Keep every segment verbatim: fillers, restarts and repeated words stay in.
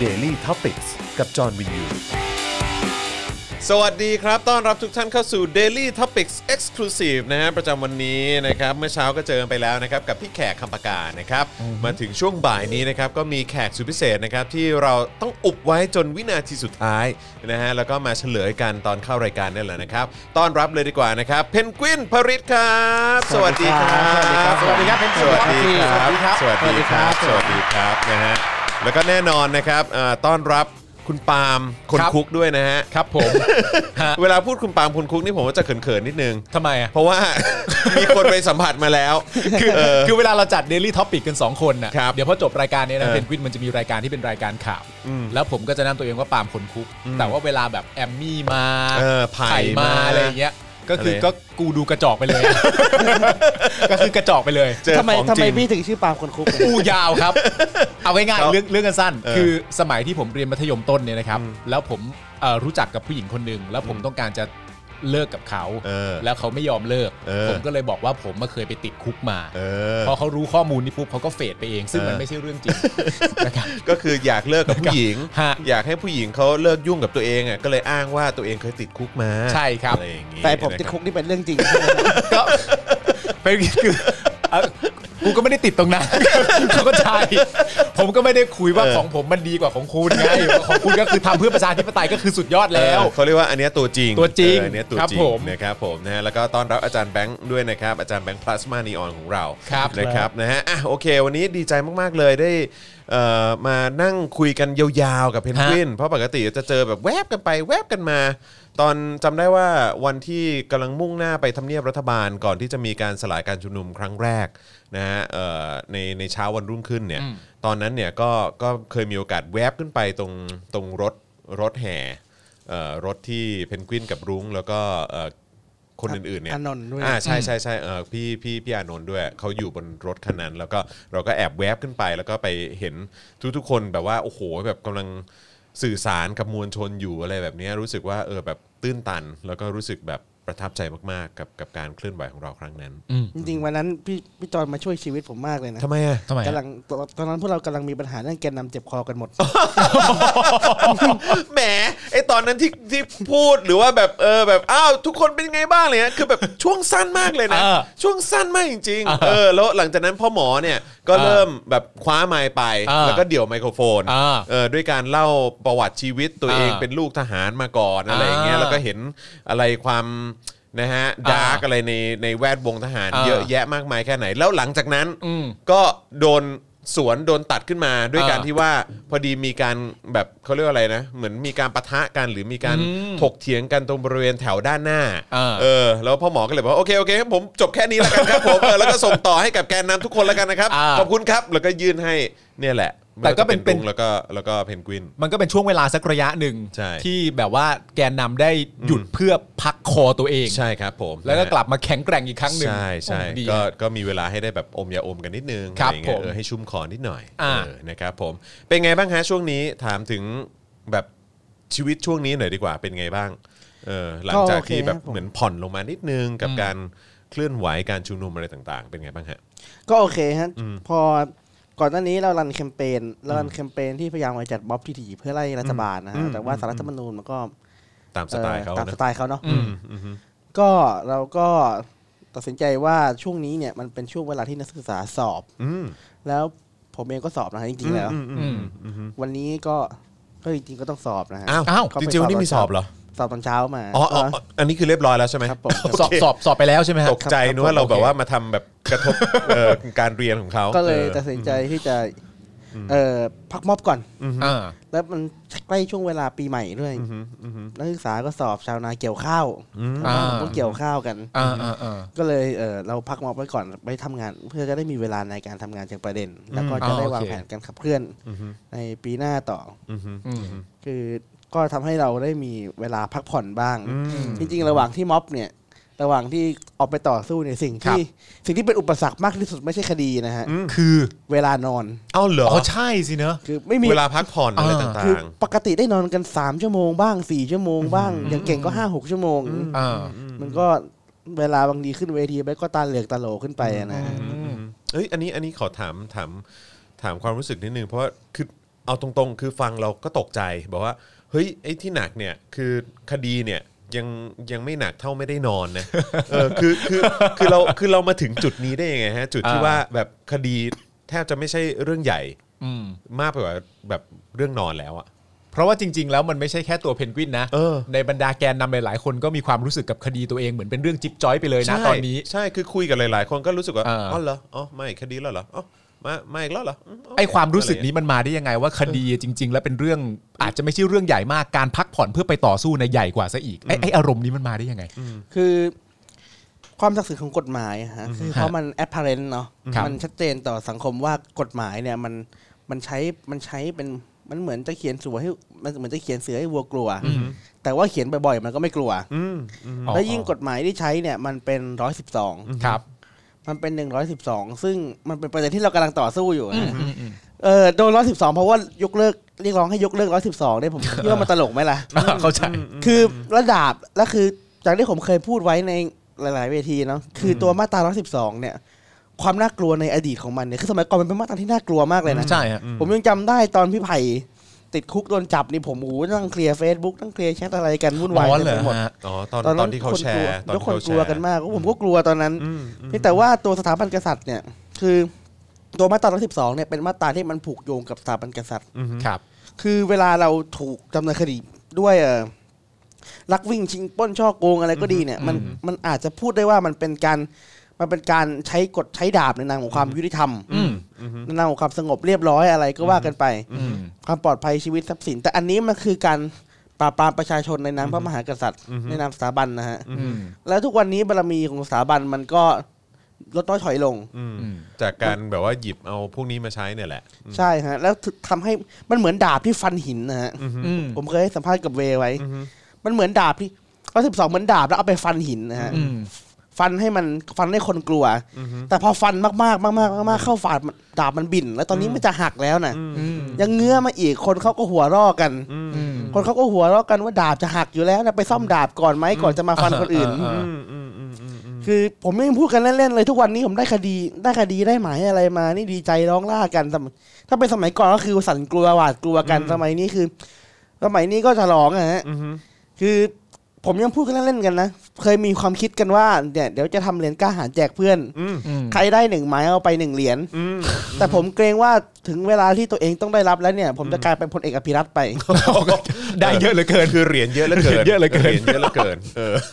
Daily Topics กับจอห์นวินยูสวัสดีครับต้อนรับทุกท่านเข้าสู่ Daily Topics Exclusive นะฮะประจำวันนี้นะครับเมื่อเช้าก็เจอไปแล้วนะครับกับพี่แขกคำปากานะครับมาถึงช่วงบ่ายนี้นะครับก็มีแขกสุดพิเศษนะครับที่เราต้องอุบไว้จนวินาทีสุดท้ายนะฮะแล้วก็มาเฉลยกันตอนเข้ารายการนี่แหละนะครับต้อนรับเลยดีกว่านะครับเพนกวินพริตครับสวัสดีครับสวัสดีครับสวัสดีครับเพนกวินสวัสดีครับสวัสดีครับสสวัวัสสดีดีคครัรับบ นะฮะแล้วก็แน่นอนนะครับเอ่อต้อนรับคุณปาล์มคนครับคุกด้วยนะฮะครับผมเวลาพูดคุณปาล์มคนคุกนี่ผมก็จะเขินๆนิดนึงทำไมอ่ะเพราะว่า มีคนไปสัมผัสมาแล้วคือเออคือเวลาเราจัด Daily Topic กันสองคนน่ะครับเดี๋ยวพอจบรายการนี้นะเออเพนกวินมันจะมีรายการที่เป็นรายการข่าวอืมแล้วผมก็จะนำตัวเองว่าปาล์มคนคุก แต่ว่าเวลาแบบแอมมี่มาเออไผ่มามาอะไรอย่างเงี้ยก็คืออะไรก็กูดูกระจอกไปเลย ก็คือกระจอกไปเลยเจอทำไมของทำจไมริงพี่ถึงชื่อปาล์มคนคุกกูยาวครับ เอาง่ายเขาๆเรื่องเรื่องกันสั้นเออคือสมัยที่ผมเรียนมัธยมต้นเนี่ยนะครับแล้วผมเอ่อรู้จักกับผู้หญิงคนหนึ่งแล้วผมต้องการจะเลิกกับเขาเออแล้วเขาไม่ยอมเลิกเออผมก็เลยบอกว่าผมมาเคยไปติดคุกมาเออพอเขารู้ข้อมูลนี้ปุ๊บเขาก็เฟดไปเอง ซึ่งเออมันไม่ใช่เรื่องจริงนะครับก็คืออยากเลิกกับผู้หญิงฮะอยากให้ผู้หญิงเขาเลิกยุ่งกับตัวเองอ่ะก็เลยอ้างว่าตัวเองเคยติดคุกมาใช่ครับอะไรอย่างงี้แต่ผมติดนะครับคุกนี่เป็นเรื่องจริงก็เป็นคือเอ่อกูก็ไม่ได้ติดตรงนั้น เขาก็ใช่ผมก็ไม่ได้คุยว่าของผมมันดีกว่าของคุณไงของคุณก็คือทำเพื่อประชาธิปไตยก็คือสุดยอดแล้วเออเขาเรียกว่าอันเนี้ยตัวจริงตัวจริงเอออันเนี้ยตัวครับจริงผมนะครับผมนะฮะแล้วก็ต้อนรับอาจารย์แบงค์ด้วยนะครับอาจารย์แบงค์พลาสมานีออนของเราครับนะครับนะฮะอ่ะโอเค วันนี้ดีใจมากๆเลยได้เอ่อมานั่งคุยกันยาวๆกับเพนกวินเพราะปกติจะเจอแบบแวบกันไปแวบกันมา ตอนจำได้ว่าวันที่กำลังมุ่งหน้าไปทำเนียบรัฐบาลก่อนที่จะมีการสลายการชุมนุมครั้งแรกนะฮะเอ่อในในเช้าวันรุ่งขึ้นเนี่ยตอนนั้นเนี่ยก็ก็เคยมีโอกาสแวบขึ้นไปตรงตรงรถรถแห่เอ่อรถที่เพนกวินกับรุ้งแล้วก็เอ่อคนอื่นๆเนี่ยอานนท์ด้วยอ่าใช่ใช่ใช่เออพี่พี่พี่อานนท์ด้วยเขาอยู่บนรถคันนั้น แล้วก็เราก็แอบแวบขึ้นไปแล้วก็ไปเห็นทุกๆคนแบบว่าโอ้โหแบบกำลังสื่อสารกับมวลชนอยู่อะไรแบบนี้รู้สึกว่าเออแบบตื้นตันแล้วก็รู้สึกแบบประทับใจมากๆกับกับการเคลื่อนไหวของเราครั้งนั้นจริงๆวันนั้นพี่พี่จอนมาช่วยชีวิตผมมากเลยนะทำไมอ่ะทำไมกำลังตอนนั้นพวกเรากำลังมีปัญหาเรื่องแกนนำเจ็บคอกันหมดแหมไอตอนนั้นที่ที่พูดหรือว่าแบบเออแบบอ้าวทุกคนเป็นไงบ้างเลยฮะคือแบบช่วงสั้นมากเลยนะเออช่วงสั้นมากจริงเออๆเออแล้วหลังจากนั้นพ่อหมอเนี่ยก็เริ่มแบบคว้าไมค์ไปเออแล้วก็เดี่ยวไมโครโฟนเออเออด้วยการเล่าประวัติชีวิตตัวเองเออเป็นลูกทหารมาก่อนอะไรอย่างเงี้ยเออแล้วก็เห็นอะไรความนะฮะดาร์กอะไรในในแวดวงทหารเออเยอะแยะมากมายแค่ไหน แล้วหลังจากนั้นอืมก็โดนสวนโดนตัดขึ้นมาด้วยเออการที่ว่าพอดีมีการแบบเขาเรียกว่าอะไรนะเหมือนมีการปะทะกันหรือมีการอืมถกเถียงกันตรงบริเวณแถวด้านหน้าเออเออแล้วพ่อหมอก็เลยบอกว่าโอเคโอเคผมจบแค่นี้แล้วกันครับผมเออแล้วก็ส่งต่อให้กับแกนนำทุกคนแล้วกันนะครับอ่าขอบคุณครับแล้วก็ยื่นให้เนี่ยแหละแต่ก็เป็นรุ้งแล้วก็แล้วก็เพนกวินมันก็เป็นช่วงเวลาสักระยะหนึ่งใช่ที่แบบว่าแกนนำได้หยุดเพื่อพักคอตัวเองใช่ครับผมแล้วก็กลับมาแข็งแกร่งอีกครั้งหนึ่งใช่ใช่โอ้ดีก็ฮะก็มีเวลาให้ได้แบบอมยาอมกันนิดนึงครับอะไอย่างเงี้ยผมเออให้ชุ่มคอนิดหน่อยอ่าเออนะครับผมเป็นไงบ้างฮะช่วงนี้ถามถึงแบบชีวิตช่วงนี้หน่อยดีกว่าเป็นไงบ้างเออหลังจากที่แบบเหมือนผ่อนลงมานิดนึงกับการเคลื่อนไหวการชุมนุมอะไรต่างๆ เป็นไงบ้างฮะก็โอเคฮะพอก่อนหน้านี้เรารันแคมเปญเรารันแคมเปญที่พยายามมาจัดม็อบที่ถี่เพื่อไล่รัฐบาลนะอืฮะมแต่ว่าสารรัฐธรรมนูญมันก็ตามสไตล์เขาเอ่อตามนะสไตล์เขาเนาะอืมอืมก็เราก็ตัดสินใจว่าช่วงนี้เนี่ยมันเป็นช่วงเวลาที่นักศึกษาสอบอืมแล้วผมเองก็สอบนะฮะจริงๆแล้วอืมอืมอืมวันนี้ก็ก็จริงๆก็ต้องสอบนะฮะอ้าวอ้าวจริงๆวันนี้มีสอบเหรอสอบตอนเช้ามาอ๋ออ๋ออันนี้คือเรียบร้อยแล้วใช่ไหมครับผมสอบสอบสอบไปแล้วใช่ไหมฮะตกใจนึกว่าเราแบบว่ามาทำแบบกระทบเอ่อการเรียนของเขาก็เลยออตัดสินใจที่จะเอ่อพักม็อบก่อนอ่าแล้วมันใกล้ช่วงเวลาปีใหม่ด้วยนักศึกษาก็สอบชาวนาเกี่ยวข้าวอ่าต้องเกี่ยวข้าวกันอ่าอ่าอ่าก็เลยเออเราพักม็อบไว้ก่อนไปทำงาน เพื่อจะได้มีเวลาในการทำงานจากประเด็น แล้วก็จะได้อ่าโอเควางแผนการขับเคลื่อนในปีหน้าต่อออืมคือก็ทำให้เราได้มีเวลาพักผ่อนบ้าง จริงๆ ระหว่างที่ม็อบเนี่ย ระหว่างที่ออกไปต่อสู้เนี่ยสิ่งที่สิ่งที่เป็นอุปสรรคมากที่สุดไม่ใช่คดีนะฮะคือเวลานอนเอ้าเหรออ๋อใช่สิเนอะคือไม่มีเวลาพักผ่อนอะไรต่าคือง ปกติได้นอนกันสามชั่วโมงบ้างสี่ชั่วโมงบ้าง อย่างเก่งก็ห้าหกชั่วโมงอ่ามันก็เวลาบางทีขึ้นเวทีไปก็ตาเหลือกตาโหลขึ้นไปอะนะฮะๆเอ้ยอันนี้อันนี้ขอถามถามถามความรู้สึกนิดนึงเพราะว่าคือเอาตรงๆคือฟังเราก็ตกใจบอกว่าเฮ้ยไอ้ที่หนักเนี่ยคือคดีเนี่ยยังยังไม่หนักเท่าไม่ได้นอนนะเออคือคือคือเราคือเรามาถึงจุดนี้ได้ยังไงฮะจุดที่ว่าแบบคดีแทบจะไม่ใช่เรื่องใหญ่มากไปกว่าแบบเรื่องนอนแล้วอะเพราะว่าจริงๆแล้วมันไม่ใช่แค่ตัวเพนกวินนะในบรรดาแกนนำหลายๆคนก็มีความรู้สึกกับคดีตัวเองเหมือนเป็นเรื่องจิ๊บจ้อยไปเลยนะตอนนี้ใช่คือคุยกับหลายๆคนก็รู้สึกว่าอ๋อเหรออ๋อไม่คดีแล้วเหรออ๋อมามาอีกแล้วเหรอไอความรู้สึกนี้มันมาได้ยังไงว่าคดีจริงๆแล้วเป็นเรื่องอาจจะไม่ใช่เรื่องใหญ่มากการพักผ่อนเพื่อไปต่อสู้ในใหญ่กว่าซะอีกไอไออารมณ์นี้มันมาได้ยังไงคือความศักดิ์สิทธิ์ของกฎหมายฮะคือเพราะมัน apparent เนาะมันชัดเจนต่อสังคมว่ากฎหมายเนี่ยมันมันใช้มันใช้เป็นมันเหมือนจะเขียนเสือให้มันเหมือนจะเขียนเสือให้วัวกลัวแต่ว่าเขียนบ่อยๆมันก็ไม่กลัวและยิ่งกฎหมายที่ใช้เนี่ยมันเป็นหนึ่งร้อยสิบสองครับมันเป็นหนึ่งร้อยสิบสองซึ่งมันเป็นประเด็นที่เรากำลังต่อสู้อยู่เออโดนหนึ่งร้อยสิบสองเพราะว่ายกเลิกเรียกร้องให้ยกเลิกหนึ่งร้อยสิบสองเนี่ยผมคิดว่ามันตลกไหมล่ะเข้าใจคือระดับและคือจากที่ผมเคยพูดไว้ในหลายๆเวทีเนาะคือตัวมาตราหนึ่งร้อยสิบสองเนี่ยความน่ากลัวในอดีตของมันเนี่ยคือสมัยก่อนมันเป็นมาตราที่น่ากลัวมากเลยนะใช่ฮะผมยังจำได้ตอนพี่ไผ่ติดคุกโดนจับนี่ผมโอ้โหนั่งเคลียร์ Facebook นั่งเคลียร์แชทอะไรกันวุ่นวายเต็มไปหมดอ๋อตอนตอนที่เขาแชร์ตอนที่คนกลัวกันมากผมก็กลัวตอนนั้นแต่ว่าตัวสถาบันกษัตริย์เนี่ยคือตัวมาตราหนึ่งร้อยสิบสองเนี่ยเป็นมาตราที่มันผูกโยงกับสถาบันกษัตริย์ครับคือเวลาเราถูกดำเนินคดีด้วยลักวิ่งชิงปล้นช่อโกงอะไรก็ดีเนี่ยมันมันอาจจะพูดได้ว่ามันเป็นการมันเป็นการใช้กฎใช้ดาบในนามของความยุติธรรมในนามของความสงบเรียบร้อยอะไรก็ว่ากันไปความปลอดภัยชีวิตทรัพย์สินแต่อันนี้มันคือการปราบปรามประชาชนในนามพระมหากษัตริย์ในนามสถาบันนะฮะแล้วทุกวันนี้บารมีของสถาบันมันก็ลดน้อยถอยลงจากการแบบว่าหยิบเอาพวกนี้มาใช้เนี่ยแหละใช่ฮะแล้วทำให้มันเหมือนดาบที่ฟันหินนะฮะผมเคยให้สัมภาษณ์กับเวไว้มันเหมือนดาบที่ร้อยสิบสองเหมือนดาบแล้วเอาไปฟันหินนะฮะฟันให้มันฟันให้คนกลัวแต่พอฟันมากๆมากๆมากๆเข้าฝาดดาบมันบิ่นแล้วตอนนี้มันจะหักแล้วนะยังเงื้อมาอีกคนเขาก็หัวเราะกันคนเขาก็หัวเราะกันว่าดาบจะหักอยู่แล้วนะไปซ่อมดาบก่อนไหมก่อนจะมาฟันคนอื่นคือผมไม่พูดกันเล่นๆเลยทุกวันนี้ผมได้คดีได้คดีได้หมายอะไรมานี่ดีใจร้องล่ากันถ้าเป็นสมัยก่อนก็คือสั่นกลัวหวาดกลัวกันสมัยนี้คือสมัยนี้ก็ฉลองอะฮะคือผมยังพูดกันเล่นๆกันนะเคยมีความคิดกันว่าเนี่ยเดี๋ยวจะทำเหรียญกล้าหาญแจกเพื่อนใครได้หนึ่งไม้เอาไปหนึ่งเหรียญแต่ผมเกรงว่าถึงเวลาที่ตัวเองต้องได้รับแล้วเนี่ยผมจะกลายเป็นพลเอกอภิรัตน์ไปได้เยอะเหลือเกินคือเหรียญเยอะเหลือเกินเยอะเหลือเกินเหรียญเยอะเหลือเกินเออ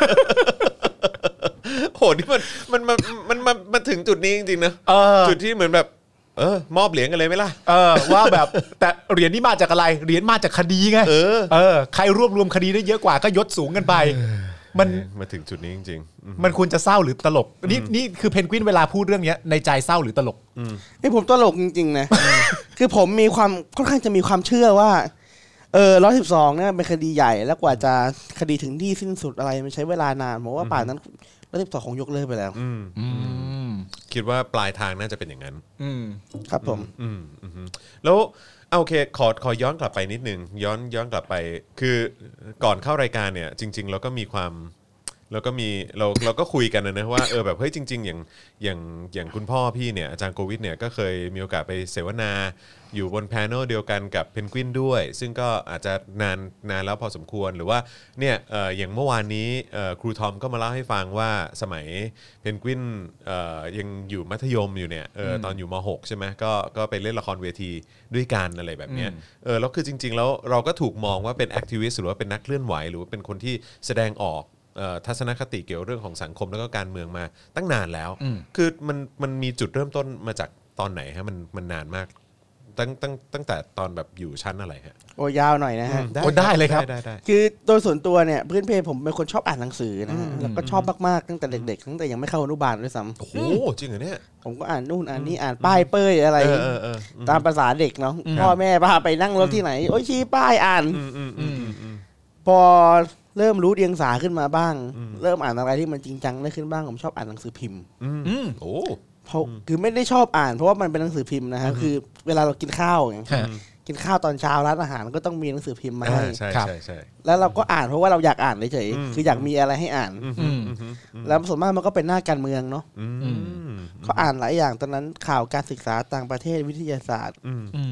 โหนี่มันมันมันมันมันมาถึงจุดนี้จริงๆนะจุดที่เหมือนแบบเออมอบเหรียญกันเลยไหมล่ะเออว่าแบบแต่เหรียญนี่มาจากอะไรเหรียญมาจากคดีไงเออเออใครรวบรวมคดีได้เยอะกว่าก็ยศสูงกันไปมันมาถึงจุดนี้จริงๆมันควรจะเศร้าหรือตลกนี่นี่คือเพนกวินเวลาพูดเรื่องนี้ในใจเศร้าหรือตลกไอ้ผมตลกจริงๆนะคือผมมีความค่อนข้างจะมีความเชื่อว่าเออร้อยสิบสองเนี่ยเป็นคดีใหญ่แล้วกว่าจะคดีถึงที่สิ้นสุดอะไรมันใช้เวลานานผมว่าป่านนั้นร้อยสิบสองคงยกเลิกไปแล้วคิดว่าปลายทางน่าจะเป็นอย่างนั้นครับผมแล้วโอเคขอขอย้อนกลับไปนิดนึงย้อนย้อนกลับไปคือก่อนเข้ารายการเนี่ยจริงๆเราก็มีความเราก็มีเราเราก็คุยกันนะว่าเออแบบเฮ้ยจริงๆอย่างอย่างอย่างคุณพ่อพี่เนี่ยอาจารย์โควิดเนี่ยก็เคยมีโอกาสไปเสวนาอยู่บนแพนเนลเดียวกันกับเพนกวินด้วยซึ่งก็อาจจะนานนานแล้วพอสมควรหรือว่าเนี่ยเอ่ออย่างเมื่อวานนี้เอ่อครูทอมก็มาเล่าให้ฟังว่าสมัยเพนกวินเอ่อยังอยู่มัธยมอยู่เนี่ยเออตอนอยู่ม.หก ใช่ไหมก็ก็ไปเล่นละครเวทีด้วยกันอะไรแบบเนี้ยเออแล้วคือจริงๆแล้วเราก็ถูกมองว่าเป็นแอคทิวิสต์หรือว่าเป็นนักเคลื่อนไหวหรือว่าเป็นคนที่แสดงออกทัศนคติเกี่ยวเรื่องของสังคมแล้วก็การเมืองมาตั้งนานแล้วคือมันมันมีจุดเริ่มต้นมาจากตอนไหนฮะมันมันนานมากตั้งตั้งตั้งแต่ตอนแบบอยู่ชั้นอะไรฮะโอ้ยาวหน่อยนะฮะโอ้ได้เลยครับคือโดยส่วนตัวเนี่ยเพื่อนเพผมเป็นคนชอบอ่านหนังสือนะฮะแล้วก็ชอบมากๆตั้งแต่เด็กๆตั้งแต่ยังไม่เข้าอนุบาลด้วยซ้ำโอ้โหจริงเหรอเนี่ยผมก็อ่านนู่นอ่านนี่อ่านป้ายเป้ยอะไรตามภาษาเด็กเนาะพ่อแม่พาไปนั่งรถที่ไหนโอ้ยชี้ป้ายอ่านพอเริ่มรู้เดียงสาขึ้นมาบ้างเริ่มอ่านอะไรที่มันจริงจังได้ขึ้นบ้างผมชอบอ่านหนังสือพิมพ์โอ้เพราะคือไม่ได้ชอบอ่านเพราะว่ามันเป็นหนังสือพิมพ์นะฮะคือเวลาเรากินข้าวอย่างกินข้าวตอนเช้าร้านอาหารก็ต้องมีหนังสือพิมพ์มาให้ใช่ใช่ใช่แล้วเราก็อ่านเพราะว่าเราอยากอ่านเฉยๆคืออยากมีอะไรให้อ่านแล้วส่วนมากมันก็เป็นหน้าการเมืองเนาะเขาอ่านหลายอย่างตอนนั้นข่าวการศึกษาต่างประเทศวิทยาศาสตร์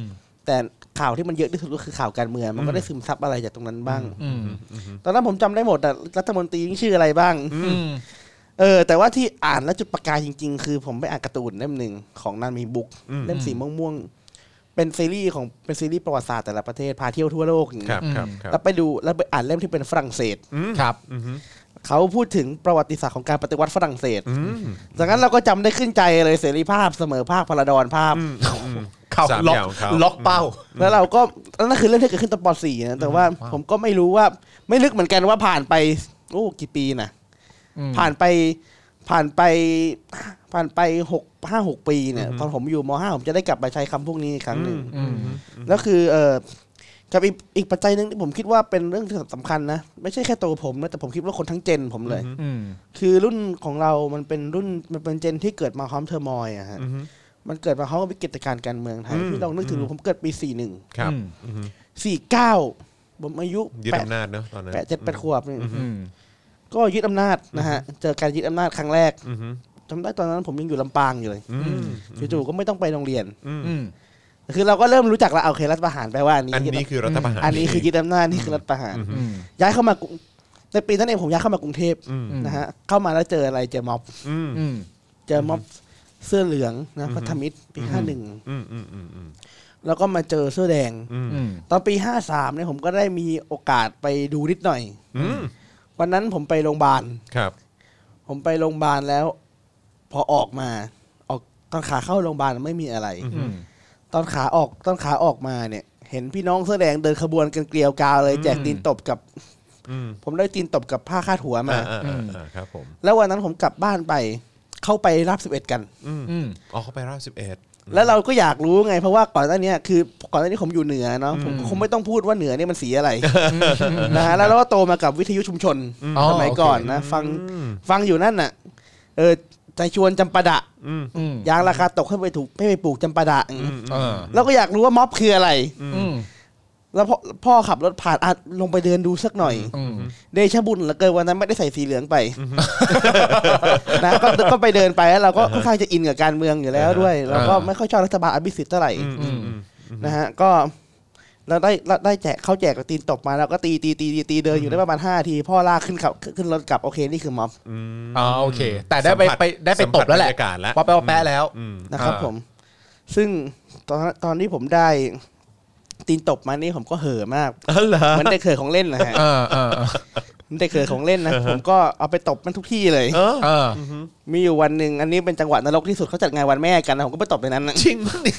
แต่ข่าวที่มันเยอะที่สุดก็คือข่าวการเมืองมันก็ได้ซึมซับอะไรจากตรงนั้นบ้างอืมตอนนั้นผมจำได้หมดแต่รัฐมนตรีชื่ออะไรบ้างอืมเออแต่ว่าที่อ่านแล้วจุดประกายจริงๆคือผมไปอ่านการ์ตูนเล่มหนึ่งของนันมีบุ๊กเล่มสีม่วงๆเป็นซีรีส์ของเป็นซีรีส์ประวัติศาสตร์แต่ละประเทศพาเที่ยวทั่วโลกอย่างคเงี้รัยบครับครับแล้วไปดูแล้วไปอ่านเล่มที่เป็นฝรั่งเศสครับเขาพูดถึงประวัติศาสตร์ของการปฏิวัติฝรั่งเศสจากนั้นเราก็จำได้ขึ้นใจเลยเสรีภาพเสมอภาคพลดรภาพเข้าสามล็อกอย่างของเขาล็อกเป้าแล้วเราก็นั่นคือเรื่องที่เกิดขึ้นตอนป .สี่ นะแต่ว่าผมก็ไม่รู้ว่าไม่ลึกเหมือนกันว่าผ่านไปโอ้กี่ปีนะอืมผ่านไปผ่านไปผ่านไปหกห้าหกปีเนี่ยตอนผมอยู่ม .ห้า ผมจะได้กลับมาใช้คำพวกนี้อีกครั้งหนึ่งอืมแล้วคือเออกับอีกอีกปัจจัยหนึ่งที่ผมคิดว่าเป็นเรื่องที่สำคัญนะไม่ใช่แค่ตัวผมนะแต่ผมคิดว่าคนทั้งเจนผมเลยอืมคือรุ่นของเรามันเป็นรุ่นมันเป็นเจนที่เกิดมาพร้อมเทอร์มอยอะฮะมันเกิดมาพร้อมกับวิกฤตการณ์การเมืองไทยพี่ลองนึกถึงดูผมเกิดปีสี่หนึ่งครับสี่เก้าผมอายุยึดแปดอำนาจเนอะตอนนั้นแปดเจ็ดแปดขวบนี่อืมก็ยึดอำนาจนะฮะเจอการยึดอำนาจครั้งแรกจำได้ตอนนั้นผมยังอยู่ลำปางอยู่เลยจู่ๆก็ไม่ต้องไปโรงเรียนอืมคือเราก็เริ่มรู้จักแล้วโอเครัฐประหารแปลว่าอันนี้อันนี้คือรัฐประหารอันนี้คือยึดอำนาจนี่คือรัฐประหารอืมย้ายเข้ามากรุงในปีนั้นเองผมย้ายเข้ามากรุงเทพนะฮะเข้ามาแล้วเจออะไรเจอม็อบอืมเจอม็อบเสื้อเหลืองนะพัฒมิตรปีห้าหนึ่งแล้วก็มาเจอเสื้อแดงอืมตอนปีห้าสามเนี่ยผมก็ได้มีโอกาสไปดูนิดหน่อยวันนั้นผมไปโรงพยาบาลครับผมไปโรงพยาบาลแล้ว พอออกมาออกตอนขาเข้าโรงพยาบาลไม่มีอะไรอืมตอนขาออกตอนขาออกมาเนี่ย เห็นพี่น้องเสื้อแดงเดินขบวนกันเกลียวกราวเลยแจกตีนตบกับผมได้ตีนตบกับผ้าคาดหัวมาอ่าอ่าอ่าครับผมแล้ววันนั้นผมกลับบ้านไป เข้าไปราบสิบเอ็ดกันอืมอ๋อเขาไปราบสิบเอ็ดแล้วเราก็อยากรู้ไงเพราะว่าก่อนหน้านี้คือก่อนหน้านี้ผมอยู่เหนือเนาะผมคงไม่ต้องพูดว่าเหนือนี่มันสีอะไรนะฮะแล้วเราก็โตมากับวิทยุชุมชนอ๋อสมัยก่อนนะฟังฟังอยู่นั่นน่ะเออใจชวนจำปาดะอืมยางราคาตกให้ไปถูกให้ไปปลูกจำปาดะอย่างงี้เออเราก็อยากรู้ว่าม็อบคืออะไรอืมแล้วพ่อพ่อขับรถผ่านอาจลงไปเดินดูสักหน่อยอืมเดชะบุญเหลือเกินวันนั้นไม่ได้ใส่สีเหลืองไปนะก็ก็ไปเดินไปแล้วเราก็ค่อนข้างจะอินกับการเมืองอยู่แล้วด้วยเราก็ไม่ค่อยชอบรัฐบาลอภิสิทธิ์เท่าไหร่อืมนะฮะก็เราได้เราได้แจกเขาแจกตีนตบมาแล้วก็ตีตีตีตีตีเดินอยู่ได้ประมาณห้าทีพ่อลากขึ้นขับขึ้นรถกลับโอเคนี่คือม็อบอ๋อโอเค แต่ได้ไปไปได้ไปตบแล้วแหละสัมผัสบรรยากาศแล้วว่าไปว่าแปะแล้วนะครับอ่าผม ซึ่งตอนตอนที่ผมได้ตีนตบมานี่ผมก็เห่อะมากอ๋อเหรอเหมือนเด็กเห่อะของเล่นนะฮะเออเออเด็กเห่อะของเล่นนะผมก็เอาไปตบมันทุกที่เลยเออเออมีอยู่วันหนึ่งอันนี้เป็นจังหวะนรกที่สุดเขาจัดงานวันแม่กันนะผมก็ไปตบในนั้นนะจริงมั้ยเนี่ย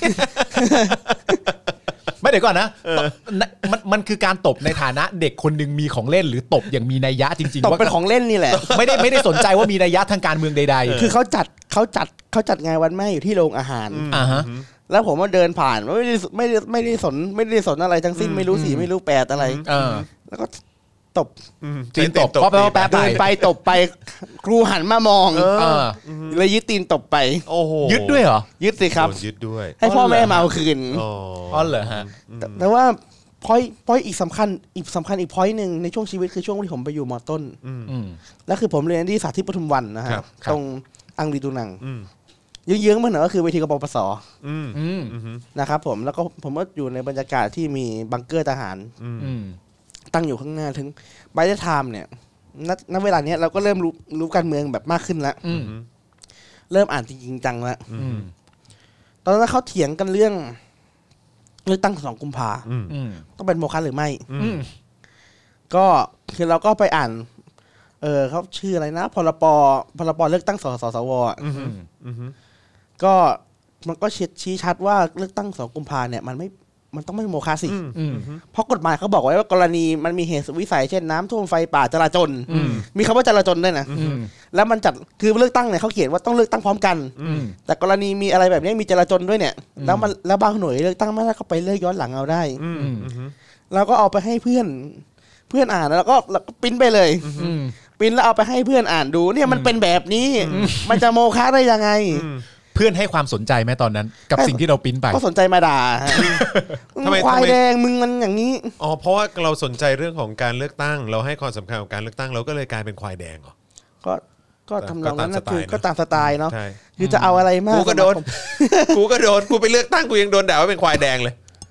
ไม่เดี๋ยวก่อนนะมันมันคือการตบในฐานะเด็กคนหนึ่งมีของเล่นหรือตบอย่างมีนัยยะจริงๆตบว่าเป็นของเล่นนี่แหละไม่ได้ไม่ได้สนใจว่ามีนัยยะทางการเมืองใดๆคือเขาจัดเขาจัดเขาจัดงานวันแม่อยู่ที่โรงอาหารอ่าฮะแล้วผมมาเดินผ่านไม่ได้ไม่ได้ไม่ได้สนไม่ได้สนอะไรทั้งสิ้นไม่รู้สีไม่รู้แปดอะไรเออแล้วก็ตบตีนตบเพราะแปลว่าแปะเดินไปตบไปครูหันมามองเออเลยยึดตีนตบไปโอ้โหยึดด้วยเหรอยึดสิครับโดนยึดด้วยให้พ่ออ๋อเหรอแม่มาเอาคืนอ๋ออ๋อเหรอฮะแต่แต่ว่าพอยพอยอีกสำคัญอีกสำคัญอีกพอยหนึ่งในช่วงชีวิตคือช่วงที่ผมไปอยู่มอต้นอืมแล้วคือผมเรียนที่สาธิตปทุมวันนะฮะครับครับตรงอังรีดูนังอืมเยื้องๆมันหน่อยก็คือเวทีกบปสอืมอืมนะครับผมแล้วก็ผมก็อยู่ในบรรยากาศที่มีบังเกอร์ทหารอืมตั้งอยู่ข้างหน้าถึงไบเดอร์ไทม์เนี่ยณณเวลาเนี้ยเราก็เริ่มรู้รู้การเมืองแบบมากขึ้นแล้วอืมเริ่มอ่านจริงๆจังแล้วอืมตอนนั้นเขาเถียงกันเรื่องเลือกตั้งสองกุมภาอืมอืมต้องเป็นโมฆะหรือไม่อืมก็คือเราก็ไปอ่าน เออเขาชื่ออะไรนะพรปพรปเลือกตั้งสสสวอ่ะอืมอืมก็มันก็ชี้ชัดว่าเลือกตั้งสองกุมภาเนี่ยมันไม่มันต้องไม่โมฆะสิอืมเพราะกฎหมายเขาบอกไว้ว่ากรณีมันมีเหตุสุดวิสัยเช่นน้ำท่วมไฟป่าจราจรอืมมีคำว่าจราจรด้วยนะอืมแล้วมันจัดคือเลือกตั้งเนี่ยเขาเขียนว่าต้องเลือกตั้งพร้อมกันอืมแต่กรณีมีอะไรแบบนี้มีจราจรด้วยเนี่ยแล้วมันแล้วบางหน่วยเลือกตั้งไม่ได้ก็ไปเลือกย้อนหลังเอาได้อืมเราก็เอาไปให้เพื่อนเพื่อนอ่านแล้วก็แล้วก็ปริ้นไปเลยอืมปริ้นแล้วเอาไปให้เพื่อนอ่านดูเนี่ยมันเป็นแบบนี้ มันจะโมฆะได้ยังไงเพื่อนให้ความสนใจไหมตอนนั้น กับสิ่งที่เราปริ้นไปก็สนใจมาด่าฮะทำไมควายทำไมแดงมึงมันอย่างนี้อ๋อเพราะว่าเราสนใจเรื่องของการเลือกตั้ง เราให้ความสำคัญกับการเลือกตั้งเราก็เลยกลายเป็นควายแดงเหรอก็ก็ทำนองนั้นนะก็ตามสไตล์คือก็ตามสไตล์เนาะใช่คือจะเอาอะไรมากกูก็โดนสำหรับผมกูก็โดนกูไปเลือกตั้งกูยังโดนด่าว่าเป็นควายแดงเลย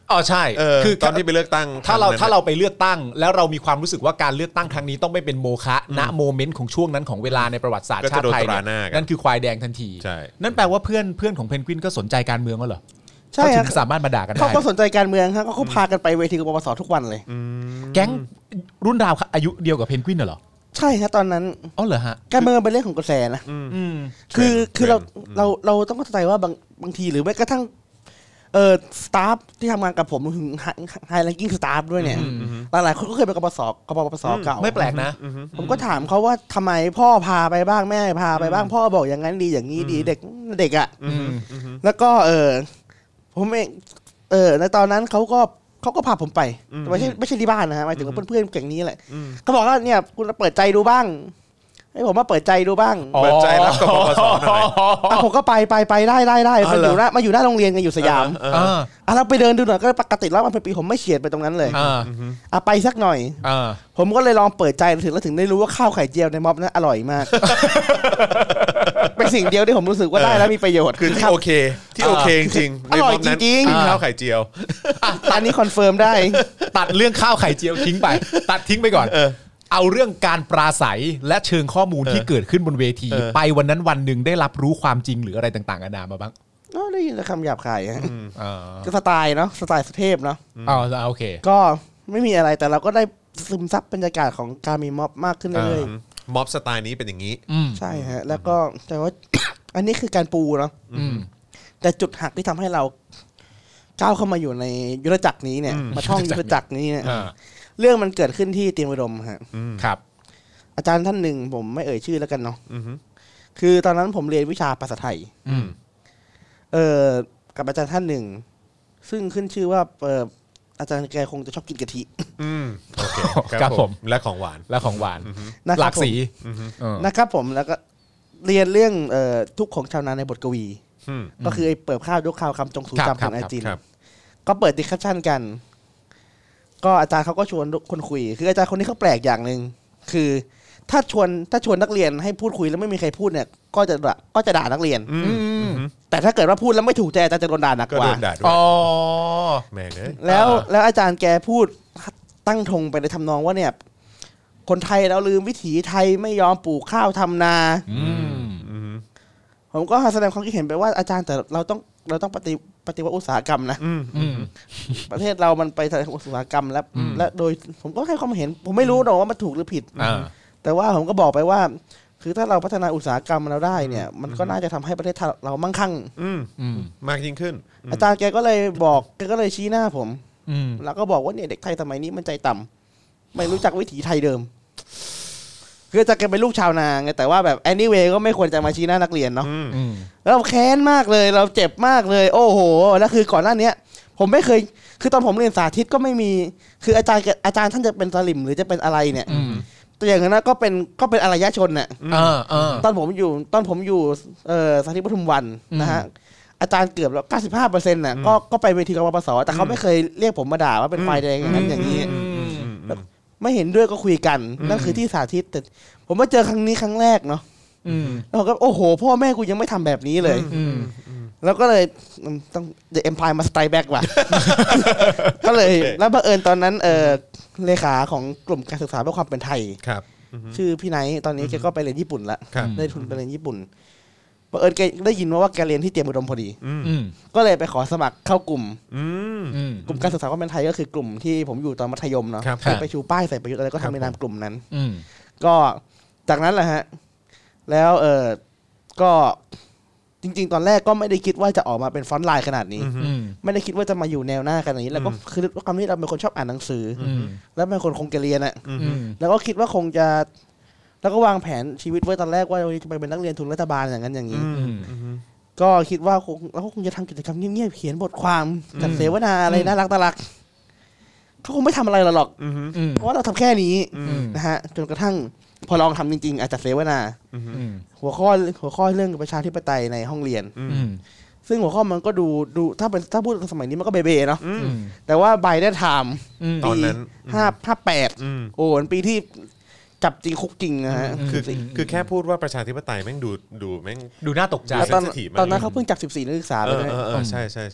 อ๋อใช่เออคือตอนที่ไปเลือกตั้งถ้าเราคงนั้นถ้าเราไปเลือกตั้งแล้วเรามีความรู้สึกว่าการเลือกตั้งครั้งนี้ต้องไม่เป็นโมฆะณโมเมนต์ของช่วงนั้นของเวลาในประวัติศาสตร์ก็ชาจะติโดนไทยตราหเนี่น้าย กันนั่นคือควายแดงทันทีใช่นั่นแปลว่าเพื่อนเพื่อนของเพนกวินก็สนใจการเมืองก็เหรอใช่เขาถึฮะงสามารถมาด่ากันได้เขาก็สนใจการเมืองฮะเขาพากันไปเวทีกบพศทุกวันเลยแก๊งรุ่นราวอายุเดียวกับเพนกวินเหรอใช่ฮะตอนนั้นอ๋อเหรอฮะการเมืองเป็นเรื่องของกระแสนะอืมคือเทรนด์คือเราเทรนด์เราเราต้องเข้าใจว่าบางบางทีหรือแม้กระทั่งเออสตาฟที่ทำงานกับผมถึงไฮแลนกิ้งสตาฟด้วยเนี่ยหลายหลายๆคนก็เคยเป็นกบพศกบพศเก่าไม่แปลกนะผมก็ถามเขาว่าทำไมพ่อพาไปบ้างแม่พาไปบ้างพ่อบอกอย่างนั้นดีอย่างนี้ดีเด็กเด็กอ่ะแล้วก็เออผมเองเออในตอนนั้นเขาก็เขาก็พาผมไปแต่ไม่ใช่ไม่ใช่ที่บ้านนะฮะหมายถึงว่าเพื่อนๆแก๊งนี้แหละเขาบอกว่าเนี่ยคุณเปิดใจดูบ้างให้ผมมาเปิดใจดูบ้างเปิดใจรับกับปปสหน่อยอ่ะผมก็ไปไปไปได้ได้ได้อ๋อมันเหรออยู่หน้ามาอยู่หน้าโรงเรียนกันอยู่สยามเอออ่าอ่ะเราไปเดินดูหน่อยก็ปกติแล้วมันเป็นปีผมไม่เฉียดไปตรงนั้นเลยอ่าอ่ะไปสักหน่อยอ่าผมก็เลยลองเปิดใจถึงแล้วถึงได้รู้ว่าข้าวไข่เจียวในม็อบนั้นอร่อยมาก เป็นสิ่งเดียวที่ผมรู้สึกว่าได้แล้วมีประโยชน์คือที่โอเคที่โอเคจริงๆอร่อยในม็บนั้นจริงๆกินข้าวไข่เจียวอันนี้คอนเฟิร์มได้ตัดเรื่องข้าวไข่เจียวทิ้งไป ตัดทิ้งไปก่อนเออเอาเรื่องการปราศัยและเชิงข้อมูลที่เกิดขึ้นบนเวทีเออไปวันนั้นวันหนึ่งได้รับรู้ความจริงหรืออะไรต่างๆนานามาบ้างอ๋อได้ยินแต่คำหยาบคายฮะอ่าก็สไตล์เนาะสไตล์สุเทพเนาะอ๋อโอเคก็ไม่มีอะไรแต่เราก็ได้ซึมซับบรรยากาศของการมีม็อบมากขึ้นเรื่อยม็อบสไตล์นี้เป็นอย่างนี้อืมๆใช่ฮะแล้วก็แต่ว่า อันนี้คือการปูเนาะอืมแต่จุดหักที่ทำให้เราก้าวเข้ามาอยู่ในยุทธจักรนี้เนี่ยอืมมาท่องยุทธจักรนี้เนี่ยอ่าเรื่องมันเกิดขึ้นที่เตรียมอุดมฮะครับอาจารย์ท่านหนึ่งผมไม่เอ่ยชื่อแล้วกันเนาะอือฮึคือตอนนั้นผมเรียนวิชาภาษาไทยอืมเออกับอาจารย์ท่านหนึ่ง ซึ่งขึ้นชื่อว่าเอออาจารย์แกคงจะชอบกินกะทิอืมโอเคครับผมและของหวานและของหวานนะครับหลากสีอือฮึเออนะครับผมแล้วก็เรียนเรื่องเอ่อทุกข์ของชาวนาในบทกวีอืมก็คือไอ้เปิดข้าวยกข้าวคำจงสู่ครับจำของไอครับจินครับก็เปิดดิสคัชชั่นกัน ก็อาจารย์เขาก็ชวนคนคุย คืออาจารย์คนนี้เขาแปลกอย่างหนึ่งคือถ้าชวนถ้าชวนนักเรียนให้พูดคุยแล้วไม่มีใครพูดเนี่ยก็จะด่าก็จะด่านักเรียนอืมอืมแต่ถ้าเกิดว่าพูดแล้วไม่ถูกใจอาจารย์จะโดนด่าหนักก็กโดว่านด่าด้วยอ๋อแม่งเอ้ยแล้วอ่าแล้วอาจารย์แกพูดตั้งธงไปในทำนองว่าเนี่ย คนไทยเราลืมวิถีไทยไม่ยอมปลูกข้าวทำนาอืมอืมผมก็แสดงความคิดเห็นไปว่าอาจารย์แต่เราต้องเราต้องปฏิปฏิวัติอุตสาหกรรมนะอืมอืมประเทศเรามันไปทางอุตสาหกรรมแล้ว และโดยผมก็ให้ความเห็น ผมไม่รู้หรอกว่ามันถูกหรือผิดอ่าแต่ว่าผมก็บอกไปว่า คือถ้าเราพัฒนาอุตสาหกรรมเราได้เนี่ย มันก็น่าจะทำให้ประเทศเรามั่งคั่งอืมอืมมากยิ่งขึ้นอาจารย์แกก็เลยบอกแกก็เลยชี้หน้าผมอืมแล้วก็บอกว่าเนี่ยเด็กไทยสมัยนี้มันใจต่ำไม่รู้จักวิถีไทยเดิม คืออาจารย์แกเป็นลูกชาวนาไงแต่ว่าแบบ anyway ก็ไม่ควรจะมาชี้หน้านักเรียนเนาะอืมอืมแล้วเราแค้นมากเลยเราเจ็บมากเลย โอ้โหแล้วคือก่อนหน้าเนี้ย ผมไม่เคย คือตอนผมเรียนสาธิตก็ไม่มี คืออาจารย์แกอาจารย์ท่านจะเป็นสลิมหรือจะเป็นอะไรเนี่ยอืมแต่อย่างนั้นก็เป็นก็เป็นอารยชนน่ะอ่าอ่าตอนผมอยู่ตอนผมอยู่เอ่อสาธิตปทุมวันนะฮะอาจารย์เกือบแล้วเก้าสิบห้าเปอร์เซ็นต์น่ะก็ก็ไปเวทีกบพศแต่เขาไม่เคยเรียกผมมาด่าว่าเป็นควายแดงอย่างนั้นอย่างนี้อืมแบบไม่เห็นด้วยก็คุยกันนั่นคือที่สาธิตแต่ผมมาเจอครั้งนี้ครั้งแรกเนาะอืมแล้วผมก็โอ้โหพ่อแม่กูยังไม่ทำแบบนี้เลยอืมแล้วก็เลยอืมต้อง The Empire มาสไตล์แบ็กว่ะ ก็เลยโอเคแล้วบังเอิญตอนนั้นเออเลขาของกลุ่มการศึกษาเพื่อความเป็นไทยครับชื่อพี่ไนท์ตอนนี้แกก็ไปเรียนญี่ปุ่นละครับได้ทุนไปเรียนญี่ปุ่นบังเอิญแกได้ยินมาว่าแกเรียนที่เตรียมอุดมพอดีอืมก็เลยไปขอสมัครเข้ากลุ่มอืมอืมกลุ่มการศึกษาความเป็นไทยก็คือกลุ่มที่ผมอยู่ตอนมัธยมเนาะครับที่ไปชูป้ายใส่ประยุทธ์อะไรก็ครับทำในนามกลุ่มนั้นอืมก็จากนั้นแหละฮะ แล้วเออก็จริง ๆ ตอนแรกก็ไม่ได้คิดว่าจะออกมาเป็นฟอนต์ไลน์ขนาดนี้อืมไม่ได้คิดว่าจะมาอยู่แนวหน้าขนาดนี้ แล้วก็คือความที่เราเป็นคนชอบอ่านหนังสือออืมแล้วเป็นคนคงจะเรียนอะอืมแล้วก็คิดว่าคงจะ แล้วก็วางแผนชีวิตไว้ตอนแรกว่าจะไปเป็นนักเรียนทุนรัฐบาลอย่างนั้นอย่างนี้อืมก็คิดว่าคงแล้วก็คงจะทำกิจกรรมเงียบๆเขียนบทความจัดเสวนาอะไรน่ารักน่ารักเขาคงไม่ทำอะไรเราหรอกอืมอืมเพราะว่าเราทำแค่นี้อืมนะฮะจนกระทั่งพอลองทำจริงๆอาจจะเสวนาอืมหัวข้อหัวข้อเรื่องประชาธิปไตยในห้องเรียนอืมซึ่งหัวข้อมันก็ดูดูถ้าเป็นถ้าพูดสมัยนี้มันก็เบเบเนาะอืมแต่ว่าใบได้ไทม์อืมตอนนั้นห้าห้าแปดอืมโอ้เป็นปีที่จับจริงคุกจริงนะฮะคือคือแค่พูดว่าประชาธิปไตยแม่งดูดูแม่งดูน่าตกใจแล้วตอน sensitive มากตอนนั้นเขาเพิ่งจับสิบสี่นักศึกษาเอไปอด้วยเออเออใช่ใช่ใช่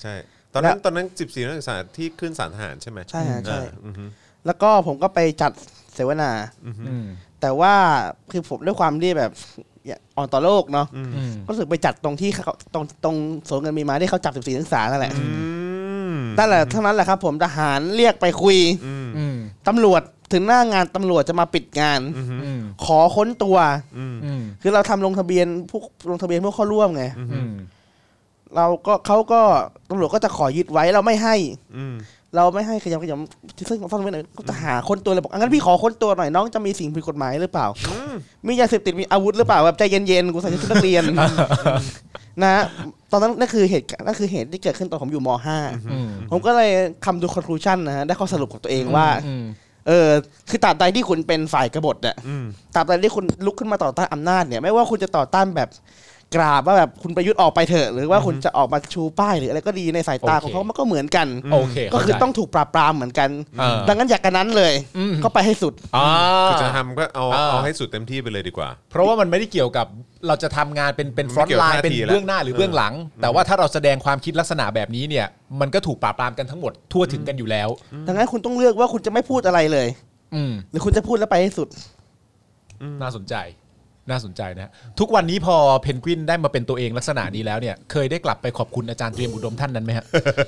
ตอนนั้นตอนนั้นสิบสี่นักศึกษาที่ขึ้นศาลทหารใช่ไหมใช่ใช่อือฮึแล้วก็ผมก็ไปจัดเสวนาแต่ว่าคือผมด้วยความที่แบบอ่อนต่อโลกเนาะก็รู้สึกไปจัดตรงที่เขาตรงตรงสวนเงินมีมาที่เขาจับสิบสี่นักศึกษานั่นแหละนั่นแหละเท่านั้นแหละครับผมทหารเรียกไปคุยตำรวจถึงหน้างานตำรวจจะมาปิดงานขอค้นตัวคือเราทำลงทะเบียนพวกลงทะเบียนพวกเข้าร่วมไงเราก็เขาก็ตำรวจก็จะขอยึดไว้เราไม่ให้เราไม่ให้ขยำขยำซึ่งซ่อนไว้หน่อยก็จะหาค้นตัวเลยบอกงั้นพี่ขอค้นตัวหน่อยน้องจะมีสิ่งผิดกฎหมายหรือเปล่ามียาเสพติดมีอาวุธหรือเปล่าแบบใจเย็นๆกูใส่ชุดนักเรียนนะตอนนั้นนั่นคือเหตุนั่นคือเหตุที่เกิดขึ้นตอนผมอยู่ม.ห้า ผมก็เลยคำดู conclusion นะฮะได้ข้อสรุปของตัวเองว่าเออคือตราบใดที่คุณเป็นฝ่ายกบฏเนี่ยตราบใดที่คุณลุกขึ้นมาต่อต้านอำนาจเนี่ยไม่ว่าคุณจะต่อต้านแบบกราบว่าแบบคุณประยุทธ์ออกไปเถอะหรือว่าคุณจะออกมาชูป้ายหรืออะไรก็ดีในสายตาของเขามันก็เหมือนกันก็คือต้องถูกปราบปรามเหมือนกันดังนั้นอยากกันนั้นเลยก็ไปให้สุดคือจะทำก็เอาเอาให้สุดเต็มที่ไปเลยดีกว่าเพราะว่ามันไม่ได้เกี่ยวกับเราจะทำงานเป็นเป็นฟรอนต์ไลน์เป็นเบื้องหน้าหรือเบื้องหลังแต่ว่าถ้าเราแสดงความคิดลักษณะแบบนี้เนี่ยมันก็ถูกปราบปรามกันทั้งหมดทั่วถึงกันอยู่แล้วดังนั้นคุณต้องเลือกว่าคุณจะไม่พูดอะไรเลยหรือคุณจะพูดแล้วไปให้สุดน่าสนใจน่าสนใจนะทุกวันนี้พอเพนกวินได้มาเป็นตัวเองลักษณะนี้แล้วเนี่ยเคยได้กลับไปขอบคุณอาจารย์เตรียมอุดมท่านนั้นไหมฮะ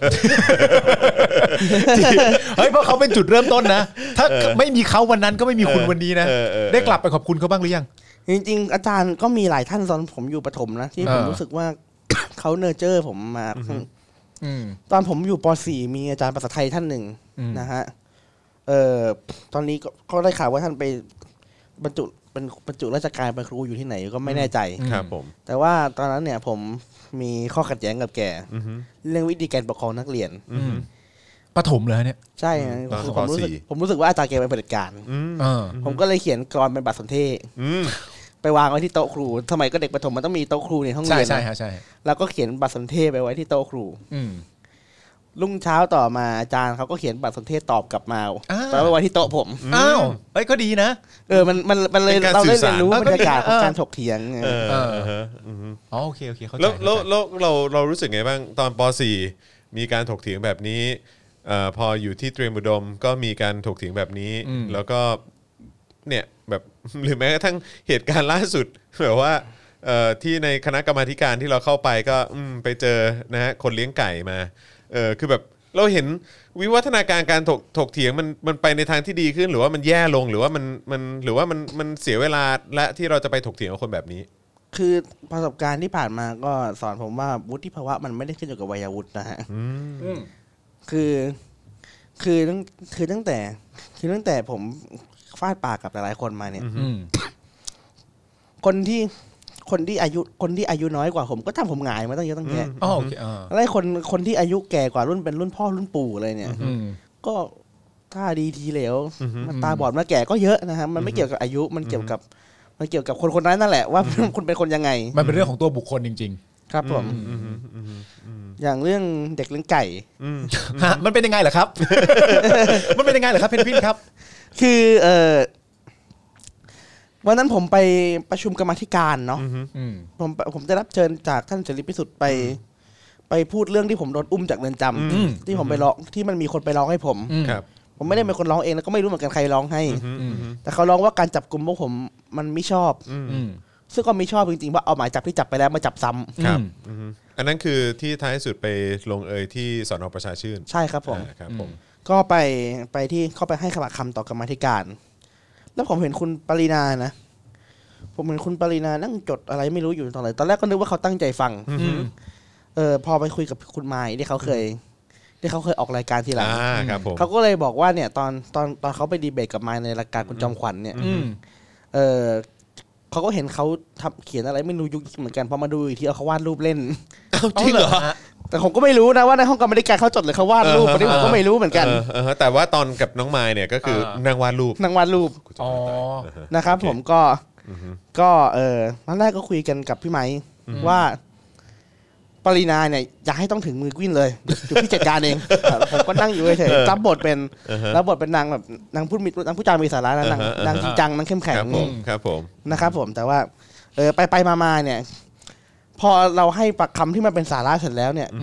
เฮ้ยเพราะเขาเป็นจุดเริ่มต้นนะถ้าไม่มีเขาวันนั้นก็ไม่มีคุณวันนี้นะได้กลับไปขอบคุณเขาบ้างหรือยังจริงๆอาจารย์ก็มีหลายท่านตอนผมอยู่ประถมนะที่ผมรู้สึกว่าเขาเนอร์เจอร์ผมมาตอนผมอยู่ป.สี่ มีอาจารย์ภาษาไทยท่านหนึ่งนะฮะเอ่อตอนนี้ก็ได้ข่าวว่าท่านไปบรรจุเป็นบรรจุราชการเป็นครูอยู่ที่ไหนก็ไม่แน่ใจครับผมแต่ว่าตอนนั้นเนี่ยผมมีข้อขัดแย้งกับแกเรื่องวิธีการปกครองนักเรียนประถมเลยเนี่ยใช่ผมรู้สึกผมรู้สึกว่าอาจารย์แกเป็นเผด็จการผมก็เลยเขียนกรเป็นบัตรสนเทศไปวางไว้ที่โต๊ะครูสมัยก็เด็กประถมมันต้องมีโต๊ะครูในห้องเรียนใช่ใช่ใช่แล้วก็เขียนบัตรสนเทศไปไว้ที่โต๊ะครูรุ่งเช้าต่อมาอาจารย์เขาก็เขียนบัตรสนเทศตอบกลับมาแล้วไปไว้ที่โต๊ะผมอ้าวเอ้ยก็ดีนะเออมันมันมันเลยเราได้เรียนรู้บรรยากาศของการถกเถียงเอออ๋อโอเคโอเคเข้าใจแล้วแล้วเราเรารู้สึกไงบ้างตอนป.สี่ มีการถกเถียงแบบนี้พออยู่ที่เตรียมอุดมก็มีการถกเถียงแบบนี้แล้วก็เนี่ยแบบหรือแม้กระทั่งเหตุการณ์ล่าสุดแบบว่าที่ในคณะกรรมาการที่เราเข้าไปก็ไปเจอนะฮะคนเลี้ยงไก่มาเออคือแบบเราเห็นวิวัฒนาการการถกถกเถียงมันมันไปในทางที่ดีขึ้นหรือว่ามันแย่ลงหรือว่ามันมันหรือว่ามันมันเสียเวลาและที่เราจะไปถกเถียงกับคนแบบนี้คือประสบการณ์ที่ผ่านมาก็สอนผมว่าวุฒิภาวะมันไม่ได้ขึ้นอยู่กับวัยวุฒินะฮะคือคือตั้งคือตั้งแต่คือตั้งแต่ผมฟาดปากกับหลายๆคนมาเนี่ยคนที่คนที่อายุคนที่อายุน้อยกว่าผมก็ทำผมหงายมาตั้งเยอะตั้งแยะอ๋อโอเคแล้วคนคนที่อายุแก่กว่ารุ่นเป็นรุ่นพ่อรุ่นปู่เลยเนี่ยก็ท่าดีทีเหลวมันตาบอดมาแก่ก็เยอะนะฮะมันไม่เกี่ยวกับอายุมันเกี่ยวกับมันเกี่ยวกับคนคนนั้นนั่นแหละว่าคุณเป็นคนยังไงมันเป็นเรื่องของตัวบุคคลจริงๆครับผมอย่างเรื่องเด็กเลี้ยงไก่มันเป็นยังไงเหรอครับมันเป็นยังไงเหรอครับเพนกวินครับคือเอ่อวันนั้นผมไปประชุมกรรมาธิการเนาะผมผมได้รับเชิญจากท่านเสรีพิสุทธิ์ไปไปพูดเรื่องที่ผมโดนอุ้มจากเรือนจำที่ผมไปร้องที่มันมีคนไปร้องให้ผมผมไม่ได้เป็นคนร้องเองแล้วก็ไม่รู้เหมือนกันใครร้องให้แต่เขาร้องว่าการจับกุมพวกผมมันไม่ชอบซึ่งก็ไม่ชอบจริงๆว่าเอาหมายจับที่จับไปแล้วมาจับซ้ำครับอันนั้นคือที่ท้ายสุดไปลงเอยที่สน.ประชาชื่นใช่ครับผมครับผมก็ไปไปที่เข้าไปให้คำคำต่อกรรมาธิการแล้วผมเห็นคุณปรินานะผมเห็นคุณปรินานั่งจดอะไรไม่รู้อยู่ตอนไหนตอนแรกก็นึกว่าเขาตั้งใจฟังเออพอไปคุยกับคุณไมค์ที่เขาเคยที่เขาเคยออกรายการทีหลังเขาก็เลยบอกว่าเนี่ยตอนตอนตอนเขาไปดีเบตกับไมค์ในรายการคุณจอมขวัญเนี่ยเออเขาก็เห็นเขาทำเขียนอะไรไม่รู้ยุคเหมือนกันพอมาดูอีกทีเอาเขาวาดรูปเล่นจริงเหรอแต่ผมก็ไม่รู้นะว่าในห้องกรรมธิการเขาจดหรือเขาวาดรูปอันนี้ผมก็ไม่รู้เหมือนกันแต่ว่าตอนกับน้องไมค์เนี่ยก็คือนางวาดรูปนางวาดรูปอ๋อนะครับผมก็ก็เออตอนแรกก็คุยกันกับพี่ไมค์ว่าปรินาเนี่ยอยากให้ต้องถึงมือกวินเลยอยู่พี่จัดการเองผมก็นั่งอยู่เฉยๆรับบทเป็นรับบทเป็นนางแบบนางพูดมีนางผู้จามีสาระนางนางจริงจังนางเข้มแข็งครับผมนะครับผมแต่ว่าเออไปไปมาๆเนี่ยพอเราให้ปากคำที่มันเป็นสาระเสร็จแล้วเนี่ย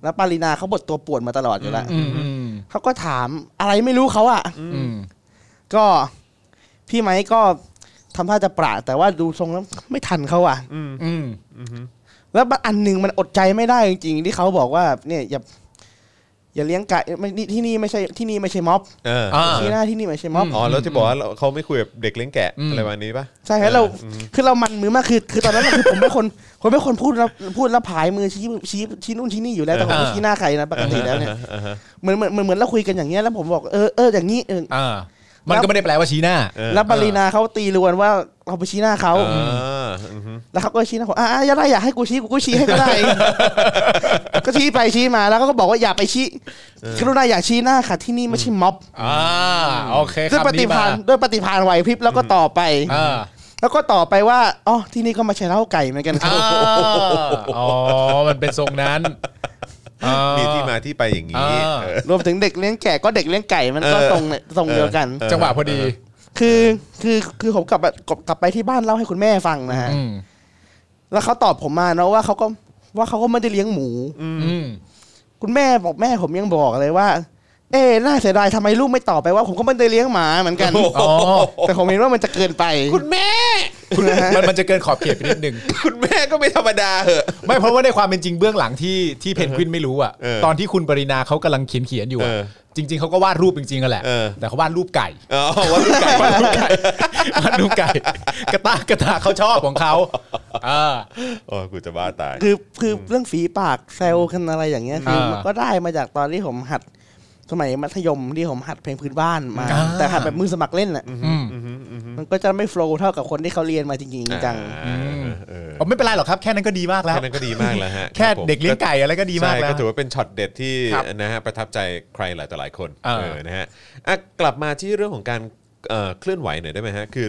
แล้วปารีนาเขาบทตัวป่วนมาตลอดอยู่แล้วอืมเขาก็ถามอะไรไม่รู้เขาอ่ะอืมก็พี่ไมค์ก็ทำท่าจะปราดแต่ว่าดูทรงแล้วไม่ทันเขาอ่ะอืมอืมแล้วอันหนึ่งมันอดใจไม่ได้จริงๆที่เขาบอกว่าเนี่ยอย่าอย่าเลี้ยงไก่ไม่นี่ที่นี่ไม่ใช่ที่นี่ไม่ใช่ม็อบเอออ่าที่หน้าที่นี่ไม่ใช่ม็อบอ๋อแล้วที่บอกว่าเขาไม่คุยกับเด็กเลี้ยงแกะอืมอะไรวันนี้ปะใช่ครับเราคือเรามันมือมากคือคือตอนนั้นน่ะคือผมเป็นคนผมเป็นคนพูดแล้วพูดแล้วผายมือชี้ชี้ชี้นู่นชี้นี่อยู่แล้วแต่ผมไม่ชี้หน้าใครนะปกติแล้วเนี่ยอ่าฮะเหมือนเหมือนเหมือนเหมือนเราคุยกันอย่างเงี้ยแล้วผมบอกเออเอออย่างนี้เอออ่ามันก็ไม่ได้แปลว่าชี้หน้าเออแล้วปรีนาเขาตีรวนว่าเราไปชี้หน้าเขาอ่าอือฮึแล้วเขาก็ชี้หน้าผมอ่าอย่าได้อยากให้กูชี้กูก็ชี้ให้ก็ได้ ก็ชี้ไปชี้มาแล้วเขาก็บอกว่าอย่าไปชี้กรุณาอย่าชี้หน้าค่ะที่นี่ไม่ใช่ม็อบอ่าโอเคด้วยคำปฏินี้มาภาณด้วยปฏิภาณไหวพริบแล้วก็ต่อไปอ่าแล้วก็ต่อไปว่าอ๋อที่นี่ก็มาใช้เหล้าไก่เหมือนกันครับอ่าอ๋อมันเป็นทรงนั้นอ่ามีที่มาที่ไปอย่างนี้อ่าเออรวมถึงเด็กเลี้ยงแกะก็เด็กเลี้ยงไก่มันก็เออตรงเนี่ยตรงเดียวกันเออจังหวะพอดีคือคือคือผมกลับไปกลับไปที่บ้านเล่าให้คุณแม่ฟังนะฮะอืมแล้วเขาตอบผมมาเนาะว่าเขาก็ว่าเขาก็ไม่ได้เลี้ยงหมูอืมคุณแม่บอกแม่ผมยังบอกเลยว่า เอ๊ะน่าเสียดายทำไมลูกไม่ตอบไปว่าผมก็ไม่ได้เลี้ยงหมาเหมือนกันอ๋อแต่ผมเห็นว่ามันจะเกินไปคุณแม่นะฮะมันมันจะเกินขอบเขตไปนิดนึงคุณแม่ก็ไม่ธรรมดาเหอะไม่เพราะว่าในความเป็นจริงเบื้องหลังที่ที่เพนกวินไม่รู้อ่ะเออตอนที่คุณปรินาเขากำลังเขียนเขียนอยู่อะเออจริง ๆเขาก็วาดรูปจริงๆกันแหละเออแต่เขาวาดรูปไก่อ๋อว่าลูกไก่วาดรูปไก่วาดรูปไก่กระตากกระตาเขาชอบของเขาอ่าโอ้กูจะบ้าตายคือคือเรื่องฝีปากแซวกันอะไรอย่างเงี้ยคืออ่ามัมันก็ได้มาจากตอนที่ผมหัดสมัยมัธยมที่ผมหัดเพลงพื้นบ้านมาอ่าแต่หัดแบบมือสมัครเล่นน่ะอืมมันก็จะไม่โฟล์เท่ากับคนที่เขาเรียนมาจริงๆจังอ่าเอออ๋อไม่เป็นไรหรอกครับแค่นั้นก็ดีมากแล้วแค่นั้นก็ดีมากแล้วฮะแค่รับผมเด็กเลี้ยงไก่อะไรก็ดีมากใช่แล้วก็ถือว่าเป็นช็อตเด็ดที่ครับนะฮะประทับใจใครหลายต่อหลายคนเออเออนะฮะอ่ะกลับมาที่เรื่องของการเอ่อเคลื่อนไหวหน่อยได้ไหมฮะคือ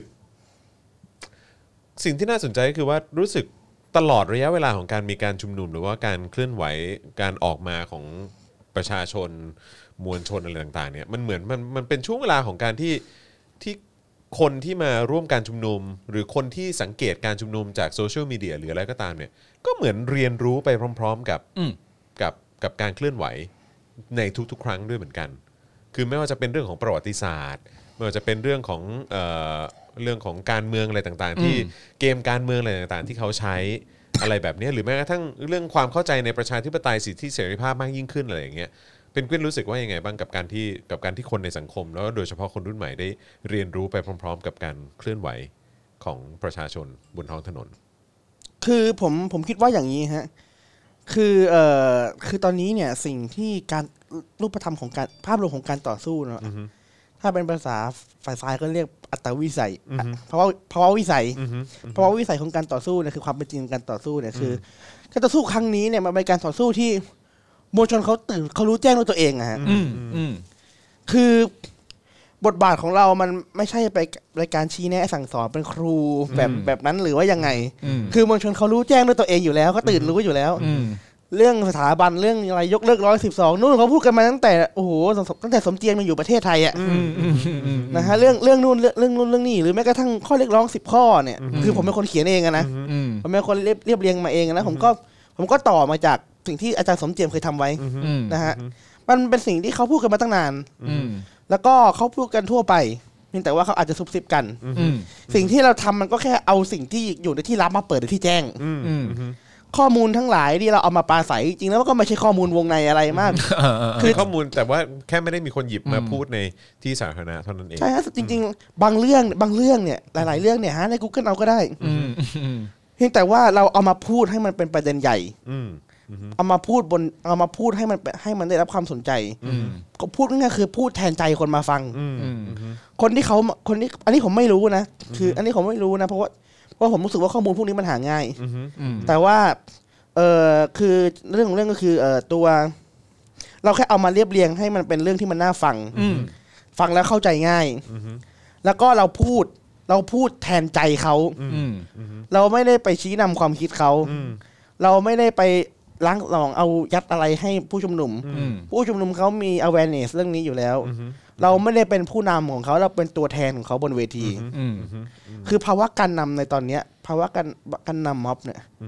สิ่งที่น่าสนใจก็คือว่ารู้สึกตลอดระยะเวลาของการมีการชุมนุมหรือว่าการเคลื่อนไหวการออกมาของประชาชนมวลชนอะไรต่างๆเนี่ยมันเหมือนมันมันเป็นช่วงเวลาของการที่ที่คนที่มาร่วมการชุมนุม หรือคนที่สังเกตการชุมนุมจากโซเชียลมีเดียหรืออะไรก็ตามเนี่ยก็เหมือนเรียนรู้ไปพร้อม ๆ กับอืมกับกับการเคลื่อนไหวในทุกๆ ครั้งด้วยเหมือนกัน คือไม่ว่าจะเป็นเรื่องของประวัติศาสตร์ไม่ว่าจะเป็นเรื่องของเอ่อเรื่องของการเมืองอะไรต่างๆ ที่เกมการเมืองอะไรต่างๆ ที่เขาใช้อะไรแบบนี้หรือแม้กระทั่งเรื่องความเข้าใจในประชาธิปไตยสิทธิเสรีภาพมากยิ่งขึ้นอะไรอย่างเงี้ยเป็นกวินรู้สึกว่ายังไงบ้างกับการที่กับการที่คนในสังคม แล้วก็โดยเฉพาะคนรุ่นใหม่ได้เรียนรู้ไปพร้อม ๆ กับการเคลื่อนไหวของประชาชนบนท้องถนนคือผมผมคิดว่าอย่างนี้ฮะคือเอ่อคือตอนนี้เนี่ยสิ่งที่การรูปธรรมของการภาพรวมของการต่อสู้เนาะถ้าเป็นภาษาฝ่ายซ้ายก็เรียกอัตวิสัยเพราะว่าเพราะว่าวิสัยเพราะว่าวิสัยของการต่อสู้เนี่ยคือความเป็นจริงของการต่อสู้เนี่ยคือการต่อสู้ครั้งนี้เนี่ยมันเป็นการต่อสู้ที่มวลชนเขาตื่นเขารู้แจ้งด้วยตัวเองอะฮะอืมอืมคือบทบาทของเรามันไม่ใช่ไปรายการชี้แนะสั่งสอนเป็นครูแบบแบบนั้นหรือว่ายังไงอืมคือมวลชนเขารู้แจ้งด้วยตัวเองอยู่แล้วเขาตื่นรู้อยู่แล้วอืมเรื่องสถาบันเรื่องอะไรยกเลิกร้อยสิบสองนู่นเขาพูดกันมาตั้งแต่โอ้โหตั้งแต่สมเจียงมาอยู่ประเทศไทยอ่ะอืมอืมอืมนะฮะเรื่องเรื่องนู่นเรื่องเรื่องนู่นเรื่องนี้หรือแม้กระทั่งข้อเรียกร้องสิบข้อเนี่ยคือผมเป็นคนเขียนเองอะนะอืมผมเป็นคนเรียบเรียบเรียงมาเองนะผมก็ผมก็ต่อมาจากสิ่งที่อาจารย์สมเจียมเคยทำไว้อืมนะฮะมันเป็นสิ่งที่เขาพูดกันมาตั้งนานอืมแล้วก็เขาพูดกันทั่วไปเพียงแต่ว่าเขาอาจจะซุบซิบกันอืมสิ่งที่เราทำมันก็แค่เอาสิ่งที่อยู่ในที่ลับมาเปิดในที่แจ้งอืมข้อมูลทั้งหลายที่เราเอามาปราศัยจริงๆแล้วมันก็ไม่ใช่ข้อมูลวงในอะไรมากคือข้อมูลแต่ว่าแค่ไม่ได้มีคนหยิบมาพูดในที่สาธารณะเท่านั้นเองใช่ฮะจริงๆ บางเรื่องบางเรื่องเนี่ยหลายๆเรื่องเนี่ยหาใน Google เอาก็ได้อืมอืมเพียงแต่ว่าเราเอามาพูดให้มันเป็นประเด็นใหญ่อืมเอามาพูดบนเอามาพูดให้มันให้มันได้รับความสนใจอืมก็พูดง่ายๆคือพูดแทนใจคนมาฟังอืมอืมคนที่เขาคนที่อันนี้ผมไม่รู้นะคืออันนี้ผมไม่รู้นะเพราะว่าเพราะผมรู้สึกว่าข้อมูลพวกนี้มันหาง่ายอืมแต่ว่าเออคือเรื่องของเรื่องก็คือเออตัว เราแค่เอามาเรียบเรียงให้มันเป็นเรื่องที่มันน่าฟังอืมฟังแล้วเข้าใจง่าย แล้วก็เราพูดเราพูดแทนใจเขาอืมเราไม่ได้ไปชี้นำความคิดเขาเราไม่ได้ไปล้างหลองเอายัดอะไรให้ผู้ชุมนุมอืมผู้ชุมนุมเขามี awareness เรื่องนี้อยู่แล้ว เราไม่ได้เป็นผู้นำของเขาเราเป็นตัวแทนของเขาบนเวทีอืมคือภาวะการนำในตอนเนี้ยภาวะการการนำม็อบเนี่ย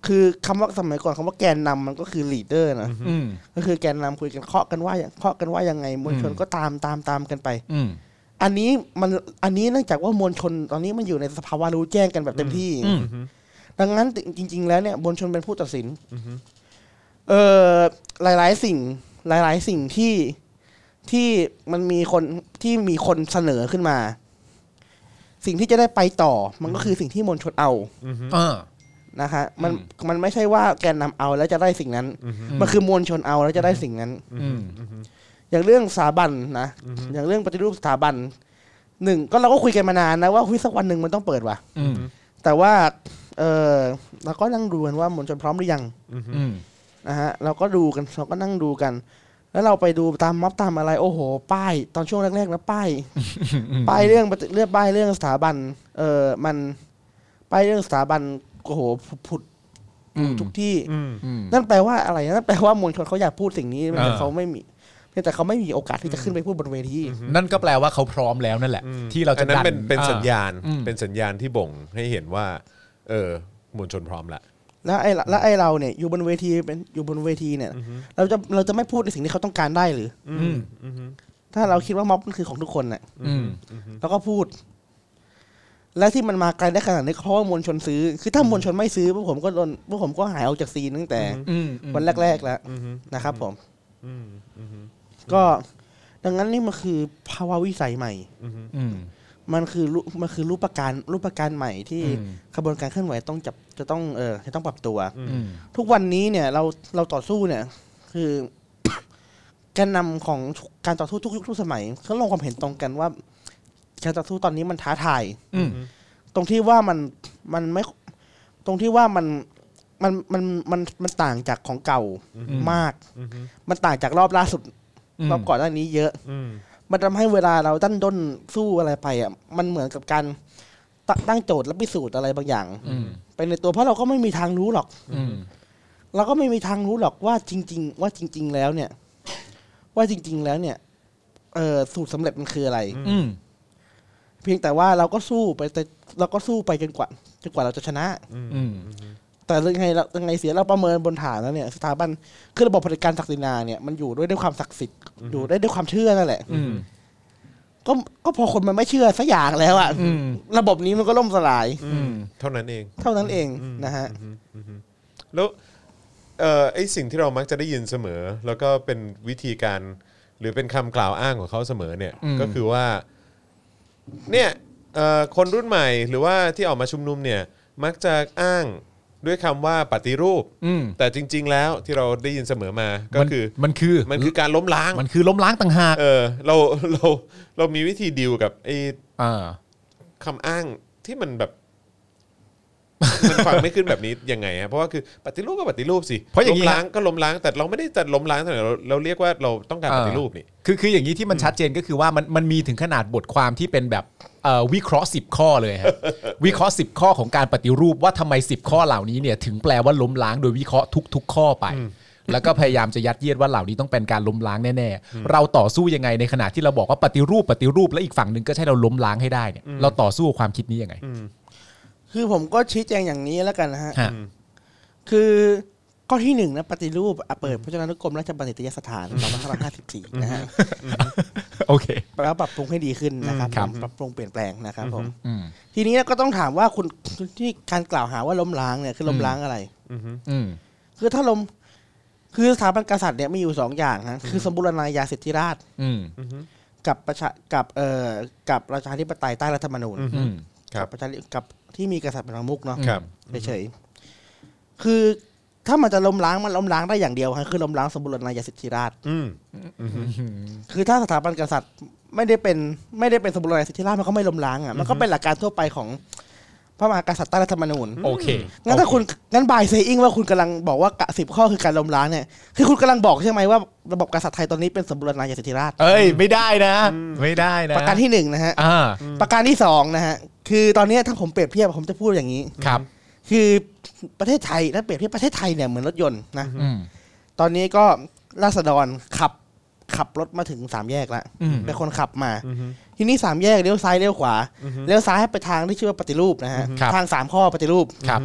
คือคำว่าสมัยก่อนคำว่าแกนนำมันก็คือลีดเดอร์นะก็คือแกนนำคุยกันเคาะกันว่าเคาะกันว่ายังไงมวลชนก็ตามตามตามกันไปอันนี้มันอันนี้เนื่องจากว่ามวลชนตอนนี้มันอยู่ในสภาวะรู้แจ้งกันแบบเต็มที่ดังนั้นจริงๆแล้วเนี่ยมวลชนเป็นผู้ตัดสินเอ่อหลายๆสิ่งหลายๆสิ่งที่ที่มันมีคนที่มีคนเสนอขึ้นมาสิ่งที่จะได้ไปต่อมันก็คือสิ่งที่มวลชนเอานะคะมันมันไม่ใช่ว่าแกนนำเอาแล้วจะได้สิ่งนั้นมันคือมวลชนเอาแล้วจะได้สิ่งนั้นอย่างเรื่องสถาบันนะอย่างเรื่องปฏิรูปสถาบันหนึ่งก็เราก็คุยกันมานานนะว่าสักวันหนึ่งมันต้องเปิดว่ะแต่ว่าเออเราก็นั่งดูกันว่ามวลชนพร้อมหรือยังนะฮะเราก็ดูกันเราก็นั่งดูกันแล้วเราไปดูตามม็อบตามอะไรโอ้โหป้ายตอนช่วงแรกๆนะป้ายป้ายเรื่องเรื่องป้ายเรื่องสถาบันเออมันป้ายเรื่องสถาบันโอ้โหผุดทุกที่นั่นแปลว่าอะไรนั่นแปลว่ามวลชนเขาอยากพูดสิ่งนี้แต่เขาไม่มีแต่เขาไม่มีโอกาสที่จะขึ้นไปพูดบนเวทีนั่นก็แปลว่าเขาพร้อมแล้วนั่นแหละที่เราจะดันเป็นเป็นสัญญาณเป็นสัญญาณที่บ่งให้เห็นว่าเออมวลชนพร้อมละแล้วไอ้แล้วไอ้เราเนี่ยอยู่บนเวทีเป็นอยู่บนเวทีเนี่ยเราจะเราจะไม่พูดในสิ่งที่เขาต้องการได้หรือถ้าเราคิดว่าม็อบมันคือของทุกคนเนี่ยเราก็พูดและที่มันมาไกลได้ขนาดนี้เพราะว่ามวลชนซื้อคือถ้ามวลชนไม่ซื้อพวกผมก็โดนพวกผมก็หายออกจากซีนตั้งแต่วันแรกๆแล้วนะครับผมก็ดังนั้นนี่มันคือภาวะวิสัยใหม่มันคือมันคือรูปการรูปการใหม่ที่กระบวนการเคลื่อนไหวต้องจับจะต้องเออจะต้องปรับตัวทุกวันนี้เนี่ยเราเราต่อสู้เนี่ยคือแกนนำของการต่อสู้ทุกยุคทุกสมัยเขาลงความเห็นตรงกันว่าการต่อสู้ตอนนี้มันท้าทายตรงที่ว่ามันมันไม่ตรงที่ว่ามันมันมันมันมันต่างจากของเก่ามากมันต่างจากรอบล่าสุดรอบก่อนหน้านี้เยอะมันทำให้เวลาเราดันด้นสู้อะไรไปอ่ะมันเหมือนกับการตั้งโจทย์และพิสูจน์อะไรบางอย่างไปในตัวเพราะเราก็ไม่มีทางรู้หรอกเราก็ไม่มีทางรู้หรอกว่าจริงๆว่าจริงๆแล้วเนี่ยว่าจริงๆแล้วเนี่ยเออสูตรสำเร็จมันคืออะไรเพียงแต่ว่าเราก็สู้ไปแต่เราก็สู้ไปจนกว่าจนกว่าเราจะชนะแต่ยังไงยังไงเสียเราประเมินบนฐานแล้วเนี่ยสถาบันคือระบบเผด็จการศักดินาเนี่ยมันอยู่ด้วยด้วยความศักดิ์สิทธิ์อยู่ได้ด้วยความเชื่อนั่นแหละก็ก็พอคนมันไม่เชื่อสักอย่างแล้วอ่ะระบบนี้มันก็ล่มสลายเท่านั้นเองเท่านั้นเองนะฮะแล้วเอ่อไอ้สิ่งที่เรามักจะได้ยินเสมอแล้วก็เป็นวิธีการหรือเป็นคำกล่าวอ้างของเขาเสมอเนี่ยก็คือว่าเนี่ยคนรุ่นใหม่หรือว่าที่ออกมาชุมนุมเนี่ยมักจะอ้างด้วยคำว่าปฏิรูปแต่จริงๆแล้วที่เราได้ยินเสมอมาก็คือมันคือมันคือการล้มล้างมันคือล้มล้างต่างหากเออเราเราเรามีวิธีดีลกับไอ้คำอ้างที่มันแบบมันฟังไม่ขึ้นแบบนี้ยังไงฮะเพราะว่าคือปฏิรูปก็ปฏิรูปสิเพราะอย่างนี้ล้มล้างก็ล้มล้างแต่เราไม่ได้จะล้มล้างแต่เราเราเรียกว่าเราต้องการปฏิรูปนี่คือคืออย่างนี้ที่มันชัดเจนก็คือว่ามันมันมีถึงขนาดบทความที่เป็นแบบวิเคราะห์สิบข้อเลยครับวิเคราะห์สิบข้อของการปฏิรูปว่าทำไมสิบข้อเหล่านี้เนี่ยถึงแปลว่าล้มล้างโดยวิเคราะห์ทุกๆข้อไปแล้วก็พยายามจะยัดเยียดว่าเหล่านี้ต้องเป็นการล้มล้างแน่ๆเราต่อสู้ยังไงในขณะที่เราบอกว่าปฏิรูปปฏิรูปแล้วอีกฝั่งนึงก็ใช่เราล้มล้างให้ได้เนี่ยเราต่อสู้กับความคิดนี้ยังไงคือผมก็ชี้แจงอย่างนี้แล้วกันนะฮะคือข้อที่หนึ่งนะปฏิรูปเปิดพจนานุกรมราชบัณฑิตยสถานสองพันห้าร้อยห้าสิบสี่นะฮะโอเคแล้วปรับปรุงให้ดีขึ้นนะครับปรับปรุงเปลี่ยนแปลงนะครับผมทีนี้ก็ต้องถามว่าคุณที่การกล่าวหาว่าล้มล้างเนี่ยคือล้มล้างอะไรคือถ้าล้มคือสถาบันกษัตริย์เนี่ยมีอยู่สองอย่างฮะคือสมบูรณาญาสิทธิราชกับประชากับเอ่อกับประชาธิปไตยใต้รัฐธรรมนูญกับประชากับที่มีกษัตริย์เป็นประมุขเนาะเฉยๆคือถ้ามันจะล้มล้างมันล้มล้างได้อย่างเดียวคือล้มล้างสมบูรณาญาสิทธิราชคือถ้าสถาบันกษัตริย์ไม่ได้เป็นไม่ได้เป็นสมบูรณาญาสิทธิราชมันก็ไม่ล้มล้างอ่ะมันก็เป็นหลักการทั่วไปของพระมหากษัตริย์ใต้รัฐธรรมนูญโอเคงั้นถ้าคุณงั้นบายเซอิงว่าคุณกำลังบอกว่าสิบข้อคือการล้มล้างเนี่ยคือคุณกำลังบอกใช่ไหมว่าระบบกษัตริย์ไทยตอนนี้เป็นสมบูรณาญาสิทธิราชเอ้ยไม่ได้นะไม่ได้นะประการที่หนึ่งนะฮะประการที่สองนะฮะคือตอนนี้ถ้าผมเปรียบเทียบผมจะพูดอย่างนี้ครับคือประเทศไทยถ้าเปรียบเทียบประเทศไทยเนี่ยเหมือนรถยนต์นะตอนนี้ก็ราษฎรขับขับรถมาถึงสามแยกแล้วเป็นคนขับมาทีนี้สามแยกเลี้ยวซ้ายเลี้ยวขวาเลี้ยวซ้ายให้ไปทางที่ชื่อว่าปฏิรูปนะฮะทางสามข้อปฏิรูป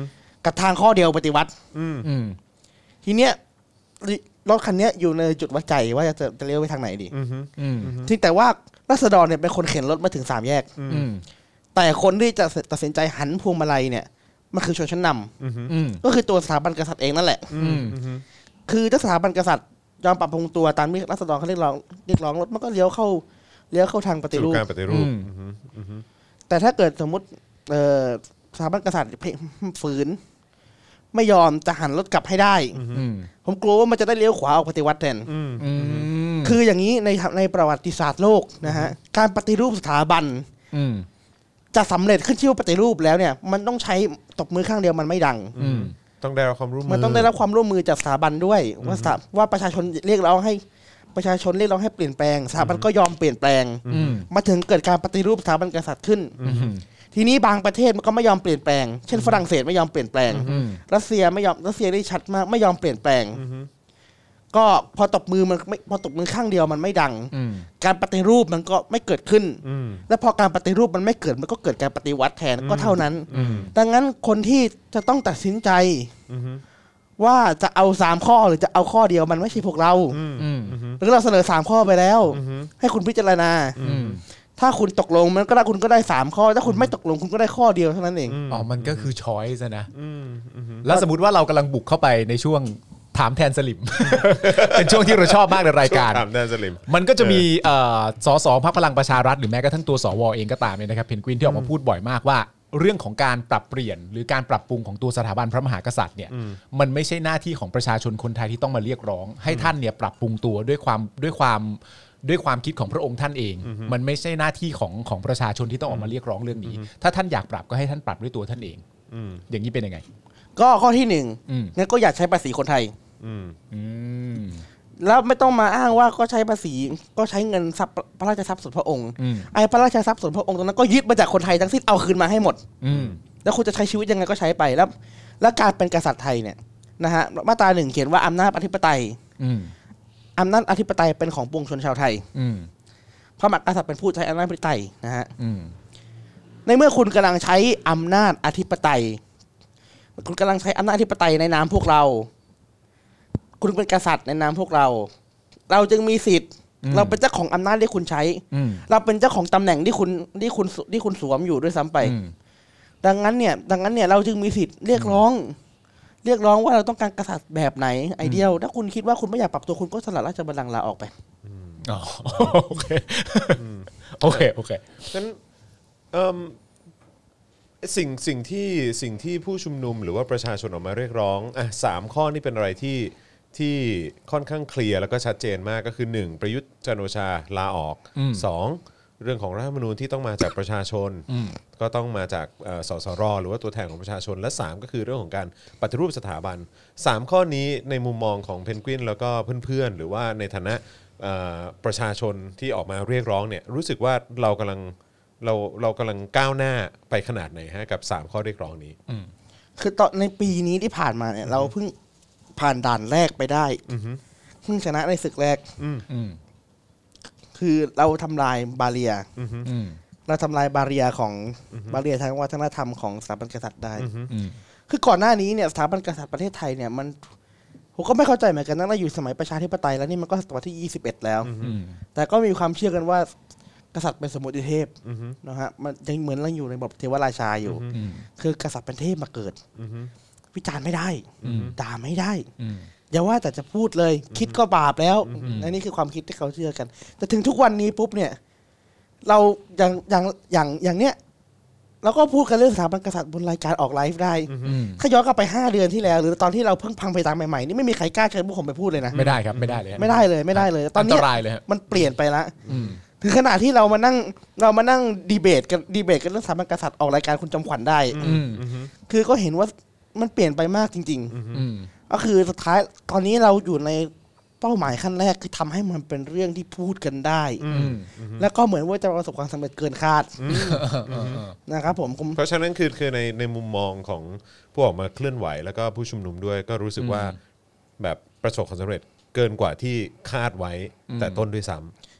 กับทางข้อเดียวปฏิวัติอืมอืมทีเนี้ยรถคันเนี้ยอยู่ในจุดวัดใจว่าจะจะเลี้ยวไปทางไหนดีอืมอืมจริงแต่ว่าราษฎรเนี่ยเป็นคนเข็นรถมาถึงสามแยกอืมแต่คนที่จะตัดสินใจหันพวงมาลัยเนี่ยมันคือชนชั้นนำอืมอืมก็คือตัวสถาบันกษัตริย์เองนั่นแหละอืมอืมคือถ้าสถาบันกษัตริย์ยอมปรับปรุงตัวตามที่ราษฎรเขาเรียกร้องเรียกร้องรถมันก็เลี้ยวเข้าเลี้ยวเข้าทางปฏิสู่รูปการปฏิรูปอืมอืมอืมแต่ถ้าเกิดสมมติเอ่อสถาบันกษัตริย์ฝืนไม่ยอมจะหันรถกลับให้ได้อืมผมกลัวว่ามันจะได้เลี้ยวขวาออกปฏิวัติแทนอืมอืมคืออย่างนี้ในในประวัติศาสตร์โลกนะฮะการปฏิรูปสถาบันอืมจะสำเร็จขึ้นชื่อว่าปฏิรูปแล้วเนี่ยมันต้องใช้ตบมือข้างเดียวมันไม่ดังอืมต้องได้รับความร่วมมือมันต้องได้รับความร่วมมือจากสถาบันด้วยว่าสถาว่าประชาชนเรียกร้องให้ประชาชนเรียกร้องให้เปลี่ยนแปลงสถาบันก็ยอมเปลี่ยนแปลงอืมมาถึงเกิดการปฏิรูปสถาบันกษัตริย์ขึ้นอืมทีนี้บางประเทศมันก็ไม่ยอมเปลี่ยนแปลง เช่นฝรั่งเศสไม่ยอมเปลี่ยนแปลงอืมรัสเซียไม่ยอมรัสเซียได้ชัดมากไม่ยอมเปลี่ยนแปลง ก็พอตบมือมันไม่พอตบมือข้างเดียวมันไม่ดังอืมการปฏิรูปมันก็ไม่เกิดขึ้นอืมและพอการปฏิรูปมันไม่เกิดมันก็เกิดการปฏิวัติแทนก็เท่านั้นอืมดังนั้นคนที่จะต้องตัดสินใจอืมว่าจะเอาสามข้อหรือจะเอาข้อเดียวมันไม่ใช่พวกเราอืมอืมหรือเราเสนอสามข้อไปแล้ว ให้คุณพิจารณาอืมถ้าคุณตกลงมันก็ได้คุณก็ได้สามข้อ ถ้าคุณไม่ตกลงคุณก็ได้ข้อเดียวเท่านั้นเองอ๋อ มันก็คือช้อยส์นะอืมอืมแล้วสมมติว่าเรากำลังบุกเข้าไปในช่วงถามแทนสลิม เป็นช่วงที่เราชอบมากในรายการถามแดนสลิมมันก็จะมีเอ่อสสพรรคพลังประชารัฐหรือแม้กระทั่งตัวสวเองก็ตามเนี่ยนะครับเพนกวินที่ออกมาพูดบ่อยมากว่า เรื่องของการปรับเปลี่ยนหรือการปรับปรุงของตัวสถาบันพระมหากษัตริย์เนี่ยมันไม่ใช่หน้าที่ของประชาชนคนไทยที่ต้องมาเรียกร้อง ให้ท่านเนี่ยปรับปรุงตัวด้วยความด้วยความด้วยความคิดของพระองค์ท่านเอง มันไม่ใช่หน้าที่ของของประชาชนที่ต้องออกมาเรียกร้องเรื่องนี้ ถ้าท่านอยากปรับก็ให้ท่านปรับด้วยตัวท่านเองอืมอย่างนี้เป็นยังไงก็ข้อที่หนึ่งอืมงั้นก็อยากใช้ภาษีคนไทยอืมอืมแล้วไม่ต้องมาอ้างว่าก็ใช้ภาษีก็ใช้เงินทรัพย์พระราชทรัพย์ส่วนพระองค์อืมไอ้พระราชทรัพย์ส่วนพระองค์ตรงนั้นก็ยึดมาจากคนไทยทั้งสิ้นเอาคืนมาให้หมดอืมแล้วคุณจะใช้ชีวิตยังไงก็ใช้ไปแล้ว แล้วการเป็นกษัตริย์ไทยเนี่ยนะฮะมาตราหนึ่งเขียนว่าอำนาจอธิปไตยอืมอำนาจอธิปไตยเป็นของปวงชนชาวไทยอืมพระมหากษัตริย์เป็นผู้ใช้อำนาจอธิปไตยนะฮะอืมในเมื่อคุณกำลังใช้อำนาจอธิปไตย คุณกำลังใช้อำนาจอธิปไตยในนามพวกเรา คุณเป็นกษัตริย์ในนามพวกเรา เราจึงมีสิทธิ์ เราเป็นเจ้าของอำนาจที่คุณใช้อืมเราเป็นเจ้าของตำแหน่งที่คุณที่คุณที่คุณสวมอยู่ด้วยซ้ำไปอืมดังนั้นเนี่ย ดังนั้นเนี่ยเราจึงมีสิทธิ์เรียกร้อง เรียกร้องว่าเราต้องการกษัตริย์แบบไหนไอเดียลถ้าคุณคิดว่าคุณไม่อยากปรับตัวคุณก็สละราชบัลลังก์ลาออกไปอ๋อโอเคโอเคโอเคงั้นเอิ่มสิ่งสิ่งที่สิ่งที่ผู้ชุมนุมหรือว่าประชาชนออกมาเรียกร้องอ่ะสามข้อนี่เป็นอะไรที่ที่ค่อนข้างเคลียร์แล้วก็ชัดเจนมากก็คือหนึ่งประยุทธ์จันทร์โอชาลาออกอืมสองเรื่องของรัฐธรรมนูญที่ต้องมาจากประชาชนอืมก็ต้องมาจากเอ่อสสรหรือว่าตัวแทนของประชาชนและสามก็คือเรื่องของการปฏิรูปสถาบันสามข้อนี้ในมุมมองของเพนกวินแล้วก็เพื่อนๆหรือว่าในฐานะเอ่อประชาชนที่ออกมาเรียกร้องเนี่ยรู้สึกว่าเรากำลังเราเรากำลังก้าวหน้าไปขนาดไหนฮะกับสามข้อเรียกร้องนี้คือตอนในปีนี้ที่ผ่านมาเนี่ยเราเพิ่งผ่านด่านแรกไปได้เพิ่งชนะในศึกแรกอืมคือเราทำลายบาเรียอืมเราทำลายบาเรียของบาเรียทางวัฒนธรรมของสถาบันกษัตริย์ได้อืมคือก่อนหน้านี้เนี่ยสถาบันกษัตริย์ประเทศไทยเนี่ยมันผมก็ไม่เข้าใจเหมือนกันนะเราอยู่สมัยประชาธิปไตยแล้วนี่มันก็ศตวรรษที่ยี่สิบเอ็ดแล้วอืมแต่ก็มีความเชื่อกันว่ากษัตริย์เป็นสมมติเทพนะฮะมันยังเหมือนเราอยู่ในบทเทวราชาอยู่อืมคือกษัตริย์เป็นเทพมาเกิดวิจารณ์ไม่ได้อืมด่าไม่ได้อืมอย่าว่าแต่จะพูดเลย คิดก็บาปแล้วอันนี้คือความคิดที่เขาเชื่อกัน แต่ถึงทุกวันนี้ปุ๊บเนี่ย เราอย่างอย่างอย่างอย่างเนี้ยเราก็พูดกันเรื่องสถาบันกษัตริย์บนรายการออกไลฟ์ได้อืมถ้าย้อนกลับไปห้าเดือนที่แล้ว หรือตอนที่เราเพิ่งพังไปตามใหม่ๆนี่ไม่มีใครกล้าเชิญพวกผมไปพูดเลยนะไม่ได้ครับไม่ได้เลยฮะไม่ได้เลยไม่ได้เลยตอนอันเนี้ตยรายเลยฮะมันเปลี่ยนไปละอืมถึงขนาดที่เรามานั่งเรามานั่งดีเบตกันดีเบตกันเรื่องสถาบันกษัตริย์ออกรายการคุณจำขวัญได้อืมคือก็เห็นว่ามันเปลี่ยนไปมากจริงอืมๆ ก็คือสุดท้ายตอนนี้เราอยู่ในเป้าหมายขั้นแรกคือทำให้มันเป็นเรื่องที่พูดกันได้อืมแล้วก็เหมือนว่าจะประสบความสำเร็จเกินคาดนะครับผมผมเพราะฉะนั้นคือคือในในมุมมองของผู้ออกมาเคลื่อนไหวแล้วก็ผู้ชุมนุมด้วยก็รู้สึกว่าแบบประสบความสำเร็จเกินกว่าที่คาดไว้แต่ต้นด้วยซ้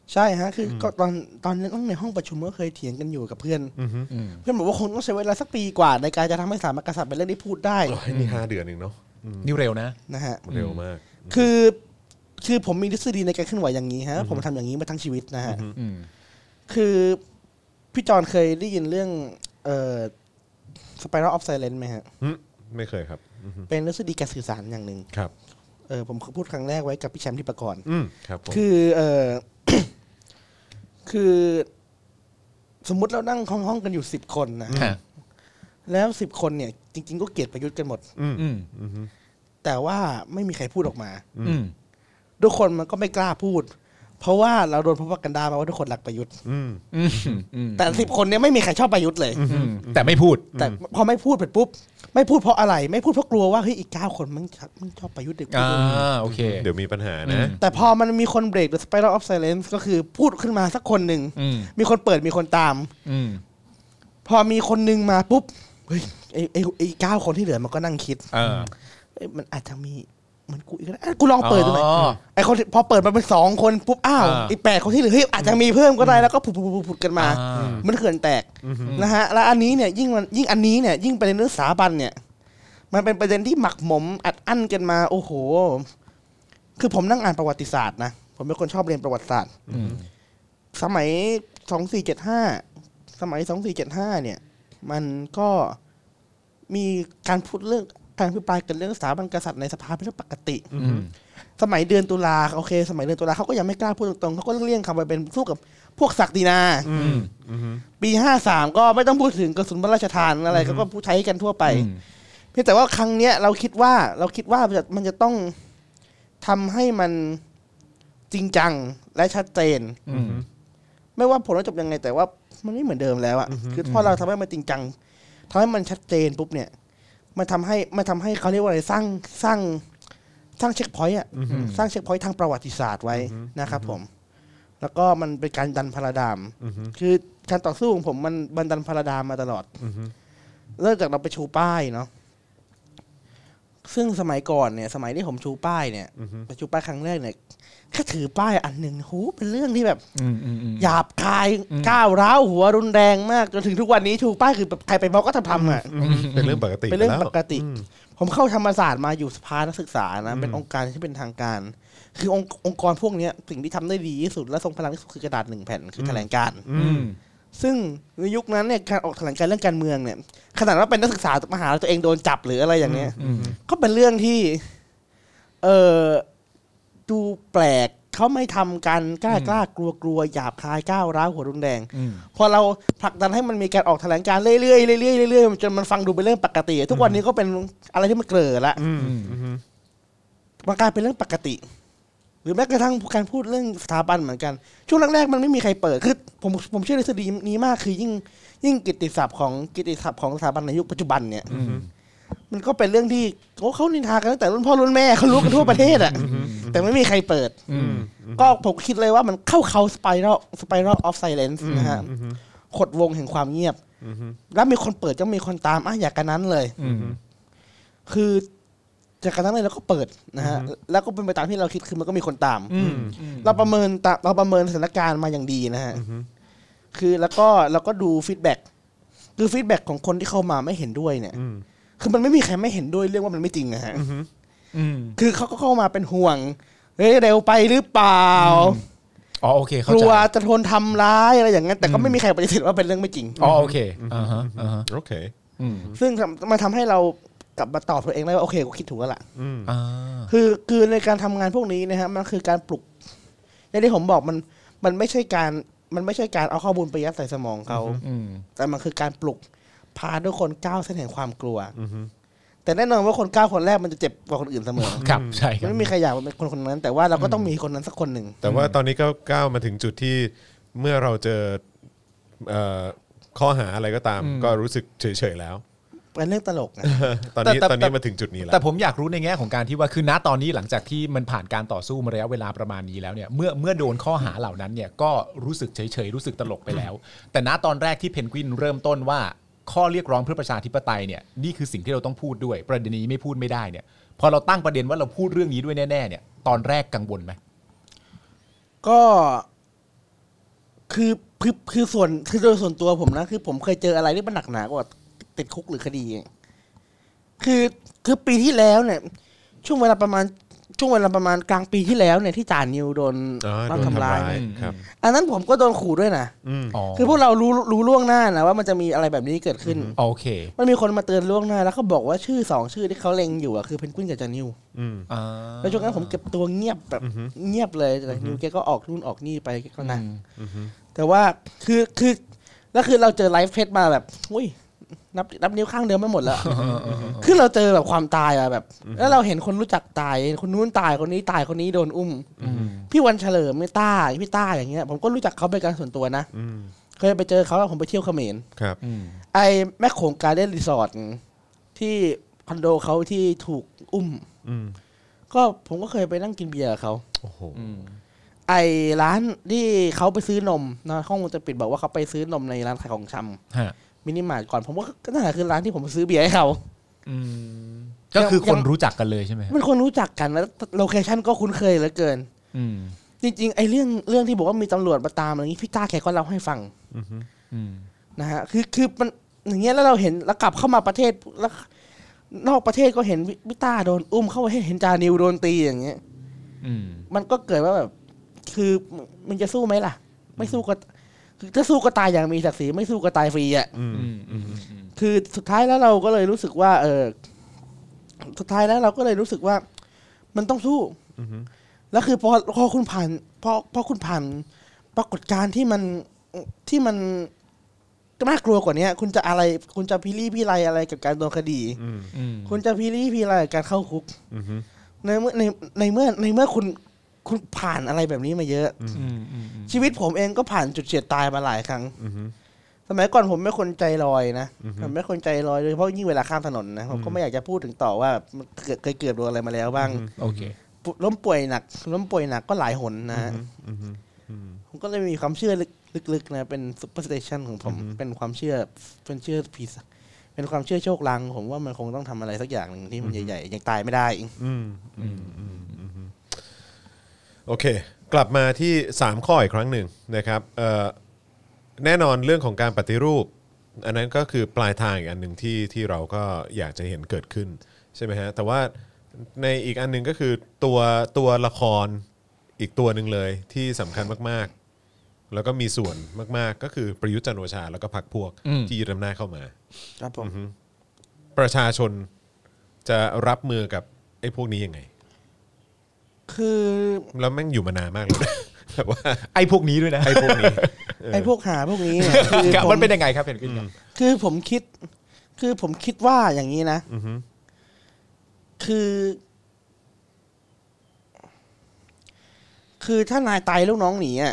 ใช่ฮะคือก็ตอนตอนนั้นในห้องประชุมก็เคยเถียงกันอยู่กับเพื่อนเพื่อนบอกว่าคงต้องใช้เวลาสักปีกว่าในการจะทำให้สามกษัตริย์เป็นเรื่องที่พูดได้นี่ห้าเดือนเองเนาะนี่เร็วนะนะฮะเร็วมากคือคือผมมีทฤษฎีในการเคลื่อนไหวอย่างนี้ฮะผมทำอย่างนี้มาทั้งชีวิตนะฮะคือพี่จอนเคยได้ยินเรื่องเอ่อ Spiral of Silence ไหมฮะไม่เคยครับเป็นทฤษฎีการสื่อสารอย่างหนึ่งครับเออผมพูดครั้งแรกไว้กับพี่แชมป์ที่ประกรณ์ครับคือเออ คือสมมุติเรานั่งห้องห้องกันอยู่สิบคนนะแล้วสิบคนเนี่ยจริงๆก็เกลียดประยุทธ์กันหมดแต่ว่าไม่มีใครพูดออกมาทุกคนมันก็ไม่กล้าพูดเพราะว่าเราโดนพบกันดามาว่าทุกคนรักประยุทธ์แต่สิบคนเนี้ยไม่มีใครชอบประยุทธ์เลยแต่ไม่พูดแต่พอไม่พูดเสร็จปุ๊บไม่พูดเพราะอะไรไม่พูดเพราะกลัวว่าเฮ้ยอีกเก้าคนมันมันชอบประยุทธ์เด็กอ่าโอเคเดี๋ยวมีปัญหานะแต่พอมันมีคนเบรก The Spiral of Silence ก็คือพูดขึ้นมาสักคนหนึ่งมีคนเปิดมีคนตามพอมีคนนึงมาปุ๊บเฮ้ยไอ้ไอ้ไอ้เก้าคนที่เหลือมันก็นั่งคิดมันอาจจะมีเหมือนกูอีกแล้วกูลองเปิดดูหน่อยไอ้คนพอเปิดมาเป็นสองคนปุ๊บอ้าวอีกแปดคนที่เหลือเฮ้ยอาจจะมีเพิ่มก็ได้แล้วก็ผุดผุดกันมามันเขื่อนแตกนะฮะแล้วอันนี้เนี่ยยิ่งมันยิ่งอันนี้เนี่ยยิ่งประเด็นเรื่องสถาบันเนี่ยมันเป็นประเด็นที่หมักหมมอัดอั้นกันมาโอ้โหคือผมนั่งอ่านประวัติศาสตร์นะผมเป็นคนชอบเรียนประวัติศาสตร์สมัยสองสี่เจ็ดห้าสมัยสองสี่เจ็ดห้าเนี่ยมันก็มีการพูดเรื่องการพิพายกันเรื่องสถาบันกษัตริย์ในสภาเป็นเรื่องปกติสมัยเดือนตุลาโอเคสมัยเดือนตุลาเขาก็ยังไม่กล้าพูดตรงๆเขาก็เลี่ยงคำไปเป็นสู้กับพวกศักดินาปีห้าสามก็ไม่ต้องพูดถึงกระสุนพระราชทานอะไรเขาก็พูดใช้กันทั่วไปเพียงแต่ว่าครั้งเนี้ยเราคิดว่าเราคิดว่ามันจะต้องทำให้มันจริงจังและชัดเจนไม่ว่าผลจะจบยังไงแต่ว่ามันไม่เหมือนเดิมแล้วอะคือพอเราทำให้มันจริงจังทำให้มันชัดเจนปุ๊บเนี่ยมันทำให้มันทำให้เขาเรียกว่าอะไรสร้างสร้างสร้างเช็คพอยต์อ่ะสร้างเช็คพอยต์ทางประวัติศาสตร์ไว้นะครับผมแล้วก็มันเป็นการดันพาราดามคือการต่อสู้ของผมมันบันดันพาราดามมาตลอดเริ่มจากเราไปชูป้ายเนาะซึ่งสมัยก่อนเนี่ยสมัยที่ผมชูป้ายเนี่ยไปชูป้ายครั้งแรกเนี่ยแค่ถือป้ายอันหนึ่งโหเป็นเรื่องที่แบบหยาบคายก้าวร้าวหัวรุนแรงมากจนถึงทุกวันนี้ชูป้ายคือแบบใครไปบอกก็ทำทำอ่ะเป็นเรื่องปกติเป็นเรื่องปกติผมเข้าธรรมศาสตร์มาอยู่สภานักศึกษานะเป็นองค์การที่เป็นทางการคือองค์องค์กรพวกนี้สิ่งที่ทำได้ดีที่สุดและทรงพลังที่สุดคือกระดาษหนึ่งแผ่นคือแถลงการณ์ซึ่งในยุคนั้นเนี่ยการออกแถลงการณ์เรื่องการเมืองเนี่ยขนาดว่าเป็นนักศึกษามหาลัยตัวเองโดนจับหรืออะไรอย่างเงี้ยก็เป็นเรื่องที่เออดูแปลกเขาไม่ทำกันกล้ากล้ากลัวกลัวหยาบคายก้าวร้าวหัวรุนแรงพอเราผลักดันให้มันมีการออกแถลงการเรื่อยๆเรื่อยๆเรื่อยๆจนมันฟังดูเป็นเรื่องปกติทุกวันนี้ก็เป็นอะไรที่มันเกลือละมันกลายเป็นเรื่องปกติหรือแม้กระทั่งการพูดเรื่องสถาบันเหมือนกันช่วงแรกๆมันไม่มีใครเปิดคือผมผมเชื่อในทฤษฎีนี้มากคือยิ่งยิ่งกิตติศัพท์ของกิตติศัพท์ของสถาบันในยุคปัจจุบันเนี่ยมันก็เป็นเรื่องที่โอ้เขานินทากันตั้งแต่รุ่นพ่อรุ่นแม่เขารู้กันทั่วประเทศอ่ะแต่ไม่มีใครเปิดก็ผมคิดเลยว่ามันเข้าเขาสไปรัลสไปรัลออฟไซเลนซ์นะฮะขดวงแห่งความเงียบแล้วมีคนเปิดก็มีคนตามอ่ะอยากกันนั้นเลยคือจากการนั้นเลยเราก็เปิดนะฮะแล้วก็เป็นไปตามที่เราคิดคือมันก็มีคนตามเราประเมินเราประเมินสถานการณ์มาอย่างดีนะฮะคือแล้วก็เราก็ดูฟีดแบ็กคือฟีดแบ็กของคนที่เข้ามาไม่เห็นด้วยเนี่ยคือมันไม่มีใครไม่เห็นด้วยเรื่องว่ามันไม่จริงนะฮะคือเขาก็เข้ามาเป็นห่วงเฮ้ยเร็วไปหรือเปล่าอ๋อโอเคเข้าใจกลัวจะทนทำร้ายอะไรอย่างนั้นแต่ก็ไม่มีใครปฏิเสธว่าเป็นเรื่องไม่จริงอ๋อโอเคอ่าฮะอ่าฮะโอเคซึ่งมันทำให้เรากลับมาตอบตัวเองได้ว่าโอเคกูคิดถูกแล้วล่ะคือคือในการทำงานพวกนี้นะฮะมันคือการปลุกอย่างที่ผมบอกมันมันไม่ใช่การมันไม่ใช่การเอาข้อมูลไปยัดใส่สมองเขาแต่มันคือการปลุกพาทุกคนก้าวเส้นแห่งความกลัวแต่แน่นอนว่าคนก้าวคนแรกมันจะเจ็บกว่าคนอื่นเสมอครับใช่ไม่มีใครอยากเป็นคนคนนั้นแต่ว่าเราก็ต้องมีคนนั้นสักคนหนึ่งแต่ว่าตอนนี้ก็ก้าวมาถึงจุดที่เมื่อเราเจอข้อหาอะไรก็ตามก็รู้สึกเฉยๆแล้วเป็นเรื่องตลกนะตอนนี้ตอนนี้มาถึงจุดนี้แล้วแต่ผมอยากรู้ในแง่ของการที่ว่าคือณตอนนี้หลังจากที่มันผ่านการต่อสู้มาระยะเวลาประมาณนี้แล้วเนี่ยเมื่อเมื่อโดนข้อหาเหล่านั้นเนี่ยก็รู้สึกเฉยๆรู้สึกตลกไปแล้วแต่ณตอนแรกที่เพนกวินเริ่มต้นว่าข้อเรียกร้องเพื่อประชาธิปไตยเนี่ยนี่คือสิ่งที่เราต้องพูดด้วยประเด็นนี้ไม่พูดไม่ได้เนี่ยพอเราตั้งประเด็นว่าเราพูดเรื่องนี้ด้วยแน่ๆเนี่ยตอนแรกกังวลไหมก็คือคือคือส่วนคือโดยส่วนตัวผมนะคือผมเคยเจออะไรที่มันหนักหนากว่าติดคุกหรือคดีคือคือปีที่แล้วเนี่ยช่วงเวลาประมาณช่วงเวลาประมาณกลางปีที่แล้วเนี่ยที่จ่านิวโดนรับทำร้ายครับอันนั้นผมก็โดนขู่ด้วยนะคือพวกเรารู้รู้ล่วงหน้านะว่ามันจะมีอะไรแบบนี้เกิดขึ้นโอเคมันมีคนมาเตือนล่วงหน้าแล้วเขาบอกว่าชื่อสองชื่อที่เขาเล็งอยู่อะคือเพนกวินกับจ่านิวแล้วช่วงนั้นผมเก็บตัวเงียบแบบเงียบเลยแต่นิวแกก็ออกนู่นออกนี่ไปก็นะแต่ว่าคือคือแล้วคือเราเจอไลฟ์เพจมาแบบอุ้ยนับนับนิ้วข้างเดียวไม่หมดแล้วคือเราเจอแบบความตายอะแบบแล้วเราเห็นคนรู้จักตายคนนู้นตายคนนี้ตายคนนี้โดนอุ้มพี่วันเฉลิมไม่ต้าพี่ต้าอย่างเงี้ยผมก็รู้จักเขาเป็นการส่วนตัวนะเคยไปเจอเขาผมไปเที่ยวเขมรครับไอแม่โขงการ์เด้นรีสอร์ทที่คอนโดเขาที่ถูกอุ้มก็ผมก็เคยไปนั่งกินเบียร์กับเขาไอร้านที่เขาไปซื้อนมนะห้องมันจะปิดบอกว่าเขาไปซื้อนมในร้านขายของชำมินิมาร์ทก่อนผมว่าก็น่าจะคือร้านที่ผมซื้อเบียร์ให้เขาก็คือคนรู้จักกันเลยใช่ไหมมันคนรู้จักกันแล้วโลเคชั่นก็คุ้นเคยเหลือเกินจริงๆไอ้เรื่องเรื่องที่บอกว่ามีตำรวจมาตามอะไรนี้พี่ต้าแกก็เล่าให้ฟังนะฮะคือคือมันอย่างเงี้ยแล้วเราเห็นแล้วกลับเข้ามาประเทศแล้วนอกประเทศก็เห็นพี่ต้าโดนอุ้มเข้าไปเห็นจานิวโดนตีอย่างเงี้ยมันก็เกิดว่าแบบคือมันจะสู้ไหมล่ะไม่สู้ก็คือถ้าสู้ก็ตายอย่างมีศักดิ์ศรีไม่สู้ก็ตายฟรีอ่ะคือสุดท้ายแล้วเราก็เลยรู้สึกว่าเออสุดท้ายแล้วเราก็เลยรู้สึกว่ามันต้องสู้แล้วคือพอพอคุณผ่านพอพอคุณผ่านปรากฏการณ์ที่มันที่มันน่ากลัวกว่านี้คุณจะอะไรคุณจะพิลี่พิไรอะไรกับการโดนคดีคุณจะพิลี่พิไรกับการเข้าคุกในเมื่อในในเมื่อในเมื่อคุณคุณผ่านอะไรแบบนี้มาเยอะชีวิตผมเองก็ผ่านจุดเฉียดตายมาหลายครั้งสมัยก่อนผมไม่คนใจลอยนะผมไม่คนใจลอยเลยเพราะยิ่งเวลาข้ามถนนนะผมก็ไม่อยากจะพูดถึงต่อว่ามันเคยเกิดโดนอะไรมาแล้วบ้างโอเคล้มป่วยหนักล้มป่วยหนักก็หลายหนนะฮะผมก็เลยมีความเชื่อลึกๆนะเป็นซุปเปอร์สเตชันของผมเป็นความเชื่อเป็นเชื่อพีซเป็นความเชื่อโชคลังผมว่ามันคงต้องทำอะไรสักอย่างนึงที่มันใหญ่ๆยังตายไม่ได้โอเคกลับมาที่สามข้ออีกครั้งหนึ่งนะครับแน่นอนเรื่องของการปฏิรูปอันนั้นก็คือปลายทางอีกอันหนึ่งที่ที่เราก็อยากจะเห็นเกิดขึ้นใช่ไหมฮะแต่ว่าในอีกอันหนึ่งก็คือตัวตัวละครอีกตัวหนึ่งเลยที่สำคัญมากๆแล้วก็มีส่วนมากๆก็คือประยุทธ์จันทร์โอชาแล้วก็พรรคพวกที่ยึดอำนาจเข้ามาครับผมประชาชนจะรับมือกับไอ้พวกนี้ยังไงคือแล้วแม่งอยู่มานานมากเลยแบบว่าไอ้พวกนี้ด้วยนะไอ้พวกนี้ไอ้พวกหาพวกนี้คือมันเป็นยังไงครับเป็นขึ้นคือผมคิดคือผมคิดว่าอย่างนี้นะคือคือถ้านายตายลูกน้องหนีอ่ะ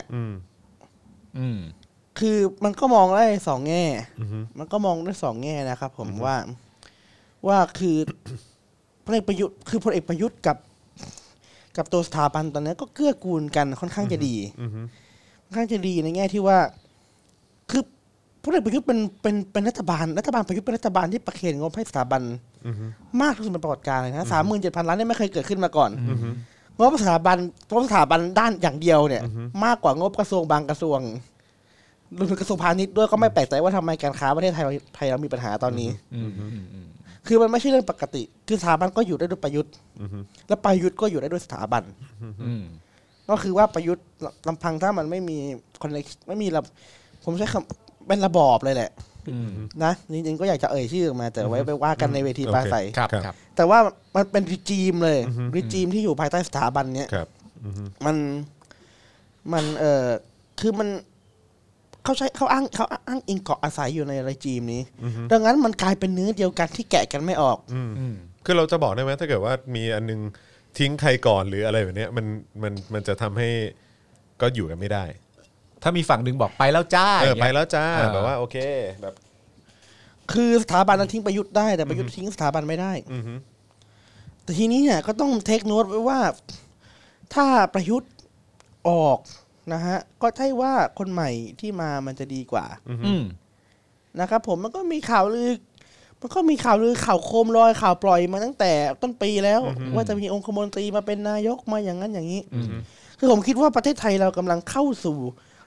คือมันก็มองได้สองแง่มันก็มองได้สองแง่นะครับผมว่าว่าคือพลเอกประยุทธ์คือพลเอกประยุทธ์กับกับตัวสถาบันตอนนี้ก็เกื้อกูลกันค่อนข้างจะดีค่อนข้างจะดีในแง่ที่ว่าคือพลเอกประยุทธ์เป็นเป็นเป็นรัฐบาลรัฐบาลประยุทธ์เป็นรัฐบาลที่ประเคนงบให้สถาบันมากที่สุดในประวัติการเลยนะสามหมื่นเจ็ดพันล้านนี่ไม่เคยเกิดขึ้นมาก่อนงบสถาบันงบสถาบันด้านอย่างเดียวเนี่ยมากกว่างบกระทรวงบางกระทรวงรวมถึงกระทรวงพาณิชย์ด้วยก็ไม่แปลกใจว่าทำไมการค้าประเทศไทยไทยเรามีปัญหาตอนนี้คือมันไม่ใช่เรื่องปกติคือสถาบันก็อยู่ได้ด้วยประยุทธ์และประยุทธ์ก็อยู่ได้ด้วยสถาบันก็คือว่าประยุทธ์ลำพังถ้ามันไม่มีคอนเนคไม่มีระผมใช้คำเป็นระบอบเลยแหละนะจริงๆก็อยากจะเอ่ยชื่อออกมาแต่ไว้ไปว่ากันในเวทีปราศัยแต่ว่ามันเป็นรีจีมเลยรีจีมที่อยู่ภายใต้สถาบันเนี้ยมันมันเอ่อคือมันเขาใช้เขาอ้างเขาอ้างอิงเกาะอาศัยอยู่ในรีจีมนี้ดังนั้นมันกลายเป็นเนื้อเดียวกันที่แกะกันไม่ออกคือเราจะบอกได้ไหมถ้าเกิดว่ามีอันนึงทิ้งใครก่อนหรืออะไรแบบนี้มันมันมันจะทำให้ก็อยู่กันไม่ได้ถ้ามีฝั่งหนึ่งบอกไปแล้วจ้าเออไปแล้วจ้าแบบว่าโอเคแบบคือสถาบันนั้นทิ้งประยุทธ์ได้แต่ประยุทธ์ทิ้งสถาบันไม่ได้แต่ทีนี้เนี่ยก็ต้องเทคโน้ตไว้ว่าถ้าประยุทธ์ออกนะฮะก็ใช่ว่าคนใหม่ที่มามันจะดีกว่านะครับผมมันก็มีข่าวลือมันก็มีข่าวลือข่าวโคมลอยข่าวปล่อยมาตั้งแต่ต้นปีแล้วว่าจะมีองคมนตรีมาเป็นนายกมาอย่างนั้นอย่างนี้คือผมคิดว่าประเทศไทยเรากำลังเข้าสู่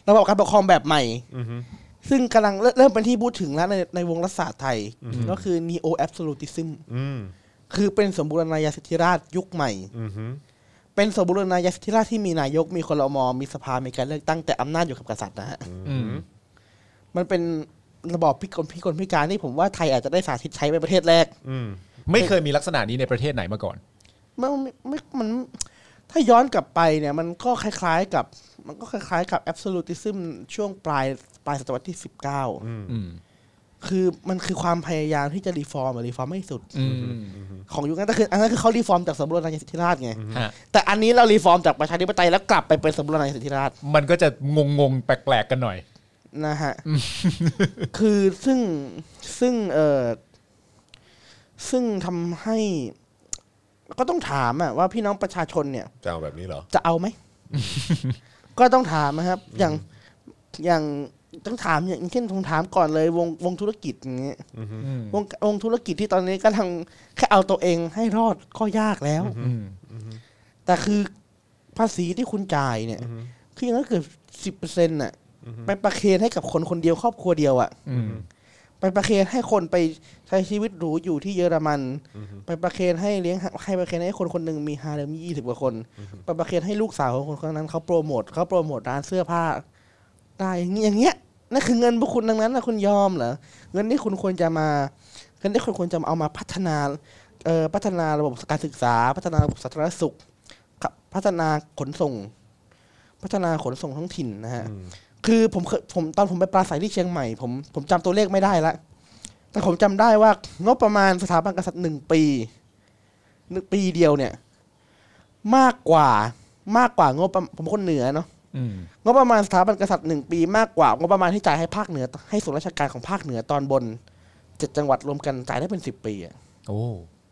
ระบบการปกครองแบบใหม่ซึ่งกำลังเริ่มเป็นที่พูดถึงแล้วในในวงรัฐศาสตร์ไทยก็คือ neo absolutism คือเป็นสมบูรณาญาสิทธิราชยุคใหม่เป็นสมบูรณาญาสิทธิราชที่มีนายกมีครม.มีสภามีการเลือกตั้งแต่อำนาจอยู่กับกษัตริย์นะฮะมันเป็นระบอบพิกลพิกลพิการที่ผมว่าไทยอาจจะได้สาธิตใช้เป็นประเทศแรกไม่เคยมีลักษณะนี้ในประเทศไหนมาก่อนมันไม่มันถ้าย้อนกลับไปเนี่ยมันก็คล้ายๆกับมันก็คล้ายๆกับ absolutism ช่วงปลายปลายศตวรรษที่สิบเก้าคือมันคือความพยายามที่จะรีฟอร์มหรือรีฟอร์มไม่สุดของยุคนั้นแต่คืออันนั้นคือเขารีฟอร์มจากสมบูรณาญาสิทธิราชไงแต่อันนี้เรารีฟอร์มจากประชาธิปไตยแล้วกลับไปเป็นสมบูรณาญาสิทธิราชมันก็จะงงๆแปลกๆกันหน่อยนะฮะคือซึ่งซึ่งเออซึ่งทำให้ก็ต้องถามอะว่าพี่น้องประชาชนเนี่ยจะเอาแบบนี้เหรอจะเอาไหม ก็ต้องถามนะครับอย่างอย่างต้องถามอย่างเช่นผมถามก่อนเลยวงวงธุรกิจอย่างเงี้ยวงวงธุรกิจที่ตอนนี้ก็ทำแค่เอาตัวเองให้รอดก็ยากแล้วแต่คือภาษีที่คุณจ่ายเนี่ยคืออย่างนั้นเกือบสิบเปอร์เซ็นต์น่ะไปประเคนให้กับคนคนเดียวครอบครัวเดียวอ่ะไปประเคนให้คนไปใช้ชีวิตหรูอยู่ที่เยอรมันไปประเคนให้เลี้ยงให้ประเคนให้คนคนหนึ่งมีฮาเร็มยี่สิบกว่าคนไปประเคนให้ลูกสาวของคนคนนั้นเขาโปรโมทเขาโปรโมทร้านเสื้อผ้าได้อย่างเงี้ยนั่นคือเงินพวกคุณดังนั้นนะคุณยอมเหรอเงินที่คุณควรจะมาเงินที่คุณควรจะเอามาพัฒนาเอ่อพัฒนาระบบการศึกษาพัฒนาระบบสาธารณสุขพัฒนาขนส่งพัฒนาขนส่งท้องถิ่นนะฮะคือผมเคยผมตอนผมไปปราศัยที่เชียงใหม่ผมผมจำตัวเลขไม่ได้ละแต่ผมจำได้ว่างบประมาณสถาบันกษัตริย์หนึ่งปีหนึ่งปีเดียวเนี่ยมากกว่ามากกว่างบผมคนเหนือเนาะงบประมาณสถาบันกษัตริย์หนึ่งปีมากกว่างบประมาณที่จ่ายให้ภาคเหนือให้ส่วนราชการของภาคเหนือตอนบนเจ็ดจังหวัดรวมกันจ่ายได้เป็นสิบปีอ่ะโอ้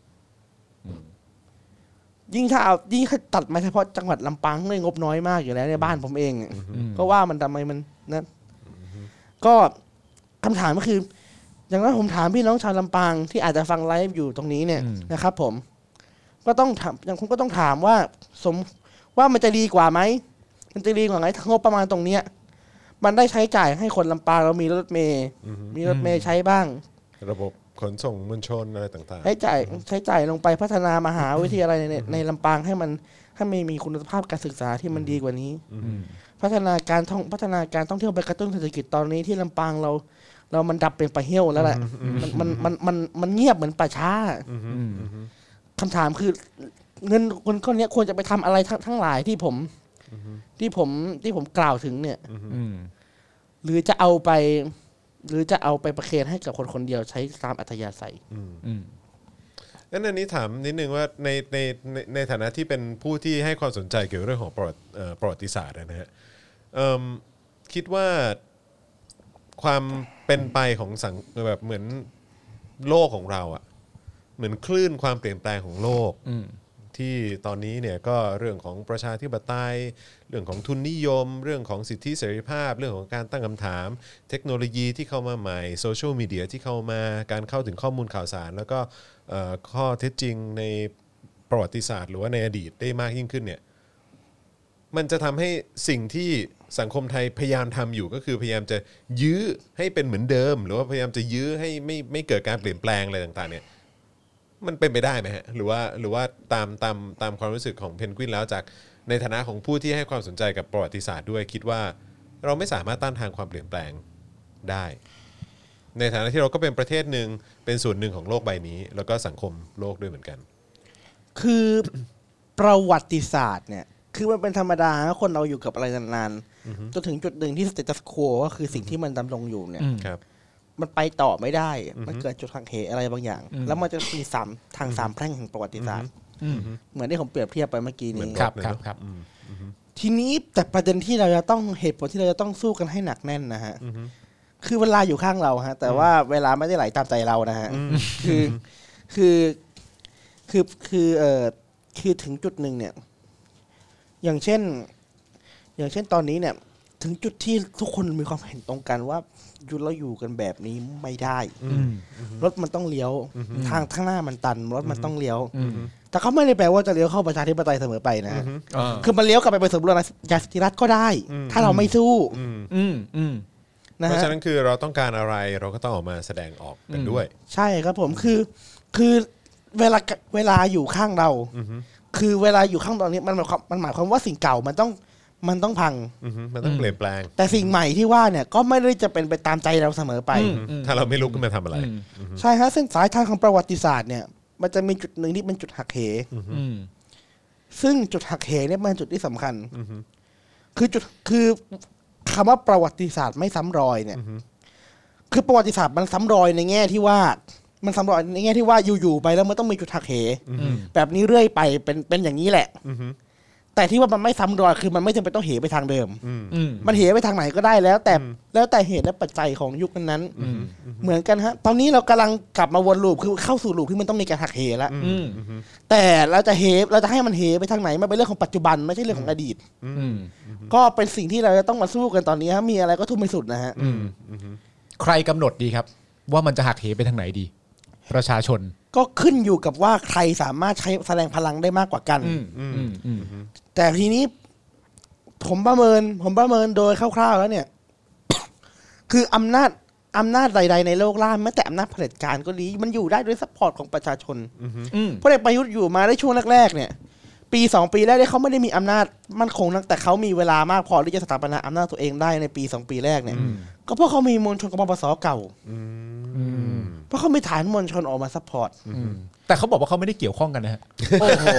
ยิ่งถ้าเอายิ่งถ้าตัดมาเฉพาะจังหวัดลำปางเลยงบน้อยมากอยู่แล้วในบ้านผมเองก็ว่ามันทำไมมันนะก็คำถามก็คืออย่างนั้นผมถามพี่น้องชาวลำปางที่อาจจะฟังไลฟ์อยู่ตรงนี้เนี่ยนะครับผมก็ต้องถามอย่างคุณก็ต้องถามว่าสมว่ามันจะดีกว่าไหมมันจะดีกว่าไงงบประมาณตรงเนี้ยมันได้ใช้จ่ายให้คนลำปางเรามีรถเมย์มีรถเมย์ใช้บ้างระบบขนส่งมวลชนอะไรต่างๆใช้จ่ายใช้จ่ายลงไปพัฒนามหาวิทยาลัยในในลำปางให้มันให้มันมีคุณภาพการศึกษาที่มันดีกว่านี้พัฒนาการท่องพัฒนาการท่องเที่ยวไปกระตุ้นเศรษฐกิจตอนนี้ที่ลำปางเราเรามันดับเป็นปลาเหี้ยวแล้วแหละมันมันมันมันมันเงียบเหมือนป่าช้าคำถามคือเงินคนก้อนนี้ควรจะไปทำอะไรทั้งหลายที่ผมที่ผมที่ผมกล่าวถึงเนี่ยหรือจะเอาไปหรือจะเอาไปประเคนให้กับคนคนเดียวใช้ตามอัธยาศัยงั้นอันนี้ถามนิดนึงว่าในในในในฐานะที่เป็นผู้ที่ให้ความสนใจเกี่ยวกับเรื่องของประวัติประวัติศาสตร์นะฮะคิดว่าความเป็นไปของสังแบบเหมือนโลกของเราอ่ะเหมือนคลื่นความเปลี่ยนแปลงของโลกที่ตอนนี้เนี่ยก็เรื่องของประชาธิปไตยเรื่องของทุนนิยมเรื่องของสิทธิเสรีภาพเรื่องของการตั้งคำถามเทคโนโลยีที่เข้ามาใหม่โซเชียลมีเดียที่เข้ามาการเข้าถึงข้อมูลข่าวสารแล้วก็ข้อเท็จจริงในประวัติศาสตร์หรือว่าในอดีตได้มากยิ่งขึ้นเนี่ยมันจะทำให้สิ่งที่สังคมไทยพยายามทำอยู่ก็คือพยายามจะยื้อให้เป็นเหมือนเดิมหรือว่าพยายามจะยื้อให้ไม่ไม่เกิดการเปลี่ยนแปลงอะไรต่างๆเนี่ยมันเป็นไปได้ไหมฮะหรือว่าหรือว่าตามตามตามความรู้สึกของเพนกวินแล้วจากในฐานะของผู้ที่ให้ความสนใจกับประวัติศาสตร์ด้วยคิดว่าเราไม่สามารถต้านทานความเปลี่ยนแปลงได้ในฐานะที่เราก็เป็นประเทศหนึ่งเป็นส่วนหนึ่งของโลกใบนี้แล้วก็สังคมโลกด้วยเหมือนกันคือประวัติศาสตร์เนี่ยคือมันเป็นธรรมดาคนเราอยู่กับอะไรนานๆจนถึงจุดหนึ่งที่สเตตัสโควก็คือสิ่งที่มันดำรงอยู่เนี่ยมันไปต่อไม่ได้มันเกิดจุดหักเหอะไรบางอย่างแล้วมันจะมีสามทางสามแพร่งแห่งประวัติศาสตร์เหมือนที่ผมเปรียบเทียบไปเมื่อกี้นี้ครับครับครับทีนี้แต่ประเด็นที่เราจะต้องเหตุผลที่เราจะต้องสู้กันให้หนักแน่นนะฮะคือเวลาอยู่ข้างเราฮะแต่ว่าเวลาไม่ได้ไหลตามใจเรานะฮะคือคือคือคือเอ่อคือถึงจุดหนึ่งเนี่ยอย่างเช่นอย่างเช่นตอนนี้เนี่ยถึงจุดที่ทุกคนมีความเห็นตรงกันว่าอยู่เราอยู่กันแบบนี้ไม่ได้รถมันต้องเลี้ยวทางข้างหน้ามันตันรถมันต้องเลี้ยวแต่เขาไม่ได้แปลว่าจะเลี้ยวเข้าประชาธิปไตยเสมอไปนะคือมันเลี้ยวกลับไปเป็นสมบูรณาญาสิทธิรัฐก็ได้ถ้าเราไม่สู้เพราะฉะนั้นคือเราต้องการอะไรเราก็ต้องออกมาแสดงออกกันด้วยใช่ครับผมคือคือเวลาเวลาอยู่ข้างเราคือเวลาอยู่ข้างเรานี้มันหมายความมันหมายความว่าสิ่งเก่ามันต้องมันต้องพังมันต้องเปลี่ยนแปลงแต่สิ่งใหม่ที่ว่าเนี่ยก็ไม่ได้จะเป็นไปตามใจเราเสมอไปถ้าเราไม่ลุกขึ้นมาทำอะไรใช่ฮะเส้นสายทางของประวัติศาสตร์เนี่ยมันจะมีจุดหนึ่งที่เป็นจุดหักเหซึ่งจุดหักเหเนี่ยมันจุดที่สำคัญคือจุดคือคำว่าประวัติศาสตร์ไม่ซ้ำรอยเนี่ยคือประวัติศาสตร์มันซ้ำรอยในแง่ที่ว่ามันซ้ำรอยในแง่ที่ว่าอยู่ๆไปแล้วมันต้องมีจุดหักเหแบบนี้เรื่อยไปเป็นเป็นอย่างนี้แหละแต่ที่ว่ามันไม่ซ้ำรอยคือมันไม่จำเป็นต้องเหไปทางเดิมมันเหไปทางไหนก็ได้แล้วแต่แล้วแต่เหตุและปัจจัยของยุคนั้นเหมือนกันฮะตอนนี้เรากำลังกลับมาวนลูปคือเข้าสู่ลูปที่มันต้องมีการหักเหแล้วแต่เราจะเหเราจะให้มันเหไปทางไหนมันเป็นเรื่องของปัจจุบันไม่ใช่เรื่องของอดีตก็เป็นสิ่งที่เราจะต้องมาสู้กันตอนนี้ฮะมีอะไรก็ทุ่มไม่สุดนะฮะใครกำหนดดีครับว่ามันจะหักเหไปทางไหนดีประชาชนก็ขึ้นอยู่กับว่าใครสามารถใช้แสดงพลังได้มากกว่ากันแต่ทีนี้ผมประเมินผมประเมินโดยคร่าวๆแล้วเนี่ย คืออำนาจอำนาจใดๆในโลกล่าแม้แต่อำนาจเผด็จการก็ดีมันอยู่ได้ด้วยซัพพอร์ตของประชาชนเพราะเด็กประยุทธ์อยู่มาได้ช่วงแรกๆเนี่ยปีสองปีแรกเขาไม่ได้มีอำนาจมั่นคงนักแต่เขามีเวลามากพอที่จะสถาปนาอำนาจตัวเองได้ในปีสองปีแรกเนี่ยก็เพราะเขามีมวลชนกบปสเก่าเพราะเขามีฐานมวลชนออกมาซัพพอร์ตแต่เขาบอกว่าเขาไม่ได้เกี่ยวข้องกันนะฮะโอ้โห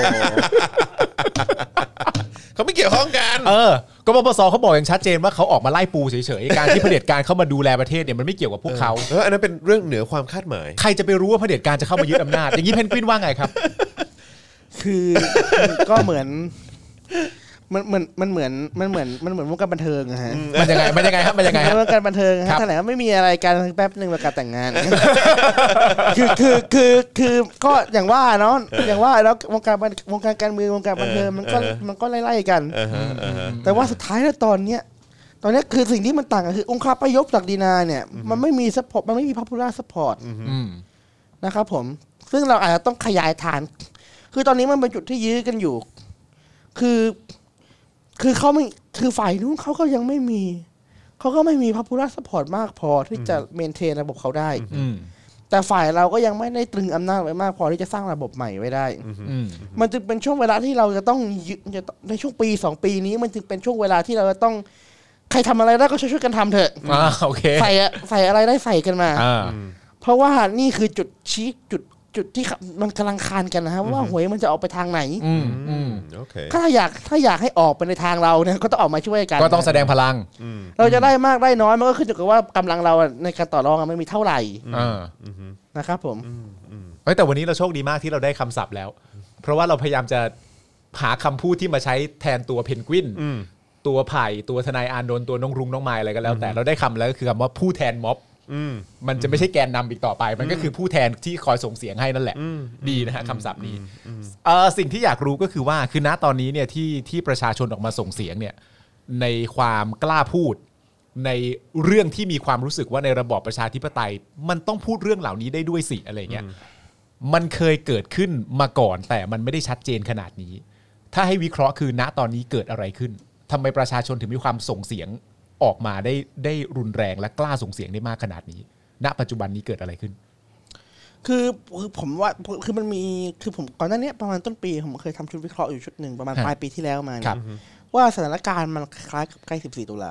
เขาไม่เกี่ยวข้องกันเออกบปสเขาบอกอย่างชัดเจนว่าเขาออกมาไล่ปูเฉยๆการที่เผด็จการเข้ามาดูแลประเทศเนี่ยมันไม่เกี่ยวกับพวกเขาเอออันนั้นเป็นเรื่องเหนือความคาดหมายใครจะไปรู้ว่าเผด็จการจะเข้ามายึดอำนาจอย่างนี้เพนกวินว่าไงครับคือก็เหมือนมันเหมือนมันเหมือนมันเหมือนมันเหมือนวงการบันเทิงอะฮะมันยังไงมันยังไงครับมันยังไงวงการบันเทิงฮะแถลงว่าไม่มีอะไรการแป๊บนึงประกาศแต่งงานคือคือคือคือก็อย่างว่าเนาะอย่างว่าแล้ววงการวงการการเมืองวงการบันเทิงมันก็มันก็ไล่ๆกันแต่ว่าสุดท้ายแล้วตอนเนี้ยตอนนี้คือสิ่งที่มันต่างกันคือองค์คาพยพศักดินาเนี่ยมันไม่มีซัพพอร์ตมันไม่มี popular support นะครับผมซึ่งเราอาจจะต้องขยายฐานคือตอนนี้มันเป็นจุดที่ยื้อกันอยู่คือคือเขาไม่คือฝ่ายนู้นเขาก็ยังไม่มีเขาก็ไม่มี popular support มากพอที่จะเมนเทนระบบเขาได้แต่ฝ่ายเราก็ยังไม่ได้ตรึงอำนาจไว้มากพอที่จะสร้างระบบใหม่ไว้ได้มันจึงเป็นช่วงเวลาที่เราจะต้องในช่วงปีสองปีนี้มันจึงเป็นช่วงเวลาที่เราจะต้องใครทำอะไรได้ก็ช่วยๆกันทำเถอะใส่ใส่อะไรได้ใส่กันมาเพราะว่านี่คือจุดชี้จุดจุดที่มันกำลังคานกันนะฮะว่าหวยมันจะออกไปทางไหนถ้าอยากถ้าอยากให้ออกไปในทางเราเนี่ยก็ต้องออกมาช่วยกันก็ต้องแสดงพลังเราจะได้มากได้น้อยมันก็ขึ้นอยู่กับว่ากำลังเราในการต่อรองมันมีเท่าไหร่นะครับผมแต่วันนี้เราโชคดีมากที่เราได้คำศัพท์แล้วเพราะว่าเราพยายามจะหาคำพูดที่มาใช้แทนตัวเพนกวินตัวไผ่ตัวทนายอานนท์ตัวน้องรุ้งน้องไม้อะไรก็แล้วแต่เราได้คำแล้วก็คือคำว่าผู้แทนม็อบมันจะไม่ใช่แกนนำอีกต่อไปมันก็คือผู้แทนที่คอยส่งเสียงให้นั่นแหละดีนะฮะคำศัพท์นี้สิ่งที่อยากรู้ก็คือว่าคือณตอนนี้เนี่ยที่ที่ประชาชนออกมาส่งเสียงเนี่ยในความกล้าพูดในเรื่องที่มีความรู้สึกว่าในระบอบประชาธิปไตยมันต้องพูดเรื่องเหล่านี้ได้ด้วยสิอะไรเงี้ยมันเคยเกิดขึ้นมาก่อนแต่มันไม่ได้ชัดเจนขนาดนี้ถ้าให้วิเคราะห์คือณตอนนี้เกิดอะไรขึ้นทำไมประชาชนถึงมีความส่งเสียงออกมาได้ได้รุนแรงและกล้าส่งเสียงได้มากขนาดนี้ณปัจจุบันนี้เกิดอะไรขึ้นคือคือผมว่าคือมันมีคือผมก่อนหน้านี้ประมาณต้นปีผมเคยทำชุดวิเคราะห์อยู่ชุดหนึ่งประมาณปลายปีที่แล้วมาเนี่ยว่าสถานการณ์มันคล้ายกับใกล้สิบสี่ตุลา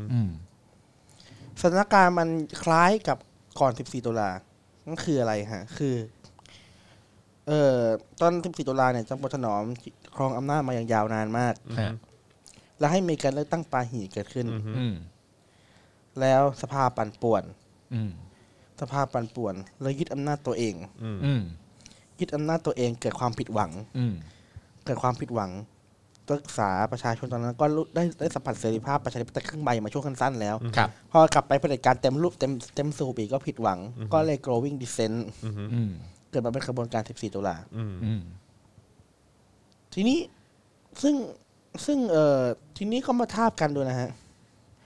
สถานการณ์มันคล้ายกับก่อนสิบสี่ตุลานั่นคืออะไรฮะคือเอ่อตอนสิบสี่ตุลาเนี่ยจอมพลถนอมครองอำนาจมาอย่างยาวนานมากแล้วให้มีการเลือกตั้งปาหี่เกิดขึ้นแล้วสภาปั่นป่วนสภาปั่นป่วนแล้วยึดอำนาจตัวเองยึดอำนาจตัวเองเกิดความผิดหวังเกิดความผิดหวังรักษาประชาชนตอนนั้นก็ได้ได้สัมผัสเสรีภาพประชาธิปไตยครึ่งใบมาช่วงสั้นๆแล้วพอกลับไปเผด็จการเต็มรูปเต็มเต็มสูบอีกก็ผิดหวังก็เลย growing dissent เกิดมาเป็นกระบวนการสิบสี่ตุลาทีนี้ซึ่งซึ่งเอ่อทีนี้ก็มาทาบกันดูนะฮะ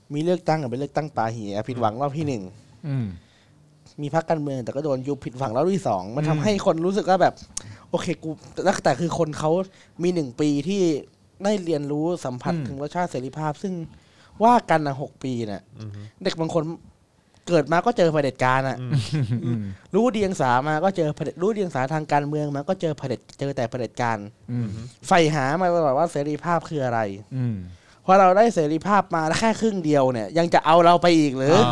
มีเลือกตั้งกับเป็นเลือกตั้งปาหีผิดหวังรอบที่หนึ่งมีพรรคการเมืองแต่ก็โดนยุบผิดหวังรอบที่สองมันทำให้คนรู้สึกว่าแบบโอเคกูแต่คือคนเขามีหนึ่งปีที่ได้เรียนรู้สัมผัสถึงรสชาติเสรีภาพซึ่งว่ากันนะหกปีเนี่ยเด็กบางคนเกิดมาก็เจอเผด็จการอ่ะรู้เดียงสามาก็เจอรู้เดียงสาทางการเมืองมาก็เจอเผด็จเจอแต่เผด็จการใฝ่หามาตลอดว่าเสรีภาพคืออะไรพอเราได้เสรีภาพมาแค่ครึ่งเดียวเนี่ยยังจะเอาเราไปอีกหรือ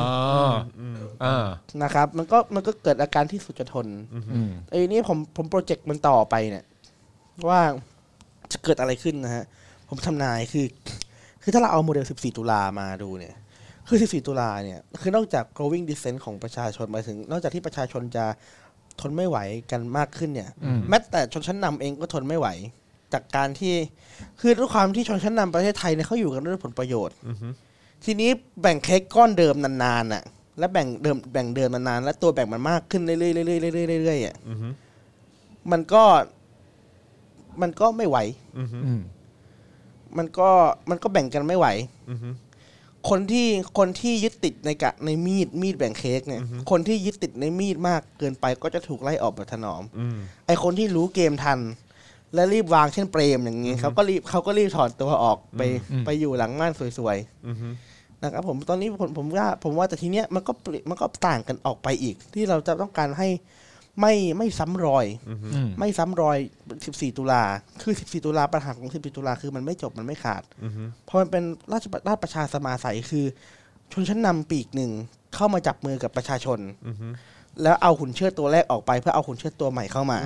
นะครับมันก็มันก็เกิดอาการที่สุดจะทนไอ้นี้ผมผมโปรเจกต์มันต่อไปเนี่ยว่าจะเกิดอะไรขึ้นนะฮะผมทำนายคือคือถ้าเราเอาโมเดลสิบสี่ตุลามาดูเนี่ยคือสิบสี่ตุลาเนี่ยคือนอกจาก growing dissent ของประชาชนหมายถึงนอกจากที่ประชาชนจะทนไม่ไหวกันมากขึ้นเนี่ยแม้แต่ชนชั้นนำเองก็ทนไม่ไหวจากการที่คือด้วยความที่ชนชั้นนำประเทศไทยเนี่ยเขาอยู่กันด้วยผลประโยชน์ทีนี้แบ่งเค้กก้อนเดิมนานๆน่ะและแบ่งเดิมแบ่งเดิมนานๆและตัวแบ่งมันมากขึ้นเรื่อยๆเรื่อยๆเรื่อยๆอ่ะมันก็มันก็ไม่ไหวมันก็มันก็แบ่งกันไม่ไหวคนที่คนที่ยึดติดในกะในมีดมีดแบ่งเค้กเนี่ยคนที่ยึดติดในมีดมากเกินไปก็จะถูกไล่ออกแบบถนอมไอคนที่รู้เกมทันและรีบวางเช่นเปรมอย่างนี้เขาก็รีบเขาก็รีบถอนตัวออกไปไปอยู่หลังม่านสวยๆนะครับผมตอนนี้ผมผมว่าผมว่าแต่ทีเนี้ยมันก็มันก็ต่างกันออกไปอีกที่เราจะต้องการให้ไม่ไม่ซ้ำรอยไม่ซ้ำรอยสิบสี่ตุลาคือสิบสี่ตุลาปัญหาของสิบสี่ตุลาคือมันไม่จบมันไม่ขาดเพราะมันเป็นราชราชประชาสมาสัยคือชนชั้นนำปีกหนึ่งเข้ามาจับมือกับประชาชนแล้วเอาหุ่นเชิดตัวแรกออกไปเพื่อเอาหุ่นเชิดตัวใหม่เข้ามา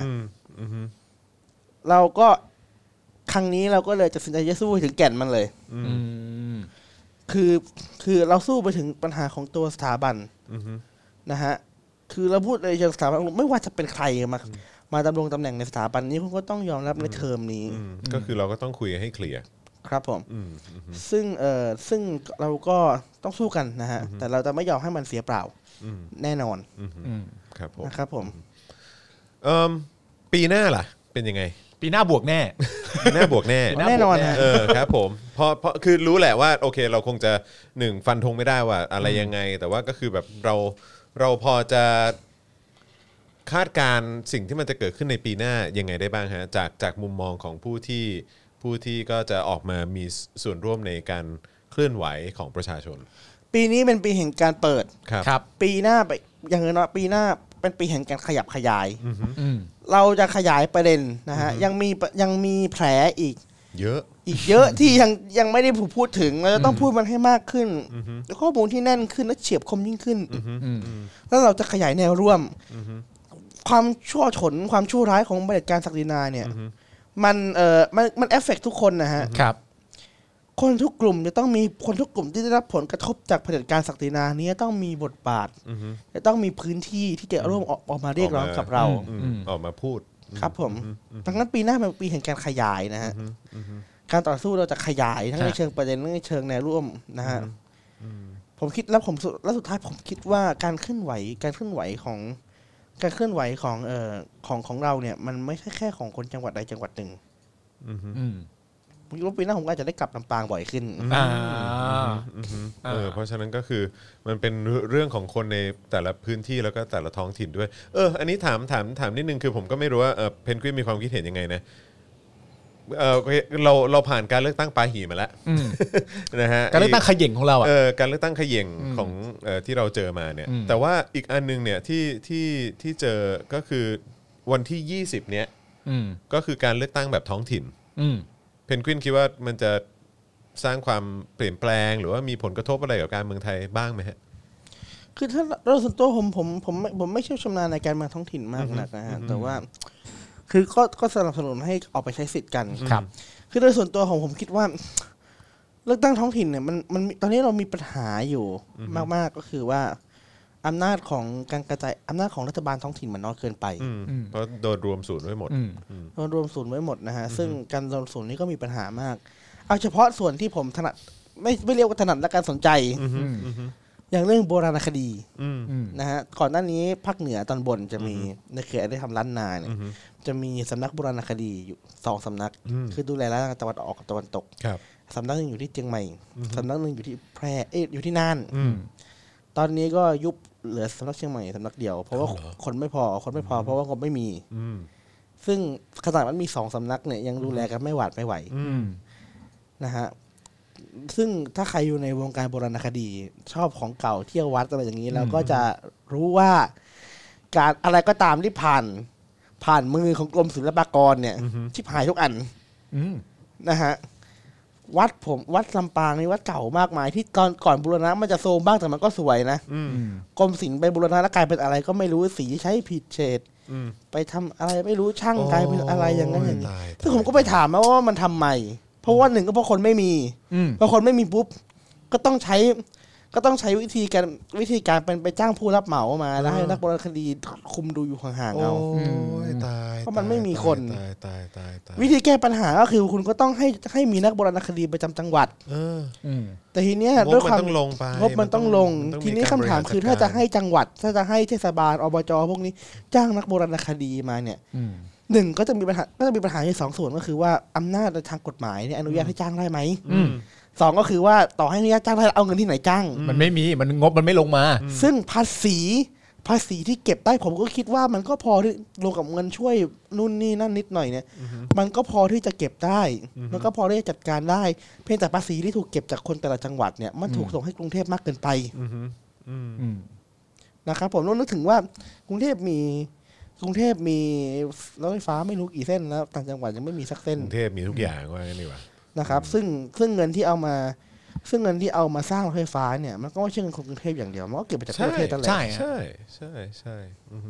เราก็ครั้งนี้เราก็เลยจะสินใจจะสู้ถึงแก่นมันเลยคือคือเราสู้ไปถึงปัญหาของตัวสถาบันนะฮะคือเราพูดในเชิงสถาบันไม่ว่าจะเป็นใครมามาดำรงตำแหน่งในสถาบันนี้ผมก็ต้องยอมรับในเทอมนี้ก็คือเราก็ต้องคุยให้เคลียร์ครับผมซึ่งเอ่อซึ่งเราก็ต้องสู้กันนะฮะแต่เราจะไม่ยอมให้มันเสียเปล่าแน่นอนครับผมนะครับผมเอ่อปีหน้าล่ะเป็นยังไงปีหน้าบวกแน่ปีหน้าบวกแน่แน่นอนฮะเออครับผมเพราะเพราะคือรู้แหละว่าโอเคเราคงจะหนึ่งฟันธงไม่ได้ว่าอะไรยังไงแต่ว่าก็คือแบบเราเราพอจะคาดการสิ่งที่มันจะเกิดขึ้นในปีหน้ายังไงได้บ้างฮะจากจากมุมมองของผู้ที่ผู้ที่ก็จะออกมามีส่วนร่วมในการเคลื่อนไหวของประชาชนปีนี้เป็นปีแห่งการเปิดครับปีหน้าไปอย่างน้อยปีหน้าเป็นปีแห่งการขยับขยายเราจะขยายประเด็นนะฮะยังมียังมีแผลอีกเยอะอีกเยอะที่ยังยังไม่ได้พูดถึงเราจะต้องพูดมันให้มากขึ้นข้อมูลที่แน่นขึ้นและเฉียบคมยิ่งขึ้นแล้วเราจะขยายแนวร่วมความชั่วฉนความชั่วร้ายของเผด็จการศักดินาเนี่ยมันเอ่อมันมันเอฟเฟกต์ทุกคนนะฮะครับคนทุกกลุ่มจะต้องมีคนทุกกลุ่มที่ได้รับผลกระทบจากเผด็จการศักดินานี้ต้องมีบทบาทจะต้องมีพื้นที่ที่จะร่วมออกออกมาเรียกร้องกับเราออกมาพูดครับผมดังนั้นปีหน้าเป็นปีแห่งการขยายนะฮะการต่อสู้เราจะขยายทั้งในเชิงประเด็นและในเชิงแนวร่วมนะฮะผมคิดแล้วผมแล้วสุดท้ายผมคิดว่าการเคลื่อนไหวการเคลื่อนไหวของการเคลื่อนไหวของเอ่อของของเราเนี่ยมันไม่ใช่แค่ของคนจังหวัดใดจังหวัดหนึ่งผมคิดว่าปีหน้าผมก็จะได้กลับลำปางบ่อยขึ้นอ่าเออเพราะฉะนั้นก็คือมันเป็นเรื่องของคนในแต่ละพื้นที่แล้วก็แต่ละท้องถิ่นด้วยเอออันนี้ถามถามถามนิดนึงคือผมก็ไม่รู้ว่าเออเพนกวินมีความคิดเห็นยังไงนะเออเราเราผ่านการเลือกตั้งปาหีมาแล้วนะฮะการเลือกตั้งเขย่งของเราอ่ะเออการเลือกตั้งเขย่งของเอ่อที่เราเจอมาเนี่ยแต่ว่าอีกอันนึงเนี่ยที่ที่ที่เจอก็คือวันที่ยี่สิบเนี้ยก็คือการเลือกตั้งแบบท้องถิ่นเพนกวินคิดว่ามันจะสร้างความเปลี่ยนแปลงหรือว่ามีผลกระทบอะไรกับการเมืองไทยบ้างไหมฮะคือถ้าเราส่วนตัวผมผมผมผมไม่เชี่ยวชำนาญในการเมืองท้องถิ่นมากนักนะฮะแต่ว่าคือก็ก็สนับสนุนให้ออกไปใช้สิทธิ์กันครับคือโดยส่วนตัวของผมคิดว่าเลือกตั้งท้องถิ่นเนี่ยมันมันตอนนี้เรามีปัญหาอยู่มากๆก็คือว่าอำนาจของการกระจายอำนาจของรัฐบาลท้องถิ่นมันน้อยเกินไปเพราะโดนรวมศูนย์ไว้หมดโดนรวมศูนย์ไว้หมดนะฮะซึ่งการรวมศูนย์นี้ก็มีปัญหามากเอาเฉพาะส่วนที่ผมถนัดไม่ไม่เรียกว่าถนัดและการสนใจอย่างเรื่องโบราณคดีนะฮะก่อนหน้านี้ภาคเหนือตอนบนจะมีในเขตได้ทำล้านนาเนี่ยจะมีสำนักโบราณคดีอยู่สองสำนักคือดูแลล้านนาตะวันออกกับตะวันตกสำนักหนึ่งอยู่ที่เชียงใหม่สำนักหนึ่งอยู่ที่แพร่เอ๊ะอยู่ที่น่านตอนนี้ก็ยุบเหลือสำนักเชียงใหม่สำนักเดียวเพราะว่าคนไม่พอคนไม่พอเพราะว่างบไม่มีซึ่งขนาดมันมีสองสำนักเนี่ยยังดูแลกันไม่หวาดไม่ไหวนะฮะซึ่งถ้าใครอยู่ในวงการโบราณคดีชอบของเก่าเที่ยววัดอะไรอย่างนี้แล้วก็จะรู้ว่าการอะไรก็ตามที่ผ่านผ่านมือของกรมศิลปากรเนี่ยชิบหายทุกอันนะฮะวัดผมวัดลำปางนี่วัดเก่ามากมายที่ก่อนก่อนบูรณะมันจะโทรมบ้างแต่มันก็สวยนะกรมศิลป์ไปบูรณะแล้วกลายเป็นอะไรก็ไม่รู้สีใช้ผิดเฉดไปทำอะไรไม่รู้ช่างกลายเป็นอะไรอย่างนั้นอย่างนี้ซึ่งผมก็ไปถามว่ามันทำไมเพราะว่าหนึ่งก็เพราะคนไม่มีพอคนไม่มีปุ๊บก็ต้องใช้ก็ต้องใช้วิธีการวิธีการเป็นไปจ้างผู้รับเหมามาแล้วให้นักโบราณคดีคุมดูอยู่ห่างๆเอาเพราะมันไม่มีคนวิธีแก้ปัญหาก็คือคุณก็ต้องให้ให้มีนักโบราณคดีประจำจังหวัดแต่ทีเนี้ยด้วยความงบมันต้องลงทีนี้คำถามคือถ้าจะให้จังหวัดถ้าจะให้เทศบาลอบจพวกนี้จ้างนักโบราณคดีมาเนี่ยหนึ่งก็จะมีปัญหาก็จะมีปัญหาในสองส่วนก็คือว่าอำนาจทางกฎหมายเนี่ยอนุญาตให้จ้างได้ไหมสองก็คือว่าต่อให้อนุญาตจ้างได้เอาเงินที่ไหนจ้างมันไม่มีมันงบมันไม่ลงมาซึ่งภาษีภาษีที่เก็บได้ผมก็คิดว่ามันก็พอที่รวมกับเงินช่วยนู่นนี่นั่นนิดหน่อยเนี่ยมันก็พอที่จะเก็บได้มันก็พอที่จะจัดการได้เพียงแต่ภาษีที่ถูกเก็บจากคนแต่ละจังหวัดเนี่ยมันถูกส่งให้กรุงเทพมากเกินไปนะครับผมนึกถึงว่ากรุงเทพมีกรุงเทพมีรถไฟฟ้าไม่รู้กี่เส้นแล้วต่างจังหวัดยังไม่มีสักเส้นกรุงเทพมีทุกอย่างว่างั้นดีกว่านะครับซึ่งซึ่งเงินที่เอามาซึ่งเงินที่เอามาสร้างรถไฟฟ้าเนี่ยมันก็ไม่ใช่เงินของกรุงเทพอย่างเดียวมันก็เก็บมาจากทั่วประเทศนั่นแหละใช่ใช่ใช่ใช่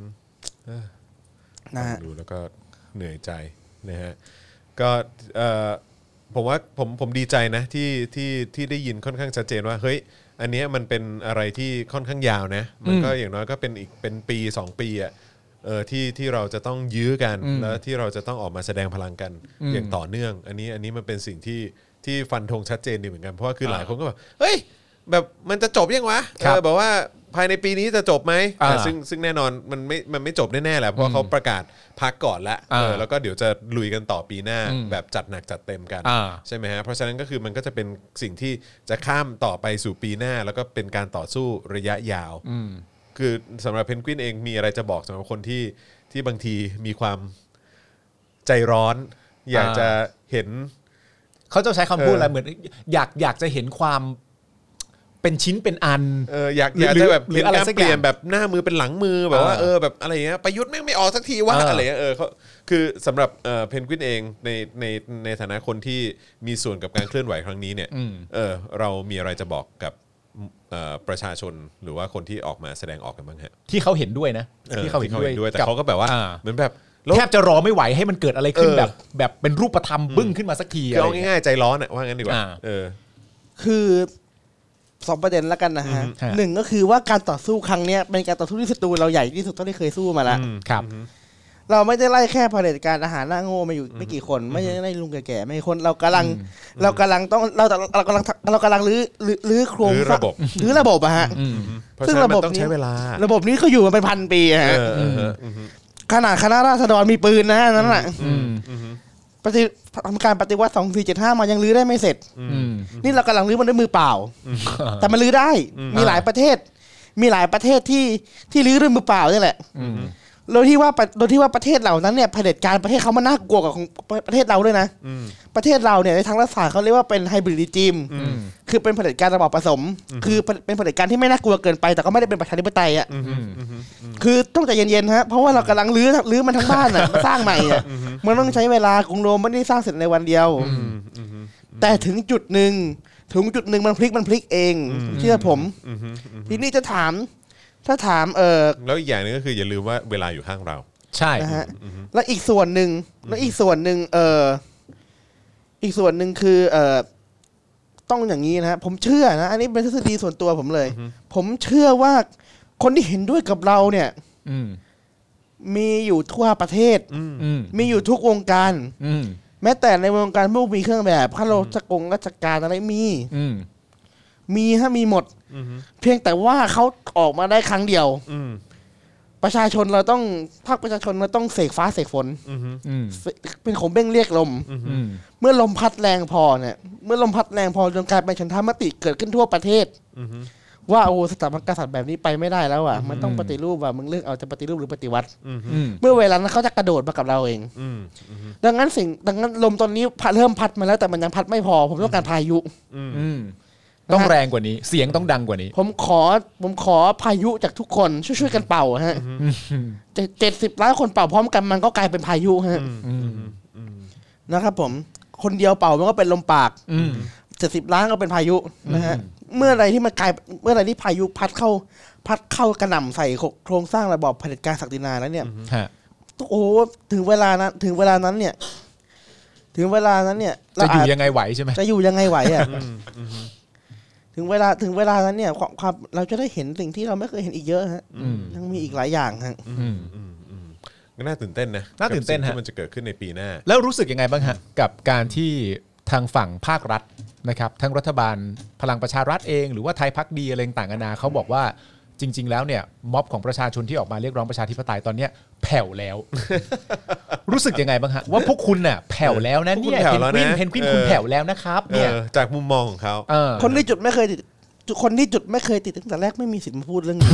นะฮะดูแล้วก็เหนื่อยใจนะฮะก็ผมว่าผมผมดีใจนะที่ที่ที่ได้ยินค่อนข้างชัดเจนว่าเฮ้ยอันนี้มันเป็นอะไรที่ค่อนข้างยาวนะมันก็อย่างน้อยก็เป็นอีกเป็นปีสองปีอ่ะเออที่ที่เราจะต้องยื้อกันแล้วที่เราจะต้องออกมาแสดงพลังกันอย่างต่อเนื่องอันนี้อันนี้มันเป็นสิ่งที่ที่ฟันธงชัดเจนดีเหมือนกันเพราะว่าคือหลายคนก็แบบเฮ้ยแบบมันจะจบยังวะเออแบบว่าภายในปีนี้จะจบไหมซึ่งซึ่งแน่นอนมันไม่มันไม่จบแน่ๆแหละเพราะเขาประกาศพักก่อนละเออแล้วก็เดี๋ยวจะลุยกันต่อปีหน้าแบบจัดหนักจัดเต็มกันใช่ไหมฮะเพราะฉะนั้นก็คือมันก็จะเป็นสิ่งที่จะข้ามต่อไปสู่ปีหน้าแล้วก็เป็นการต่อสู้ระยะยาวคือสำหรับเพนกวินเองมีอะไรจะบอกสำหรับคนที่ที่บางทีมีความใจร้อนอยากจะเห็นเขาจะใช้คำพูดอะไรเหมือนอยากอยากจะเห็นความเป็นชิ้นเป็นอันเอออยากอยากจะแบบเห็นการเปลี่ยนแบบหน้ามือเป็นหลังมือแบบว่าเออแบบอะไรอย่างเงี้ยประยุทธ์แม่งไม่ออกสักทีว่าอะไรเงี้ยเออเขาคือสำหรับเอ่อเพนกวินเองในในในฐานะคนที่มีส่วนกับการเคลื่อนไหวครั้งนี้เนี่ยเออเรามีอะไรจะบอกกับประชาชนหรือว่าคนที่ออกมาแสดงออกกันบ้างฮะที่เขาเห็นด้วยนะที่เขาเห็นด้วยแต่เขาก็แบบว่าเหมือนแบบแทบจะรอไม่ไหวให้มันเกิดอะไรขึ้นแบบแบบเป็นรูปธรรมบึ้งขึ้นมาสักทีคือเอาง่ายๆใจร้อนอ่ะว่างั้นดีกว่าเออคือสองประเด็นแล้วกันนะฮะหนึ่งก็คือว่าการต่อสู้ครั้งนี้เป็นการต่อสู้ที่ศัตรูเราใหญ่ที่สุดเท่าที่เคยสู้มาแล้วครับเราไม่ได้ไล่แค่เผด็จการทหารหน้าโง่มาอยู่ไม่กี่คนไม่ใช่ไล่ลุงแก่ๆไม่คนเรากำลังเรากำลังต้องเราเรากำลังเรากำลังรื้อรื้อโครงระบบรื้อระบบอะฮะซึ่งระบบนี้ระบบนี้เขาอยู่มาเป็นพันปีฮะขนาดคณะราษฎรมีปืนนะนั่นแหละปฏิทำการปฏิวัติสองสี่เจ็ดห้ามายังรื้อได้ไม่เสร็จนี่เรากำลังรื้อมันด้วยมือเปล่าแต่มันรื้อได้มีหลายประเทศมีหลายประเทศที่ที่รื้อด้วยมือเปล่านี่แหละโดยที่ว่าโดยที่ว่าประเทศเหล่านั้นเนี่ยเผด็จการประเทศเขามันน่ากลัวกว่าของประเทศเราด้วยนะประเทศเราเนี่ยในทางรัฐศาสตร์เขาเรียกว่าเป็นไฮบริดรีจิมคือเป็นเผด็จการระบอบผสมคือเป็นเผด็จการที่ไม่น่ากลัวเกินไปแต่ก็ไม่ได้เป็นประชาธิปไตยอ่ะคือต้องใจเย็นๆฮะเพราะว่าเรากำลังรื้อรื้อมันทั้งบ้านอ่ะสร้างใหม่อ่ะมันต้องใช้เวลากรุงโรมไม่ได้สร้างเสร็จในวันเดียวแต่ถึงจุดนึงถึงจุดนึงมันพลิกมันพลิกเองเชื่อผมทีนี้จะถามถ้าถามเออแล้วอีกอย่างนึงก็คืออย่าลืมว่าเวลาอยู่ข้างเราใช่นะฮะแล้วอีกส่วนหนึ่งแล้วอีกส่วนหนึ่งเอออีกส่วนหนึ่งคือเออต้องอย่างนี้นะผมเชื่อนะอันนี้เป็นทฤษฎีส่วนตัวผมเลยผมเชื่อว่าคนที่เห็นด้วยกับเราเนี่ยมีอยู่ทั่วประเทศมีอยู่ทุกวงการแม้แต่ในวงการผู้มีเครื่องแบบข้าราชการราชการอะไรมีมีฮะมีหมดเพียงแต่ว่าเขาออกมาได้ครั้งเดียวประชาชนเราต้องภาคประชาชนเราต้องเสกฟ้าเสกฝนอืมเป็นขมเบ้งเรียกลมอืมเมื่อลมพัดแรงพอเนี่ยเมื่อลมพัดแรงพอจนกลายเป็นฉันทามติเกิดขึ้นทั่วประเทศว่าโอ้สถาบันกษัตริย์แบบนี้ไปไม่ได้แล้วอ่ะมันต้องปฏิรูปว่ะมึงเลือกเอาจะปฏิรูปหรือปฏิวัติเมื่อเวลานั้นเขาจะกระโดดมากับเราเองดังนั้นสิ่งดังนั้นลมตอนนี้เริ่มพัดมาแล้วแต่มันยังพัดไม่พอผมต้องการพายุต้องแรงกว่านี้เสียงต้องดังกว่านี้ผมขอผมขอพายุจากทุกคนช่วยๆกันเป่าฮะเจ็ดสิบล้านคนเป่าพร้อมกันมันก็กลายเป็นพายุฮะนะครับผมคนเดียวเป่ามันก็เป็นลมปากเจ็ดสิบล้านก็เป็นพายุนะฮะเมื่อไรที่มันกลายเมื่อไรที่พายุพัดเข้าพัดเข้ากระหน่ำใส่โครงสร้างระบอบเผด็จการศักดินาแล้วเนี่ยโอ้ถึงเวลานั้นถึงเวลานั้นเนี่ยถึงเวลานั้นเนี่ยจะอยู่ยังไงไหวใช่ไหมจะอยู่ยังไงไหวอ่ะถึงเวลาถึงเวลานั้นเนี่ยความความเราจะได้เห็นสิ่งที่เราไม่เคยเห็นอีกเยอะฮะยังมีอีกหลายอย่างฮะก็น่าตื่นเต้นนะน่าตื่นเต้นฮะที่มันจะเกิดขึ้นในปีหน้าแล้วรู้สึกยังไงบ้างฮะกับการที่ทางฝั่งภาครัฐนะครับทั้งรัฐบาลพลังประชารัฐเองหรือว่าไทยพรรคดีอะไรต่างๆนานาเขาบอกว่าจริงๆแล้วเนี่ยม็อบของประชาชนที่ออกมาเรียกร้องประชาธิปไตยตอนเนี้ยแผ่วแล้ว รู้สึกยังไงบ้างฮะว่าพวกคุณน่ะแผ่วแล้วนะเนี่ยเพนกวินเพนกวินคุณแผ่วแล้วนะครับเนี่ยจากมุมมองของเขาคนที่จุดไม่เคยติดคนที่จุดไม่เคยติดตั้งแต่แรกไม่มีสิทธิ์มาพูดเรื่องนี้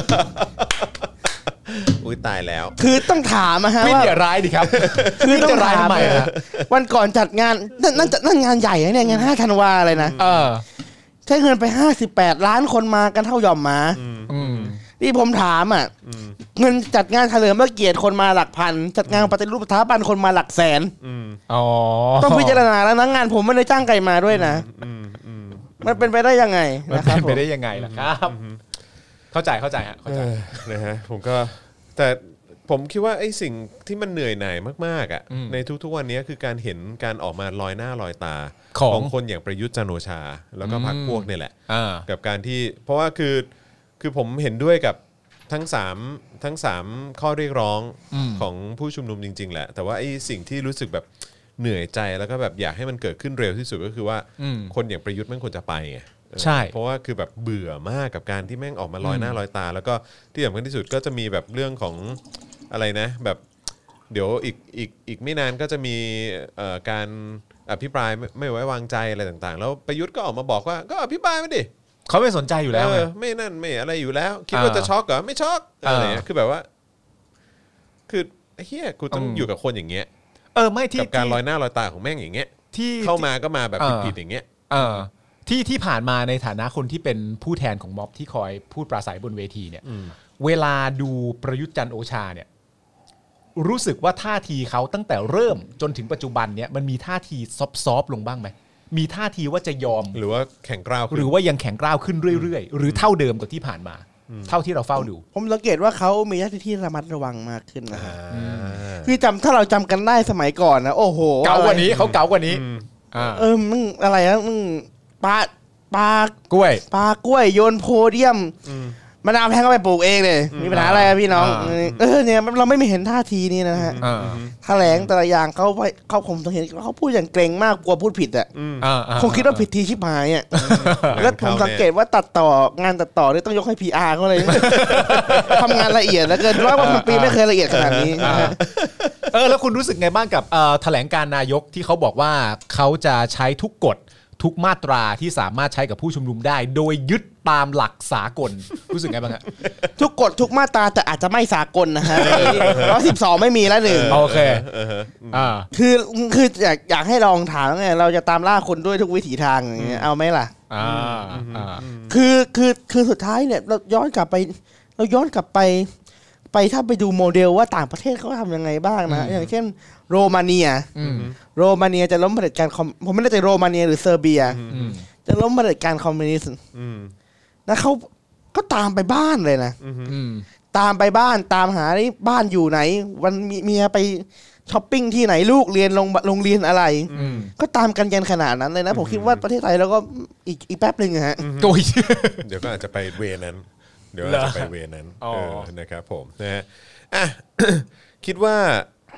อุ้ยตายแล้วคือต้องถามนะฮะว่าอย่าร้ายดิครับคือต้องถามวันก่อนจัดงานนั่นนั่นงานใหญ่เนี่ยงานห้าธันวาอะไรนะใช้เงินไปห้าสิบแปดล้านคนมากันเท่าหย่อมหมาที่ผมถามอ่ะเงินจัดงานเฉลิมพระเกียรติคนมาหลักพันจัดงานปฏิรูปสถาบันคนมาหลักแสนต้องพิจารณาแล้วนะงานผมไม่ได้จ้างใครมาด้วยนะมันเป็นไปได้ยังไงมันเป็นไปได้ยังไงล่ะครับเข้าใจเข้าใจฮะเข้าใจนะฮะผมก็แต่ผมคิดว่าไอ้สิ่งที่มันเหนื่อยหน่ายมากๆอ่ะในทุกๆวันนี้คือการเห็นการออกมาลอยหน้าลอยตาของคนอย่างประยุทธ์จันทร์โอชาแล้วก็พรรคพวกนี่แหละกับการที่เพราะว่าคือคือผมเห็นด้วยกับทั้งสามทั้งสามข้อเรียกร้องของผู้ชุมนุมจริงๆแหละแต่ว่าไอ้สิ่งที่รู้สึกแบบเหนื่อยใจแล้วก็แบบอยากให้มันเกิดขึ้นเร็วที่สุดก็คือว่าคนอย่างประยุทธ์มันควรจะไปไงใช่เพราะว่าคือแบบเบื่อมากกับการที่แม่งออกมาลอยหน้าลอยตาแล้วก็ที่สำคัญที่สุดก็จะมีแบบเรื่องของอะไรนะแบบเดี๋ยวอีกอีกอีกไม่นานก็จะมีการอภิปรายไม่ไว้วางใจอะไรต่างๆแล้วประยุทธ์ก็ออกมาบอกว่าก็อภิปรายมาดิเขาไม่สนใจอยู่แล้วไม่นั่นไม่อะไรอยู่แล้วคิดว่าจะช็อกเหรอไม่ช็อกอะไรเงี้ยคือแบบว่าคือเฮียกูต้องอยู่กับคนอย่างเงี้ยเออไม่ที่กับการลอยหน้าลอยตาของแม่งอย่างเงี้ยที่เข้ามาก็มาแบบผิดๆอย่างเงี้ยที่ที่ผ่านมาในฐานะคนที่เป็นผู้แทนของม็อบที่คอยพูดปราศัยบนเวทีเนี่ยเวลาดูประยุทธ์จันทร์โอชาเนี่ยรู้สึกว่าท่าทีเขาตั้งแต่เริ่มจนถึงปัจจุบันเนี่ยมันมีท่าทีซอฟๆลงบ้างไหมมีท่าทีว่าจะยอมหรือว่าแข็งกร้าวหรือว่ายังแข็งกร้าวขึ้นเรื่อยๆหรือเท่าเดิมกับที่ผ่านมาเท่าที่เราเฝ้าดูผมสังเกตว่าเขามีท่าทีที่ระมัดระวังมากขึ้นนะคือจำถ้าเราจำกันได้สมัยก่อนนะโอ้โหเก๋ากว่านี้เขาเก๋ากว่านี้เออมึงอะไรนะมึงปลาปลากล้วยปลากล้วยโยนโพเดียมมะนาวแพงก็ไปปลูกเองเลยมีปัญหาอะไรพี่น้องเออเนี่ยเราไม่มีเห็นท่าทีนี้นะฮะแถลงแต่ละอย่างเขาเขาผมสังเกตเขาพูดอย่างเกรงมากกลัวพูดผิดอ่ะคงคิดว่าผิดทีชิบหายอ่ะแล้วผมสังเกตว่าตัดต่องานตัดต่อเนี่ยต้องยกให้ พี อาร์ เขาเลยทำงานละเอียดแล้วเกินร้อยวันปีไม่เคยละเอียดขนาดนี้เออแล้วคุณรู้สึกไงบ้างกับแถลงการนายกที่เขาบอกว่าเขาจะใช้ทุกกฎทุกมาตราที่สามารถใช้กับผู้ชุมนุมได้โดยยึดตามหลักสากลรู้สึกไงบ้างฮะทุกกฎทุกมาตราแต่อาจจะไม่สากลนะฮะร้อยสิบสองไม่มีแล้วหนึ่งโอเคอ่าคือคืออยากอยากให้ลองถามไงเราจะตามล่าคนด้วยทุกวิถีทางอย่างเงี้ยเอาไหมล่ะอ่าคือคือคือสุดท้ายเนี่ยเราย้อนกลับไปเราย้อนกลับไปไปถ้าไปดูโมเดลว่าต่างประเทศเขาทำยังไงบ้างนะอย่างเช่นโรมาเนียโรมาเนียจะล้มเผด็จการคอมผมไม่แน่ใจโรมาเนียหรือเซอร์เบียจะล้มเผด็จการคอมมิวนิสต์แล้วเขาก็ตามไปบ้านเลยนะตามไปบ้านตามหาที่บ้านอยู่ไหนวันเมียไปช้อปปิ้งที่ไหนลูกเรียนโรงโรงเรียนอะไรก็ตามกันยันขนาดนั้นเลยนะผมคิดว่าประเทศไทยเราก็อีกอีกแป๊บนึงฮะเดี๋ยวก็อาจจะไปเวนั้นเดี๋ยวอาจจะไปเวนั้นนะครับผมนะฮะอ่ะคิดว่า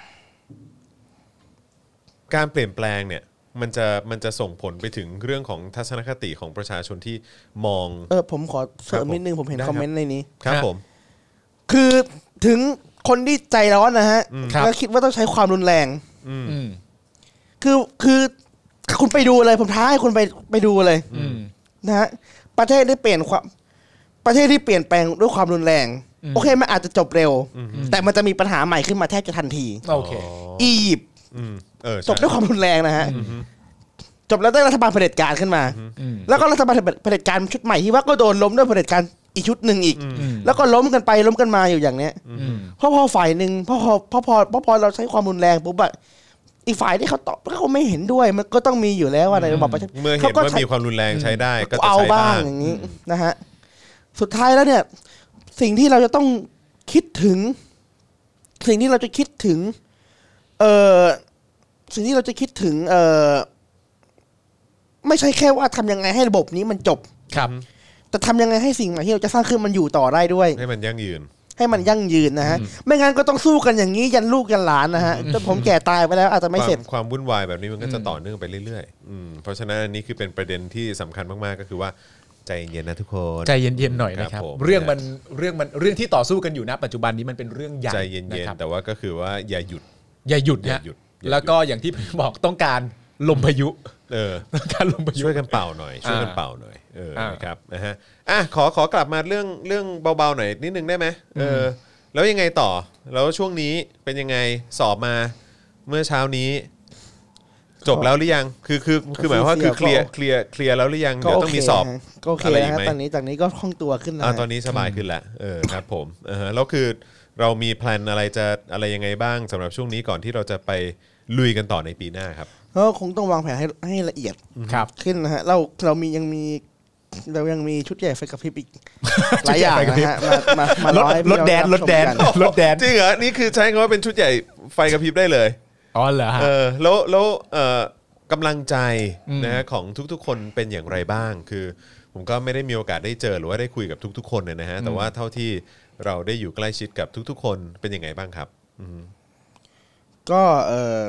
การเปลี่ยนแปลงเนี่ยมันจะมันจะส่งผลไปถึงเรื่องของทัศนคติของประชาชนที่มองเออผมขอเสริมนิดนึงผมเห็นคอมเมนต์ในนี้ครับผมคือถึงคนที่ใจร้อนนะฮะครับแล้วคิดว่าต้องใช้ความรุนแรงอืมคือคือคุณไปดูเลยผมท้าให้คุณไปไปดูเลยอืมนะฮะประเทศได้เปลี่ยนความประเทศที่เปลี่ยนแปลงด้วยความรุนแรงอืมโอเคมันอาจจะจบเร็ว แต่มันจะมีปัญหาใหม่ขึ้นมาแทบจะทันทีโอเคอียิปต์อืมเออใช่จบด้วยความรุนแรงนะฮะจบแล้วได้รัฐบาลเผด็จการขึ้นมาอืมแล้วก็รัฐบาลเผด็จการชุดใหม่ที่ว่าก็โดนล้มด้วยเผด็จการอีกชุดหนึ่งอีกอืมแล้วก็ล้มกันไปล้มกันมาอยู่อย่างเนี้ยอืมเพราะพอฝ่ายหนึ่งพอพอพอพอพอพอเราใช้ความรุนแรงปุ๊บอะอีกฝ่ายที่เขาตอบเขาไม่เห็นด้วยมันก็ต้องมีอยู่แล้วอะไรระบอบประชาธิปไตยเมื่อเห็นว่ามีความรุนแรงใช้ได้ก็จะเอาใช้บ้าบ้าง งอย่างนี้นะฮะสุดท้ายแล้วเนี่ย สิ่งที่เราจะต้องคิดถึง สิ่งที่เราจะคิดถึง เอ่อสิ่งที่เราจะคิดถึง เอ่อไม่ใช่แค่ว่าทำยังไงให้ระบบนี้มันจบครับแต่ทำยังไงให้สิ่งใหม่ที่เราจะสร้างขึ้นมันอยู่ต่อได้ด้วยให้มันยั่งยืนให้มันยั่งยืนนะฮะไม่งั้นก็ต้องสู้กันอย่างนี้ยันลูกยันหลานนะฮะจนผมแก่ตายไปแล้วอาจจะไม่เสร็จความความวุ่นวายแบบนี้มันก็จะต่อเนื่องไปเรื่อยๆอืมเพราะฉะนั้นอันนี้คือเป็นประเด็นที่สำคัญมากๆก็คือว่าใจเย็นนะทุกคนใจเย็นๆหน่อยนะครับครับผมเรื่องมันเรื่องมันเรื่องที่ต่อสู้กันอยู่ณปัจจุบันนี้มันเป็นเรื่องใหญ่ใจเย็นะนครับๆแต่ว่าก็คือว่าอย่าหยุดอย่าหยุดอย่านะหยุดอย่าหยุดแล้วก็อย่างที่บอกต้องการลมพายุเออต้องการลมพายุช่วยกันเป่าหน่อยช่วยกันอ่าเป่าหน่อยเอออ่านนะครับนะฮะอ่ะขอขอกลับมาเรื่องเรื่องเบาๆหน่อยนิดนึงได้ไหมเออแล้วยังไงต่อแล้วช่วงนี้เป็นยังไงสอบมาเมื่อเช้านี้ จบแล้วหรือยังคือคือคือหมายความว่าคือเคลียร์เคลียร์เคลียร์แล้วหรือยังก็เดี๋ยวโอต้องเคมีสอบฮะก็โอเคอะไรอีนะกฮะไหมตอนนี้จากนี้ก็คล่องตัวขึ้นแล้วอ่าฮะตอนนี้สบายขึ้นแล้วเออครับผมอ่าฮะแล้วคือเรามีแพลนอะไรจะอะไรยังไงบ้างสำหรับช่วงนี้ก่อนที่เราจะไปลุยกันต่อในปีหน้าครับก็คงต้องวางแผนให้ให้ละเอียดครับขึ้นนะฮะเราเรามียังมีเรายังมีชุดใหญ่ไฟกระพริบอีก หลายอย่างนะฮะมามามาลดร้อยลดแดนลดแดนลดแดนจริงเหรอนี่คือใช้คำว่าเป็นชุดใหญ่ไฟกระพริบได้เลยอ๋อเหรอฮะเออแล้วแล้วเอ่อกำลังใจอืมนะฮะของทุกๆ คนเป็นอย่างไรบ้าง คือผมก็ไม่ได้มีโอกาสได้เจอหรือว่าได้คุยกับทุกๆ คนเนี่ยนะฮะแต่ว่าเท่าที่เราได้อยู่ใกล้ชิดกับทุกๆ คนเป็นยังไงบ้างครับอืมก็เออ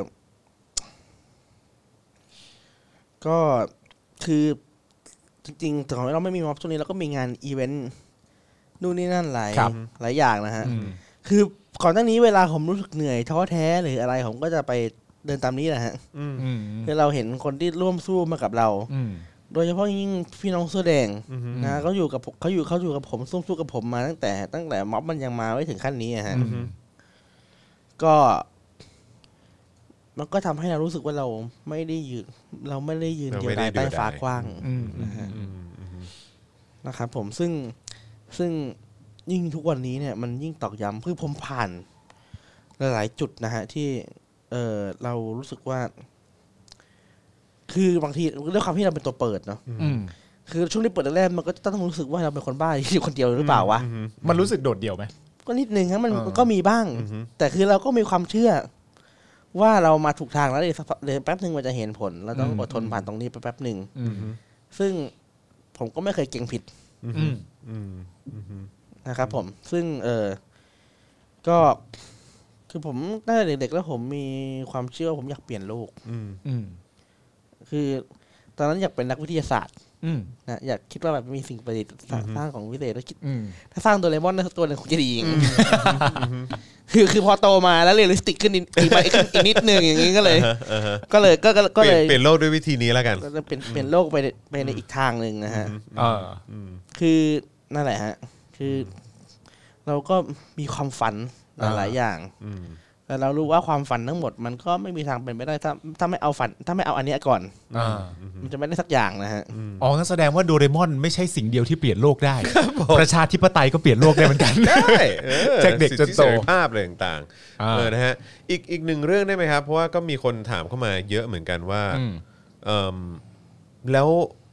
ก็คือจริงๆถึงเราไม่มีม็อบช่วงนี้เราก็มีงานอีเวนต์นู่นนี่นั่นหลายครับหลายอย่างนะฮะอืมคือก่อนหน้านี้เวลาผมรู้สึกเหนื่อยท้อแท้หรืออะไรผมก็จะไปเดินตามนี้แหละฮะอืมคือเราเห็นคนที่ร่วมสู้มากับเราอืมโดยเฉพาะยิ่งพี่น้องเสื้อแดงนะฮะเขาอยู่กับผมเขาอยู่เขาอยู่กับผมสู้สู้กับผมมาตั้งแต่ ตั้งแต่ม็อบมันยังมาไม่ถึงขั้นนี้อะฮะก็ มันก็ทำให้เรารู้สึกว่าเราไม่ได้ยืนเราไม่ได้ยืนเราเดียไม่วได้ดายใต้เดี่ยวดายฟ้ากว้างอืมนะฮะนะครับผมซึ่งซึ่งยิ่งทุกวันนี้เนี่ย มันยิ่งตอกย้ำคือผมผ่านหลายๆจุดนะฮะ ที่ เออเรารู้สึกว่า คือบางทีด้วยความที่เราเป็นตัวเปิดเนาะอืมคือช่วงที่เปิดแรกๆมันก็ต้องรู้สึกว่าเราเป็นคนบ้าอยู่คนเดียวหรือเปล่าวะมันรู้สึกโดดเดี่ยวไหมก็นิดนึงครับมันเออมันก็มีบ้าง แต่คือเราก็มีความเชื่อ ว่าเรามาถูกทางแล้วเดี๋ยวสักพักเดี๋ยวแป๊บหนึ่งมันจะเห็นผล เราต้องอดทนผ่านตรงนี้ไปแป๊บหนึ่งอืมซึ่งผมก็ไม่เคยเก่งผิดอืมนะครับผม ซึ่งเออก็คือผมตั้งแต่เด็กๆแล้วผมมีความเชื่อว่าผมอยากเปลี่ยนโลกอืมคือ ตอนนั้นอยากเป็นนักวิทยาศาสตร์อืมนะอยากคิดว่าแบบมีสิ่งประดิษฐ์สร้างของวิเศษแล้วคิดอืมถ้าสร้างโดเรมอนได้สักตัวหนึงคงจะดีอย่างงี้คือคือพอโตมาแล้วเรียลลิสติกขึ้นอีกอีกอีกอีกนิดนึงอย่างงี้ก็เลย ก็เลยก็ก็ก็เปลี่เลย ยนเปลี่ยนโลกด้วยวิธีนี้แล้วกันก็จะเป็นเป็นโลกไปในไปในอีกทางหนึ่งนะฮะเออคือนั่นแหละฮะ คือเราก็มีความฝันหลายๆอย่างแต่เรารู้ว่าความฝันทั้งหมด มันก็ไม่มีทางเป็นไปได้ถ้าถ้าไม่เอาฝัน ถ้าไม่เอาอันเนี้ยก่อนอ่ามันจะไม่ได้สักอย่างนะฮะอ๋องั้นแสดงว่าโดเรมอนไม่ใช่สิ่งเดียวที่เปลี่ยนโลกได้ ประชาธิปไตยก็เปลี่ยนโลกได้เหมือนกันได้เออจากเด็กจนโตสิทธิเสรีภาพอะไรต่างอ่าๆเออนะฮะอีกอีกหนึ่งเรื่องได้ไหมครับ เพราะว่าก็มีคนถามเข้ามาเยอะเหมือนกันว่าอืมเอมแล้ว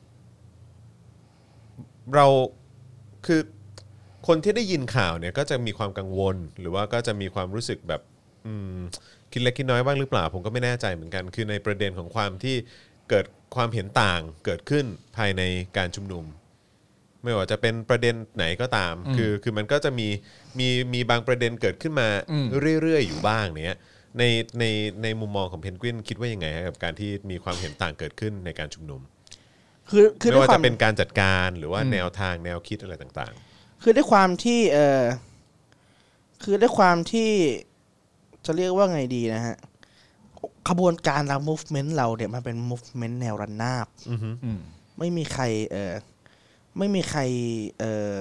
เราคือคนที่ได้ยินข่าวเนี่ยก็จะมีความกังวล หรือว่าก็จะมีความรู้สึกแบบอืมคิดเล็กคิดน้อยบ้างหรือเปล่า ผมก็ไม่แน่ใจเหมือนกัน คือในประเด็นของความที่เกิดความเห็นต่างเกิดขึ้นภายในการชุมนุม ไม่ว่าจะเป็นประเด็นไหนก็ตาม คือคือมันก็จะมีมีมีบางประเด็นเกิดขึ้นมาอืมเรื่อยๆอยู่บ้างเนี้ยในในในมุมมองของเพนกวินคิดว่ายังไงฮะกับการที่มีความเห็นต่างเกิดขึ้นในการชุมนุมคือคือไม่ด้วยว่าควาจะมเป็นการจัดการหรือว่าอืมแนวทางแนวคิดอะไรต่างคือด้วยความที่เออคือด้วยความที่จะเรียกว่าไงดีนะฮะขบวนการเรา movement เราเนี่ยมันเป็น movement แนวระนาบไม่มีใครเออไม่มีใครเออ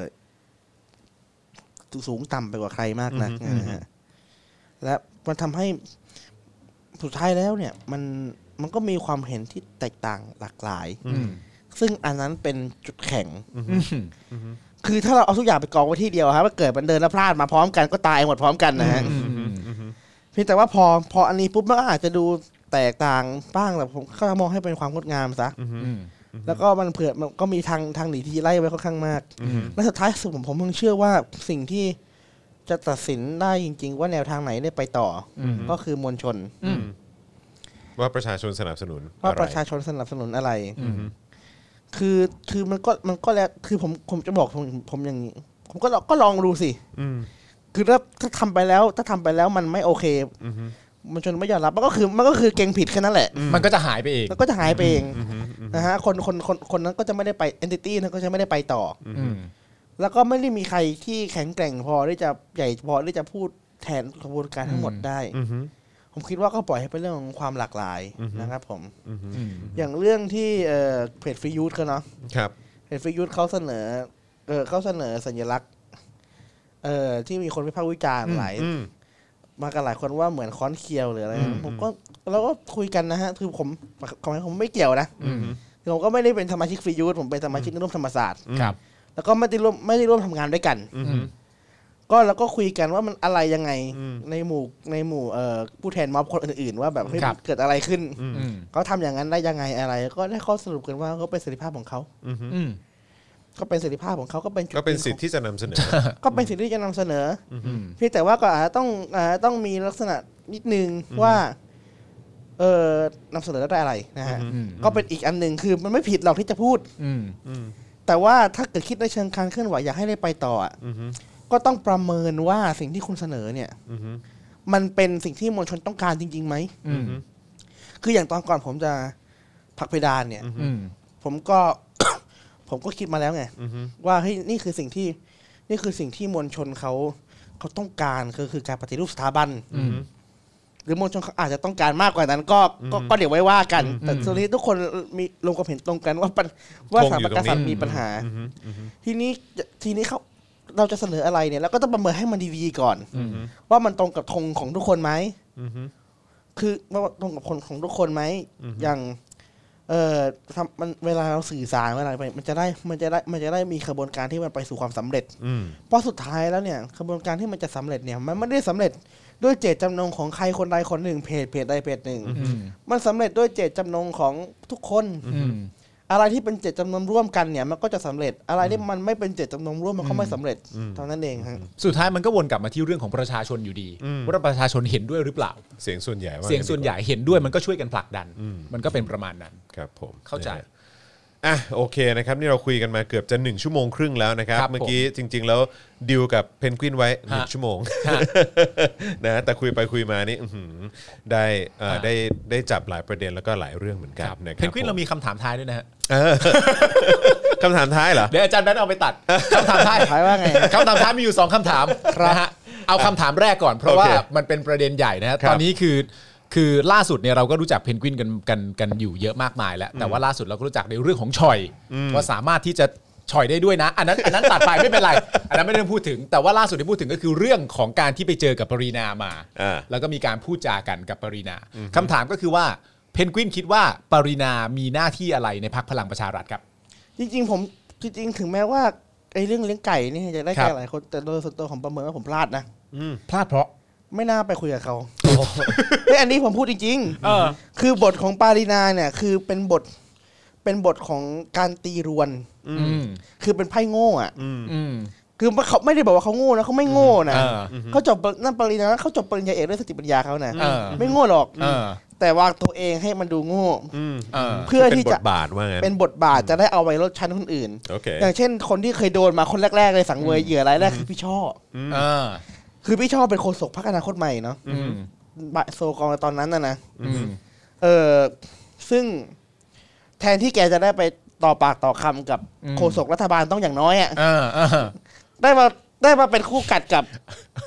สูงต่ำไปกว่าใครมากนักนะฮะและมันทำให้สุดท้ายแล้วเนี่ยมันมันก็มีความเห็นที่แตกต่างหลากหลายซึ่งอันนั้นเป็นจุดแข็งคือถ้าเราเอาทุกอย่างไปกองไว้ที่เดียวครับว่าเกิดมันเดินแล้วพลาดมาพร้อมกันก็ตายหมดพร้อมกันนะฮะเพียงแต่ว่าพอพออันนี้ปุ๊บมันอาจจะดูแตกต่างบ้างแต่ผมก็มองให้เป็นความงดงามซะแล้วก็มันเผื่อมันก็มีทางทางหนีที่ไล่ไว้ค่อนข้างมากและสุดท้ายสุดผมผมยังเชื่อว่าสิ่งที่จะตัดสินได้จริงๆว่าแนวทางไหนได้ไปต่อก็คือมวลชนว่าประชาชนสนับสนุนว่าประชาชนสนับสนุนอะไรคือคือมันก็มันก็แล้วคือผมผมจะบอกผมผมอย่างนี้ผมก็ก็ลองดูสิคือถ้าถ้าทำไปแล้วถ้าทำไปแล้วมันไม่โอเคมันจนไม่ยอมรับมันก็คือมันก็คือเก่งผิดแค่นั้นแหละมันก็จะหายไปเองมันก็จะหายไปเองนะฮะคนคนคนคนนั้นก็จะไม่ได้ไป entity นั้นก็จะไม่ได้ไปต่อแล้วก็ไม่ได้มีใครที่แข็งแกร่งพอที่จะใหญ่พอที่จะพูดแทนกระบวนการทั้งหมดได้ผมคิดว่าก็ปล่อยให้เป็นเรื่องของความหลากหลายนะครับผมอย่างเรื่องที่เพจฟรียูธเขาเนาะเพจฟรียูธเขาเสนอเออเขาเสนอสัญลักษณ์เอ่อที่มีคนวิพากษ์วิจารณ์หลายมากันหลายคนว่าเหมือนค้อนเคียวหรืออะไรผมก็เราก็คุยกันนะฮะคือผมของผมไม่เกี่ยวนะผมก็ไม่ได้เป็นสมาชิกฟรียูธผมเป็นสมาชิกร่วมธรรมศาสตร์แล้วก็ไม่ได้ร่วมไม่ได้ร่วมทำงานด้วยกันก็แล้วก็คุยกันว่ามันอะไรยังไงในหมู่ในหมู่เอ่อผู้แทนม็อบคนอื่นๆว่าแบบเกิดอะไรขึ้นเขาทำอย่างนั้นได้ยังไงอะไรก็ได้ข้อสรุปกันว่าก็เป็นเสรีภาพของเขาก็เป็นเสรีภาพของเขาก็เป็นก็เป็นสิทธิ์ที่จะนำเสนอก็เป็นสิทธิ์ที่จะนำเสนอเพียงแต่ว่าก็อาจจะต้องอาจจะต้องมีลักษณะนิดนึงว่าเออนำเสนอได้อะไรนะฮะก็เป็นอีกอันหนึ่งคือมันไม่ผิดหรอกที่จะพูดแต่ว่าถ้าเกิดคิดในเชิงการเคลื่อนไหวอยากให้ได้ไปต่อก็ต้องประเมินว่าสิ่งที่คุณเสนอเนี่ยมันเป็นสิ่งที่มวลชนต้องการจริงๆไหมคืออย่างตอนก่อนผมจะผลักเพดานเนี่ยผมก็ผมก็คิดมาแล้วไงว่าเฮ้ยนี่คือสิ่งที่นี่คือสิ่งที่มวลชนเขาเขาต้องการคือคือการปฏิรูปสถาบันหรือมวลชนเขาอาจจะต้องการมากกว่านั้นก็ก็เดี๋ยวไว้ว่ากันแต่ตอนนี้ทุกคนมีลงความเห็นตรงกันว่าว่าสถาบันกษัตริย์มีปัญหาทีนี้ทีนี้เขาเราจะเสนออะไรเนี่ยแล้วก็ต้องประเมินให้มันดีๆก่อนว่ามันตรงกับธงของทุกคนไหมคือว่าตรงกับคนของทุกคนไหมอย่างเอ่อทำมันเวลาเราสื่อสารเวลาไปมันจะได้มันจะได้มันจะได้มีกระบวนการที่มันไปสู่ความสำเร็จเพราะสุดท้ายแล้วเนี่ยกระบวนการที่มันจะสำเร็จเนี่ยมันไม่ได้สำเร็จด้วยเจตจำนงของใครคนใดคนหนึ่งเพจเพจใดเพจหนึ่งมันสำเร็จด้วยเจตจำนงของทุกคนอะไรที่เป็นเจตจำนงร่วมกันเนี่ยมันก็จะสำเร็จอะไรที่มันไม่เป็นเจตจำนงร่วมมันก็ไม่สำเร็จเท่านั้นเองครับสุดท้ายมันก็วนกลับมาที่เรื่องของประชาชนอยู่ดีว่าประชาชนเห็นด้วยหรือเปล่าเสียงส่วนใหญ่เสียงส่วนใหญ่เห็นด้วยมันก็ช่วยกันผลักดันมันก็เป็นประมาณนั้นครับผมเข้าใจอ่ะโอเคนะครับนี่เราคุยกันมาเกือบจะหนึ่งชั่วโมงครึ่งแล้วนะครับเมื่อกี้จริงๆแล้วดิวกับเพนกวินไว้หนึ่งชั่วโมงนะแต่คุยไปคุยมานี่ได้ได้ได้จับหลายประเด็นแล้วก็หลายเรื่องเหมือนกันนะครับเพนกวินเรามีคำถามท้ายด้วยนะฮะคำถามท้ายเหรอเดี๋ยวอาจารย์แบนเอาไปตัดคำถามท้ายท้ายว่าไงคำถามท้ายมีอยู่สองคำถามนะฮะเอาคำถามแรกก่อนเพราะว่ามันเป็นประเด็นใหญ่นะฮะตอนนี้คือคือล่าสุดเนี่ยเราก็รู้จักเพนกวินกันกันกันอยู่เยอะมากมายแล้วแต่ว่าล่าสุดเราก็รู้จักในเรื่องของชอยว่าสามารถที่จะชอยได้ด้วยนะอันนั้นอันนั้นตัดไปไม่เป็นไรอันนั้นไม่ได้พูดถึงแต่ว่าล่าสุดที่พูดถึงก็คือเรื่องของการที่ไปเจอกับปรีนามาแล้วก็มีการพูดจากันกับปรีนาคำถามก็คือว่าเพนกวินคิดว่าปรีนามีหน้าที่อะไรในพรรคพลังประชารัฐครับจริงๆผมจริงๆถึงแม้ว่าไอ้เรื่องเลี้ยงไก่นี่จะได้แก่หลายคนแต่โดยส่วนตัวของประเมินว่าผมพลาดนะพลาดเพราะไม่น่าไปคุยกับเขาเฮ้ยอันนี้ผมพูดจริงๆคือบทของปารีนาเนี่ยคือเป็นบทเป็นบทของการตีรวนคือเป็นไพ่โง่อ่ะคือเขาไม่ได้บอกว่าเขาโง่นะเขาไม่โง่นะเขาจบนั่นปารีนาเขาจบปริญญาเอกด้วยสติปัญญาเขานะไม่โง่หรอกแต่วางตัวเองให้มันดูโง่เพื่อที่จะเป็นบทบาทจะได้เอาไว้ลดชั้นคนอื่นอย่างเช่นคนที่เคยโดนมาคนแรกๆเลยสังเวยเหยื่อรายแรกคือพี่ช่อคือพี่ชอบเป็นโฆษกพรรคอนาคตใหม่เนาะบะโซกองตอนนั้นน่ะนะเออซึ่งแทนที่แกจะได้ไปต่อปากต่อคำกับโฆษกรัฐบาลต้องอย่างน้อยอ่ะได้มาได้มาเป็นคู่กัดกับ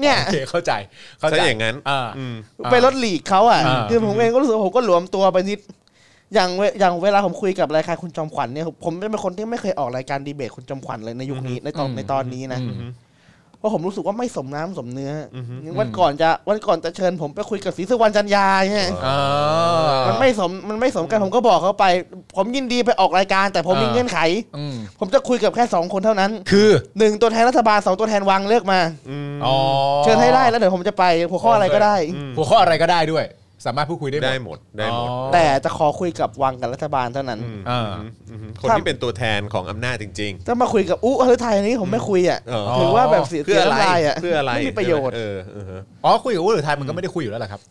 เนี่ยโอเคเข้าใจเข้าใจใช่อย่างนั้นอ่าอืมไปลดหลีกเขาอ่ะอ่าคือผมเองก็รู้สึกว่าผมก็หลวมตัวไปนิดอย่างเวอย่างเวลาผมคุยกับรายการคุณจอมขวัญเนี่ยผมเป็นคนที่ไม่เคยออกรายการดีเบตคุณจอมขวัญเลยในยุคนี้ในตอนในตอนนี้นะเพราะผมรู้สึกว่าไม่สมน้ำสมเนื้อวันก่อนจะวันก่อนจะเชิญผมไปคุยกับศรีสุวรรณจันยาเนี่ยมันไม่สมมันไม่สมกันผมก็บอกเขาไป ผมยินดีไปออกรายการแต่ผมมีเงื่อนไขผมจะคุยกับแค่สองคนเท่านั้นคือหนึ่งตัวแทนรัฐบาลสองตัวแทนวังเลือกมาเชิญให้ได้แล้วเดี๋ยวผมจะไปหัวข้ออะไรก็ได้หัวข้ออะไรก็ได้ด้วยสามารถพูดคุยได้ได้หมดได้หมดแต่จะขอคุยกับวังกับรัฐบาลเท่านั้นคนที่เป็นตัวแทนของอำนาจจริงๆจะมาคุยกับอู้ฤทัยอันนี้ผมไม่คุยอ่ะถือว่าแบบเสียน้ำลายอ่ะเพื่ออะไรไม่มีประโยชน์อ๋อคุยกับอู้ฤทัยมันก็ไม่ได้คุยอยู่แล้วแหละครับ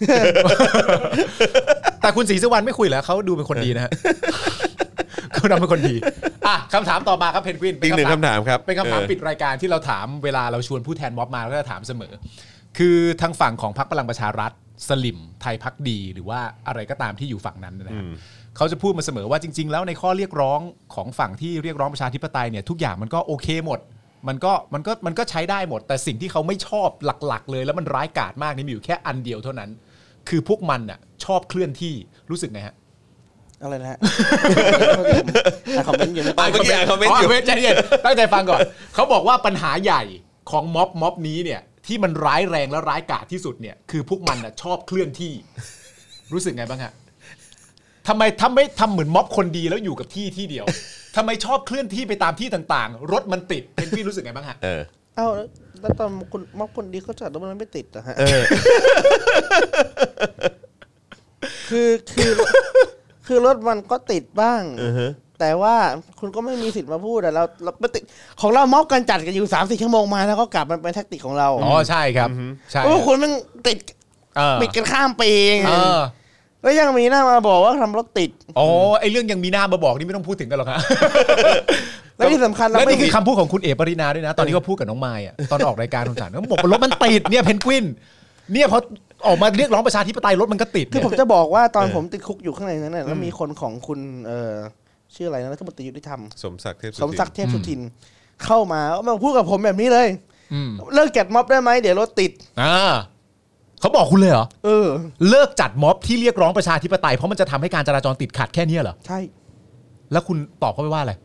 แต่คุณศรีสุวรรณไม่คุยแล้วเขาดูเป็นคนดีนะฮะเขาทำเป็นคนดีอ่ะคำถามต่อมาครับเพนกวินอีกหนึ่งคำถามครับเป็นคำถามปิดรายการที่เราถามเวลาเราชวนผู้แทนม็อบมาแล้วก็จะถามเสมอคือทางฝั่งของพรรคพลังประชารัฐสลิมไทยพักดีหรือว่าอะไรก็ตามที่อยู่ฝั่งนั้นนะครับเขาจะพูดมาเสมอว่าจริงๆแล้วในข้อเรียกร้องของฝั่งที่เรียกร้องประชาธิปไตยเนี่ยทุกอย่างมันก็โอเคหมดมันก็มันก็มันก็ใช้ได้หมดแต่สิ่งที่เขาไม่ชอบหลักๆเลยแล้วมันร้ายกาจมากนี่มีอยู่แค่อันเดียวเท่านั้นคือพวกมันน่ะชอบเคลื่อนที่รู้สึกไงฮะอะไรนะฮะคอมเมนต์อยู่อ่านเมื่อกี้คอมเมนต์อยู่ใจเย็นตั้งใจฟังก่อนเขาบอกว่าปัญหาใหญ่ของม็อบม็อบนี้เนี่ยที่มันร้ายแรงและร้ายกาจที่สุดเนี่ยคือพวกมันน่ะชอบเคลื่อนที่รู้สึกไงบ้างฮะทำไมทำไม่ทำเหมือนม็อบคนดีแล้วอยู่กับที่ที่เดียวทำไมชอบเคลื่อนที่ไปตามที่ต่างๆรถมันติดเป็นพี่รู้สึกไงบ้างฮะเออเอ้าแล้วตอนคุณม็อบคนดีเขาจัดรถมันไม่ติดอะฮะคือคือคือรถมันก็ติดบ้างแต่ว่าคุณก็ไม่มีสิทธิ์มาพูดอะเราเราติดของเราม็อบกันจัดกันอยู่ สามสี่ ชั่วโมงมาแล้วก็กลับมันเป็นแท็กติกของเราอ๋อใช่ครับใช่เพราะคุณมันติดปิดกันข้ามปีไงแล้วยังมีหน้ามาบอกว่าทำรถติดอ๋อไอเรื่องยังมีหน้ามาบอกนี่ไม่ต้องพูดถึงกันหรอกฮะและที่สำคัญแล้วนี่คือคำพูดของคุณเอ๋ปรินาด้วยนะตอนนี้ก็พูดกับน้องมายอ่ะตอนออกรายการทุกท่านเขาบอกรถมันติดเนี่ยเพนกวินเนี่ยพอออกมาเรียกร้องประชาธิปไตยรถมันก็ติดคือผมจะบอกว่าตอนผมติดคุกอยู่ข้างในนั้นน่ะแล้วมีคนของคุณเอ่อชื่ออะไรนะรัฐมนตรียุติธรรมสมศักดิ์เทพสุทินสมศักดิ์เทพสุทินเข้ามามาพูดกับผมแบบนี้เลยเลิกจัดม็อบได้ไหมเดี๋ยวรถติดอ่าเขาบอกคุณเลยเหรอเออเลิกจัดม็อบที่เรียกร้องประชาธิปไตยเพราะมันจะทำให้การจราจรติดขัดแค่นี้เหรอใช่แล้วคุณตอบเขาไปว่าอะไร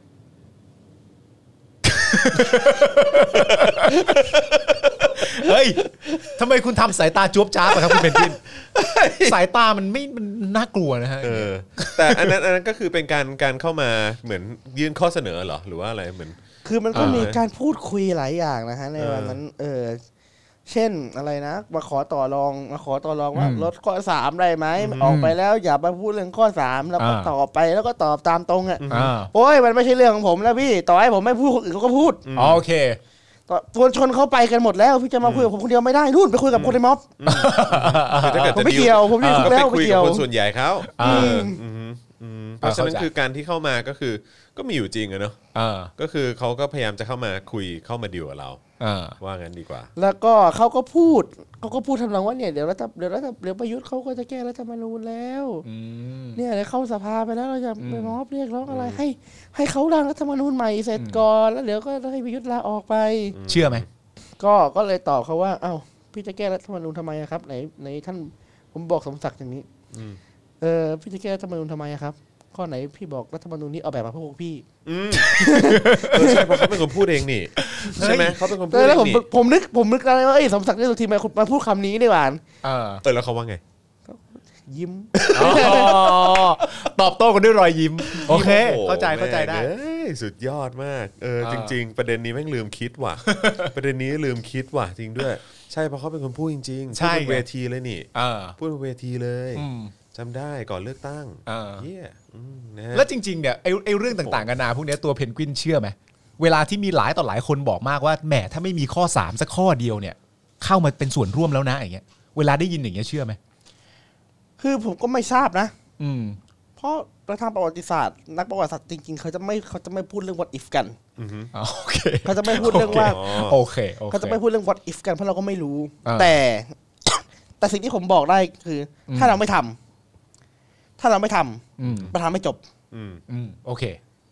เฮ้ยทำไมคุณทำสายตาจ๊วบจ้าบครับคุณเพนกวินสายตามันไม่มันน่ากลัวนะฮะเออแต่อันนั้นอันนั้นก็คือเป็นการการเข้ามาเหมือนยื่นข้อเสนอเหรอหรือว่าอะไรเหมือนคือมันก็มีการพูดคุยหลายอย่างนะฮะในวันนั้นเออเช่นอะไรนะมาขอต่อรองมาขอต่อรองว่าลดข้อสามได้ไหมออกไปแล้วอย่ามาพูดเรื่องข้อสามแล้วก็ตอบไปแล้วก็ตอบตามตรงอ่ะโอ้ยมันไม่ใช่เรื่องของผมแล้วพี่ต่อให้ผมไม่พูดคนอื่นเขาก็พูดโอเคมวลชนเขาไปกันหมดแล้วพี่จะมาคุยกับผมคนเดียวไม่ได้รุ่นไปคุยกับคนในม็อบผมไม่เกี่ยวผมไม่คุยแล้วไปคุยกับคนส่วนใหญ่เขาเพราะฉะนั้นคือการที่เข้ามาก็คือก็มีอยู่จริงอะเนาะก็คือเขาก็พยายามจะเข้ามาคุยเข้ามาดีลกับเราว่างั้นดีกว่าแล้วก็เขาก็พูดเขาก็พูดทำนองว่าเนี่ยเดี๋ยวรัฐเดี๋ยวรัฐเดี๋ยวประยุทธ์เขาก็จะแก้รัฐธรรมนูญแล้วเนี่ยเดี๋ยวเข้าสภาไปแล้วเราจะไปม็อบเรียกร้องอะไรให้ให้เขาร่างรัฐธรรมนูญใหม่เสร็จก่อนแล้วเดี๋ยวก็ให้ประยุทธ์ลาออกไปเชื่อไหมก็ก็เลยตอบเขาว่าอ้าวพี่จะแก้รัฐธรรมนูญทำไมครับไหนในท่านผมบอกสมศักดิ์อย่างนี้เออพี่จะแก้รัฐธรรมนูญทำไมครับข้อไหนพี่บอกรัฐธรรมนูญนี้เอาแบบมาพวกพี่ใช่เพราะเขาเป็นคนพูดเองนี่ใช่ไหมเขาเป็นคนพูดเองนี่ผมนึกผมนึกอะไรว่าไอ้สมศักดิ์เนี่ยสุดทีมามาพูดคำนี้ดีกว่าเออแล้วเขาว่าไงยิ้มตอบโต้กันด้วยรอยยิ้มโอเคเข้าใจเข้าใจได้สุดยอดมากเออจริงๆประเด็นนี้แม่งลืมคิดว่ะประเด็นนี้ลืมคิดว่ะจริงด้วยใช่เพราะเขาเป็นคนพูดจริงๆพูดบนเวทีเลยนี่พูดบนเวทีเลยจำได้ก่อนเลือกตั้งเฮียแล้วจริงๆเนี่ยไอ้ไอ้เรื่องต่างๆกันานาพวกนี้ตัวเพนกวินเชื่อไหมเวลาที่มีหลายต่อหลายคนบอกมากว่าแหมถ้าไม่มีข้อสามสักข้อเดียวเนี่ยเข้ามาเป็นส่วนร่วมแล้วนะอย่างเงี้ยเวลาได้ยินอย่างเงี้ยเชื่อไหมคือผมก็ไม่ทราบนะอืมเพราะประธานประวัติศาสตร์นักประวัติศาสตร์จริงๆเขาจะไม่เขาจะไม่พูดเรื่อง what if กันโอเคเขาจะไม่พูดเรื่องว่าโอเคเขาจะไม่พูดเรื่อง what if กันเพราะเราก็ไม่รู้แต่แต่สิ่งที่ผมบอกได้คือถ้าเราไม่ทำถ้าเราไม่ทำประธานไม่จบโอเค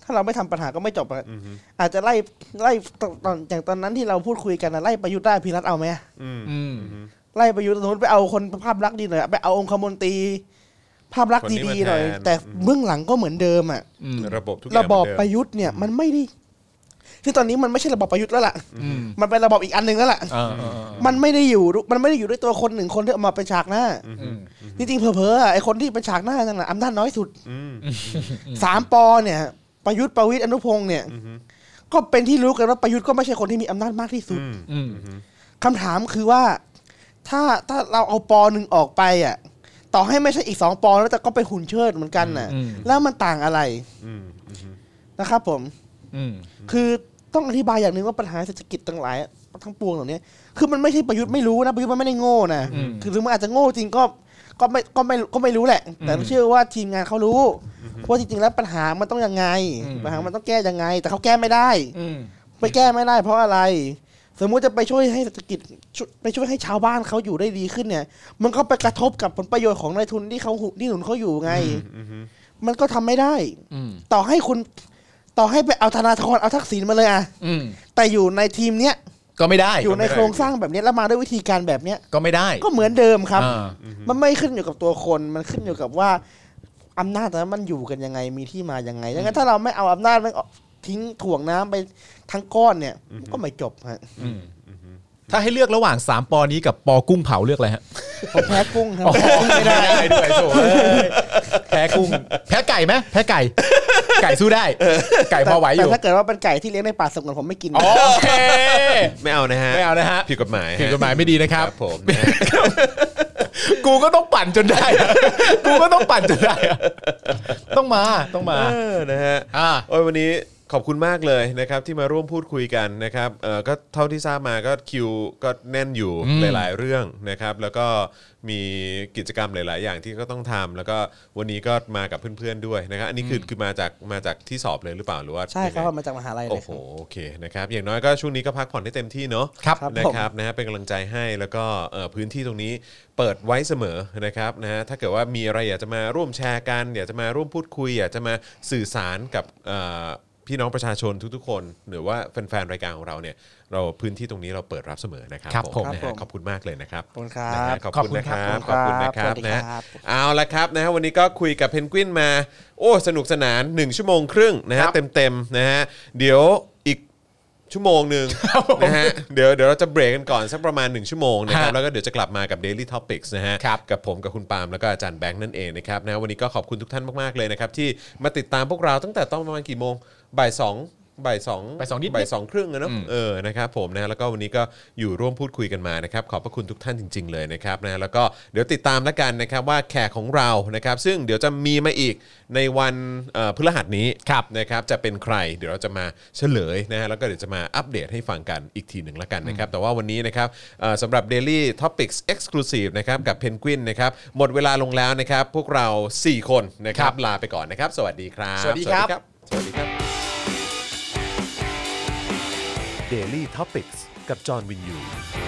ถ้าเราไม่ทำปัญหาก็ไม่จบอะอาจจะไล่ไล่ตอนอย่างตอนนั้นที่เราพูดคุยกันนะไล่ประยุทธ์ได้พิรัตเอาไหมอืมอืมไล่ประยุทธ์สมมติไปเอาคนภาพลักษณ์ดีหน่อยไปเอาองคมนตรีภาพลักษณ์ดีๆหน่อยแต่เบื้องหลังก็เหมือนเดิมอ่ะระบบทุกอย่างระบอบประยุทธ์เนี่ยมันไม่ได้คือตอนนี้มันไม่ใช่ระบอบประยุทธ์แล้วล่ะมันเป็นระบอบอีกอันหนึ่งแล้วล่ะมันไม่ได้อยู่มันไม่ได้อยู่ด้วยตัวคนหนึ่งคนที่เอามาเป็นฉากหน้าจริงๆเผลอๆไอ้คนที่เป็นฉากหน้านั่นแหละอำนาจน้อยสุดสามปอเนี่ยประยุทธ์ประวิตรอนุพงษ์เนี่ยก็เป็นที่รู้กันว่าประยุทธ์ก็ไม่ใช่คนที่มีอำนาจมากที่สุดคำถามคือว่าถ้าถ้าเราเอาปอหนึ่งออกไปอ่ะต่อให้ไม่ใช่อีกสองปอแล้วแต่ก็เป็นหุ่นเชิดเหมือนกันน่ะแล้วมันต่างอะไรนะครับผมคือต้องอธิบายอย่างหนึ่งว่าปัญหาเศรษฐกิจทั้งหลายทั้งปวงเหล่านี้คือมันไม่ใช่ประยุทธ์ไม่รู้นะประยุทธ์มันไม่ได้โง่นะคือถึงมันอาจจะโง่จริงก็ก็ไม่ก็ไม่ก็ไม่รู้แหละแต่เชื่อว่าทีมงานเขารู้เพราะจริงๆแล้วปัญหามันต้องยังไงปัญหามันต้องแก้ยังไงแต่เขาแก้ไม่ได้ไปแก้ไม่ได้เพราะอะไรสมมุติจะไปช่วยให้เศรษฐกิจไปช่วยให้ชาวบ้านเขาอยู่ได้ดีขึ้นเนี่ยมันก็ไปกระทบกับผลประโยชน์ของนายทุนที่เขาที่หนุนเขาอยู่ไงมันก็ทำไม่ได้ต่อให้คุณต่อให้ไปเอาธนาธรเอาทักษิณมาเลยอ่ะแต่อยู่ในทีมเนี้ยก็ไม่ได้อยู่ในโครงสร้างแบบนี้แล้วมาด้วยวิธีการแบบเนี้ยก็ไม่ได้ก็เหมือนเดิมครับมันไม่ขึ้นอยู่กับตัวคนมันขึ้นอยู่กับว่าอำนาจนั้นมันอยู่กันยังไงมีที่มายังไงดังนั้นถ้าเราไม่เอาอำนาจมันทิ้งถ่วงน้ำไปทั้งก้อนเนี่ยก็ไม่จบฮะถ้าให้เลือกระหว่างสามปอนี้กับปอกุ้งเผาเลือกอะไรฮะผมแพ้กุ้งครับไม่ได้ด้วยโถแพ้กุ้งแพ้ไก่ไหมแพ้ไก่ไก่สู้ได้ไก่พอไหวอยู่แต่ถ้าเกิดว่าเป็นไก่ที่เลี้ยงในป่าสงวนผมไม่กินโอเคไม่เอานะฮะไม่เอานะฮะผิดกฎหมายผิดกฎหมายไม่ดีนะครับผมกูก็ต้องปั่นจนได้กูก็ต้องปั่นจนได้ต้องมาต้องมาเออนะฮะโอ้ยวันนี้ขอบคุณมากเลยนะครับที่มาร่วมพูดคุยกันนะครับเอ่อก็เท่าที่ทราบมาก็คิวก็แน่นอยู่หลายๆเรื่องนะครับแล้วก็มีกิจกรรมหลายๆอย่างที่ก็ต้องทำแล้วก็วันนี้ก็มากับเพื่อนๆด้วยนะครับอันนี้คือคือมาจากมาจากที่สอบเลยหรือเปล่าหรือว่าใช่ครับมาจากมหาลัยเลยโอ้โหโอเคนะครับอย่างน้อยก็ช่วงนี้ก็พักผ่อนให้เต็มที่เนาะนะครับนะฮะเป็นกำลังใจให้แล้วก็พื้นที่ตรงนี้เปิดไว้เสมอนะครับนะฮะถ้าเกิดว่ามีอะไรอยากจะมาร่วมแชร์กันอยากจะมาร่วมพูดคุยอยากจะมาสื่อสารกับพี่น้องประชาชนทุกๆคนหรือว่าแฟนๆรายการของเราเนี่ยเราพื้นที่ตรงนี้เราเปิดรับเสมอนะครับผมนะฮะขอบคุณมากเลยนะครับขอบคุณครับขอบคุณนะครับขอบคุณนะครับนะเอาละครับนะฮะวันนี้ก็คุยกับเพนกวินมาโอ้สนุกสนานหนึ่งชั่วโมงครึ่งนะฮะเต็มๆนะฮะเดี๋ยวอีกชั่วโมงนึงนะฮะเดี๋ยวเดี๋ยวเราจะเบรกกันก่อนสักประมาณหนึ่งชั่วโมงนะครับแล้วก็เดี๋ยวจะกลับมากับ Daily Topics นะฮะกับผมกับคุณปาล์มแล้วก็อาจารย์แบงค์นั่นเองนะครับนะวันนี้ก็ขอบคุณทุกท่านมากๆเลยนะครับที่มาติดตามพวกเราตั้งแต่ต้องประมาณกี่โมงบ่ายสองบ่ายสองบ่ายสองนิดบ่ายสองครึ่งนะเนาะเออนะครับผมนะแล้วก็วันนี้ก็อยู่ร่วมพูดคุยกันมานะครับขอบพระคุณทุกท่านจริงๆเลยนะครับนะแล้วก็เดี๋ยวติดตามแล้วกันนะครับว่าแขกของเรานะครับซึ่งเดี๋ยวจะมีมาอีกในวันพฤหัสนี้นะครับจะเป็นใครเดี๋ยวเราจะมาเฉลยนะฮะแล้วก็เดี๋ยวจะมาอัปเดตให้ฟังกันอีกทีหนึ่งแล้วกันนะครับแต่ว่าวันนี้นะครับสำหรับ Daily Topics Exclusive นะครับกับเพนกวินนะครับหมดเวลาลงแล้วนะครับพวกเราสี่คนนะครับลาไปก่อนนะครับสวัสดีครับสวัสดีครับสวัสดีครับ Daily Topics กับจอห์นวินยู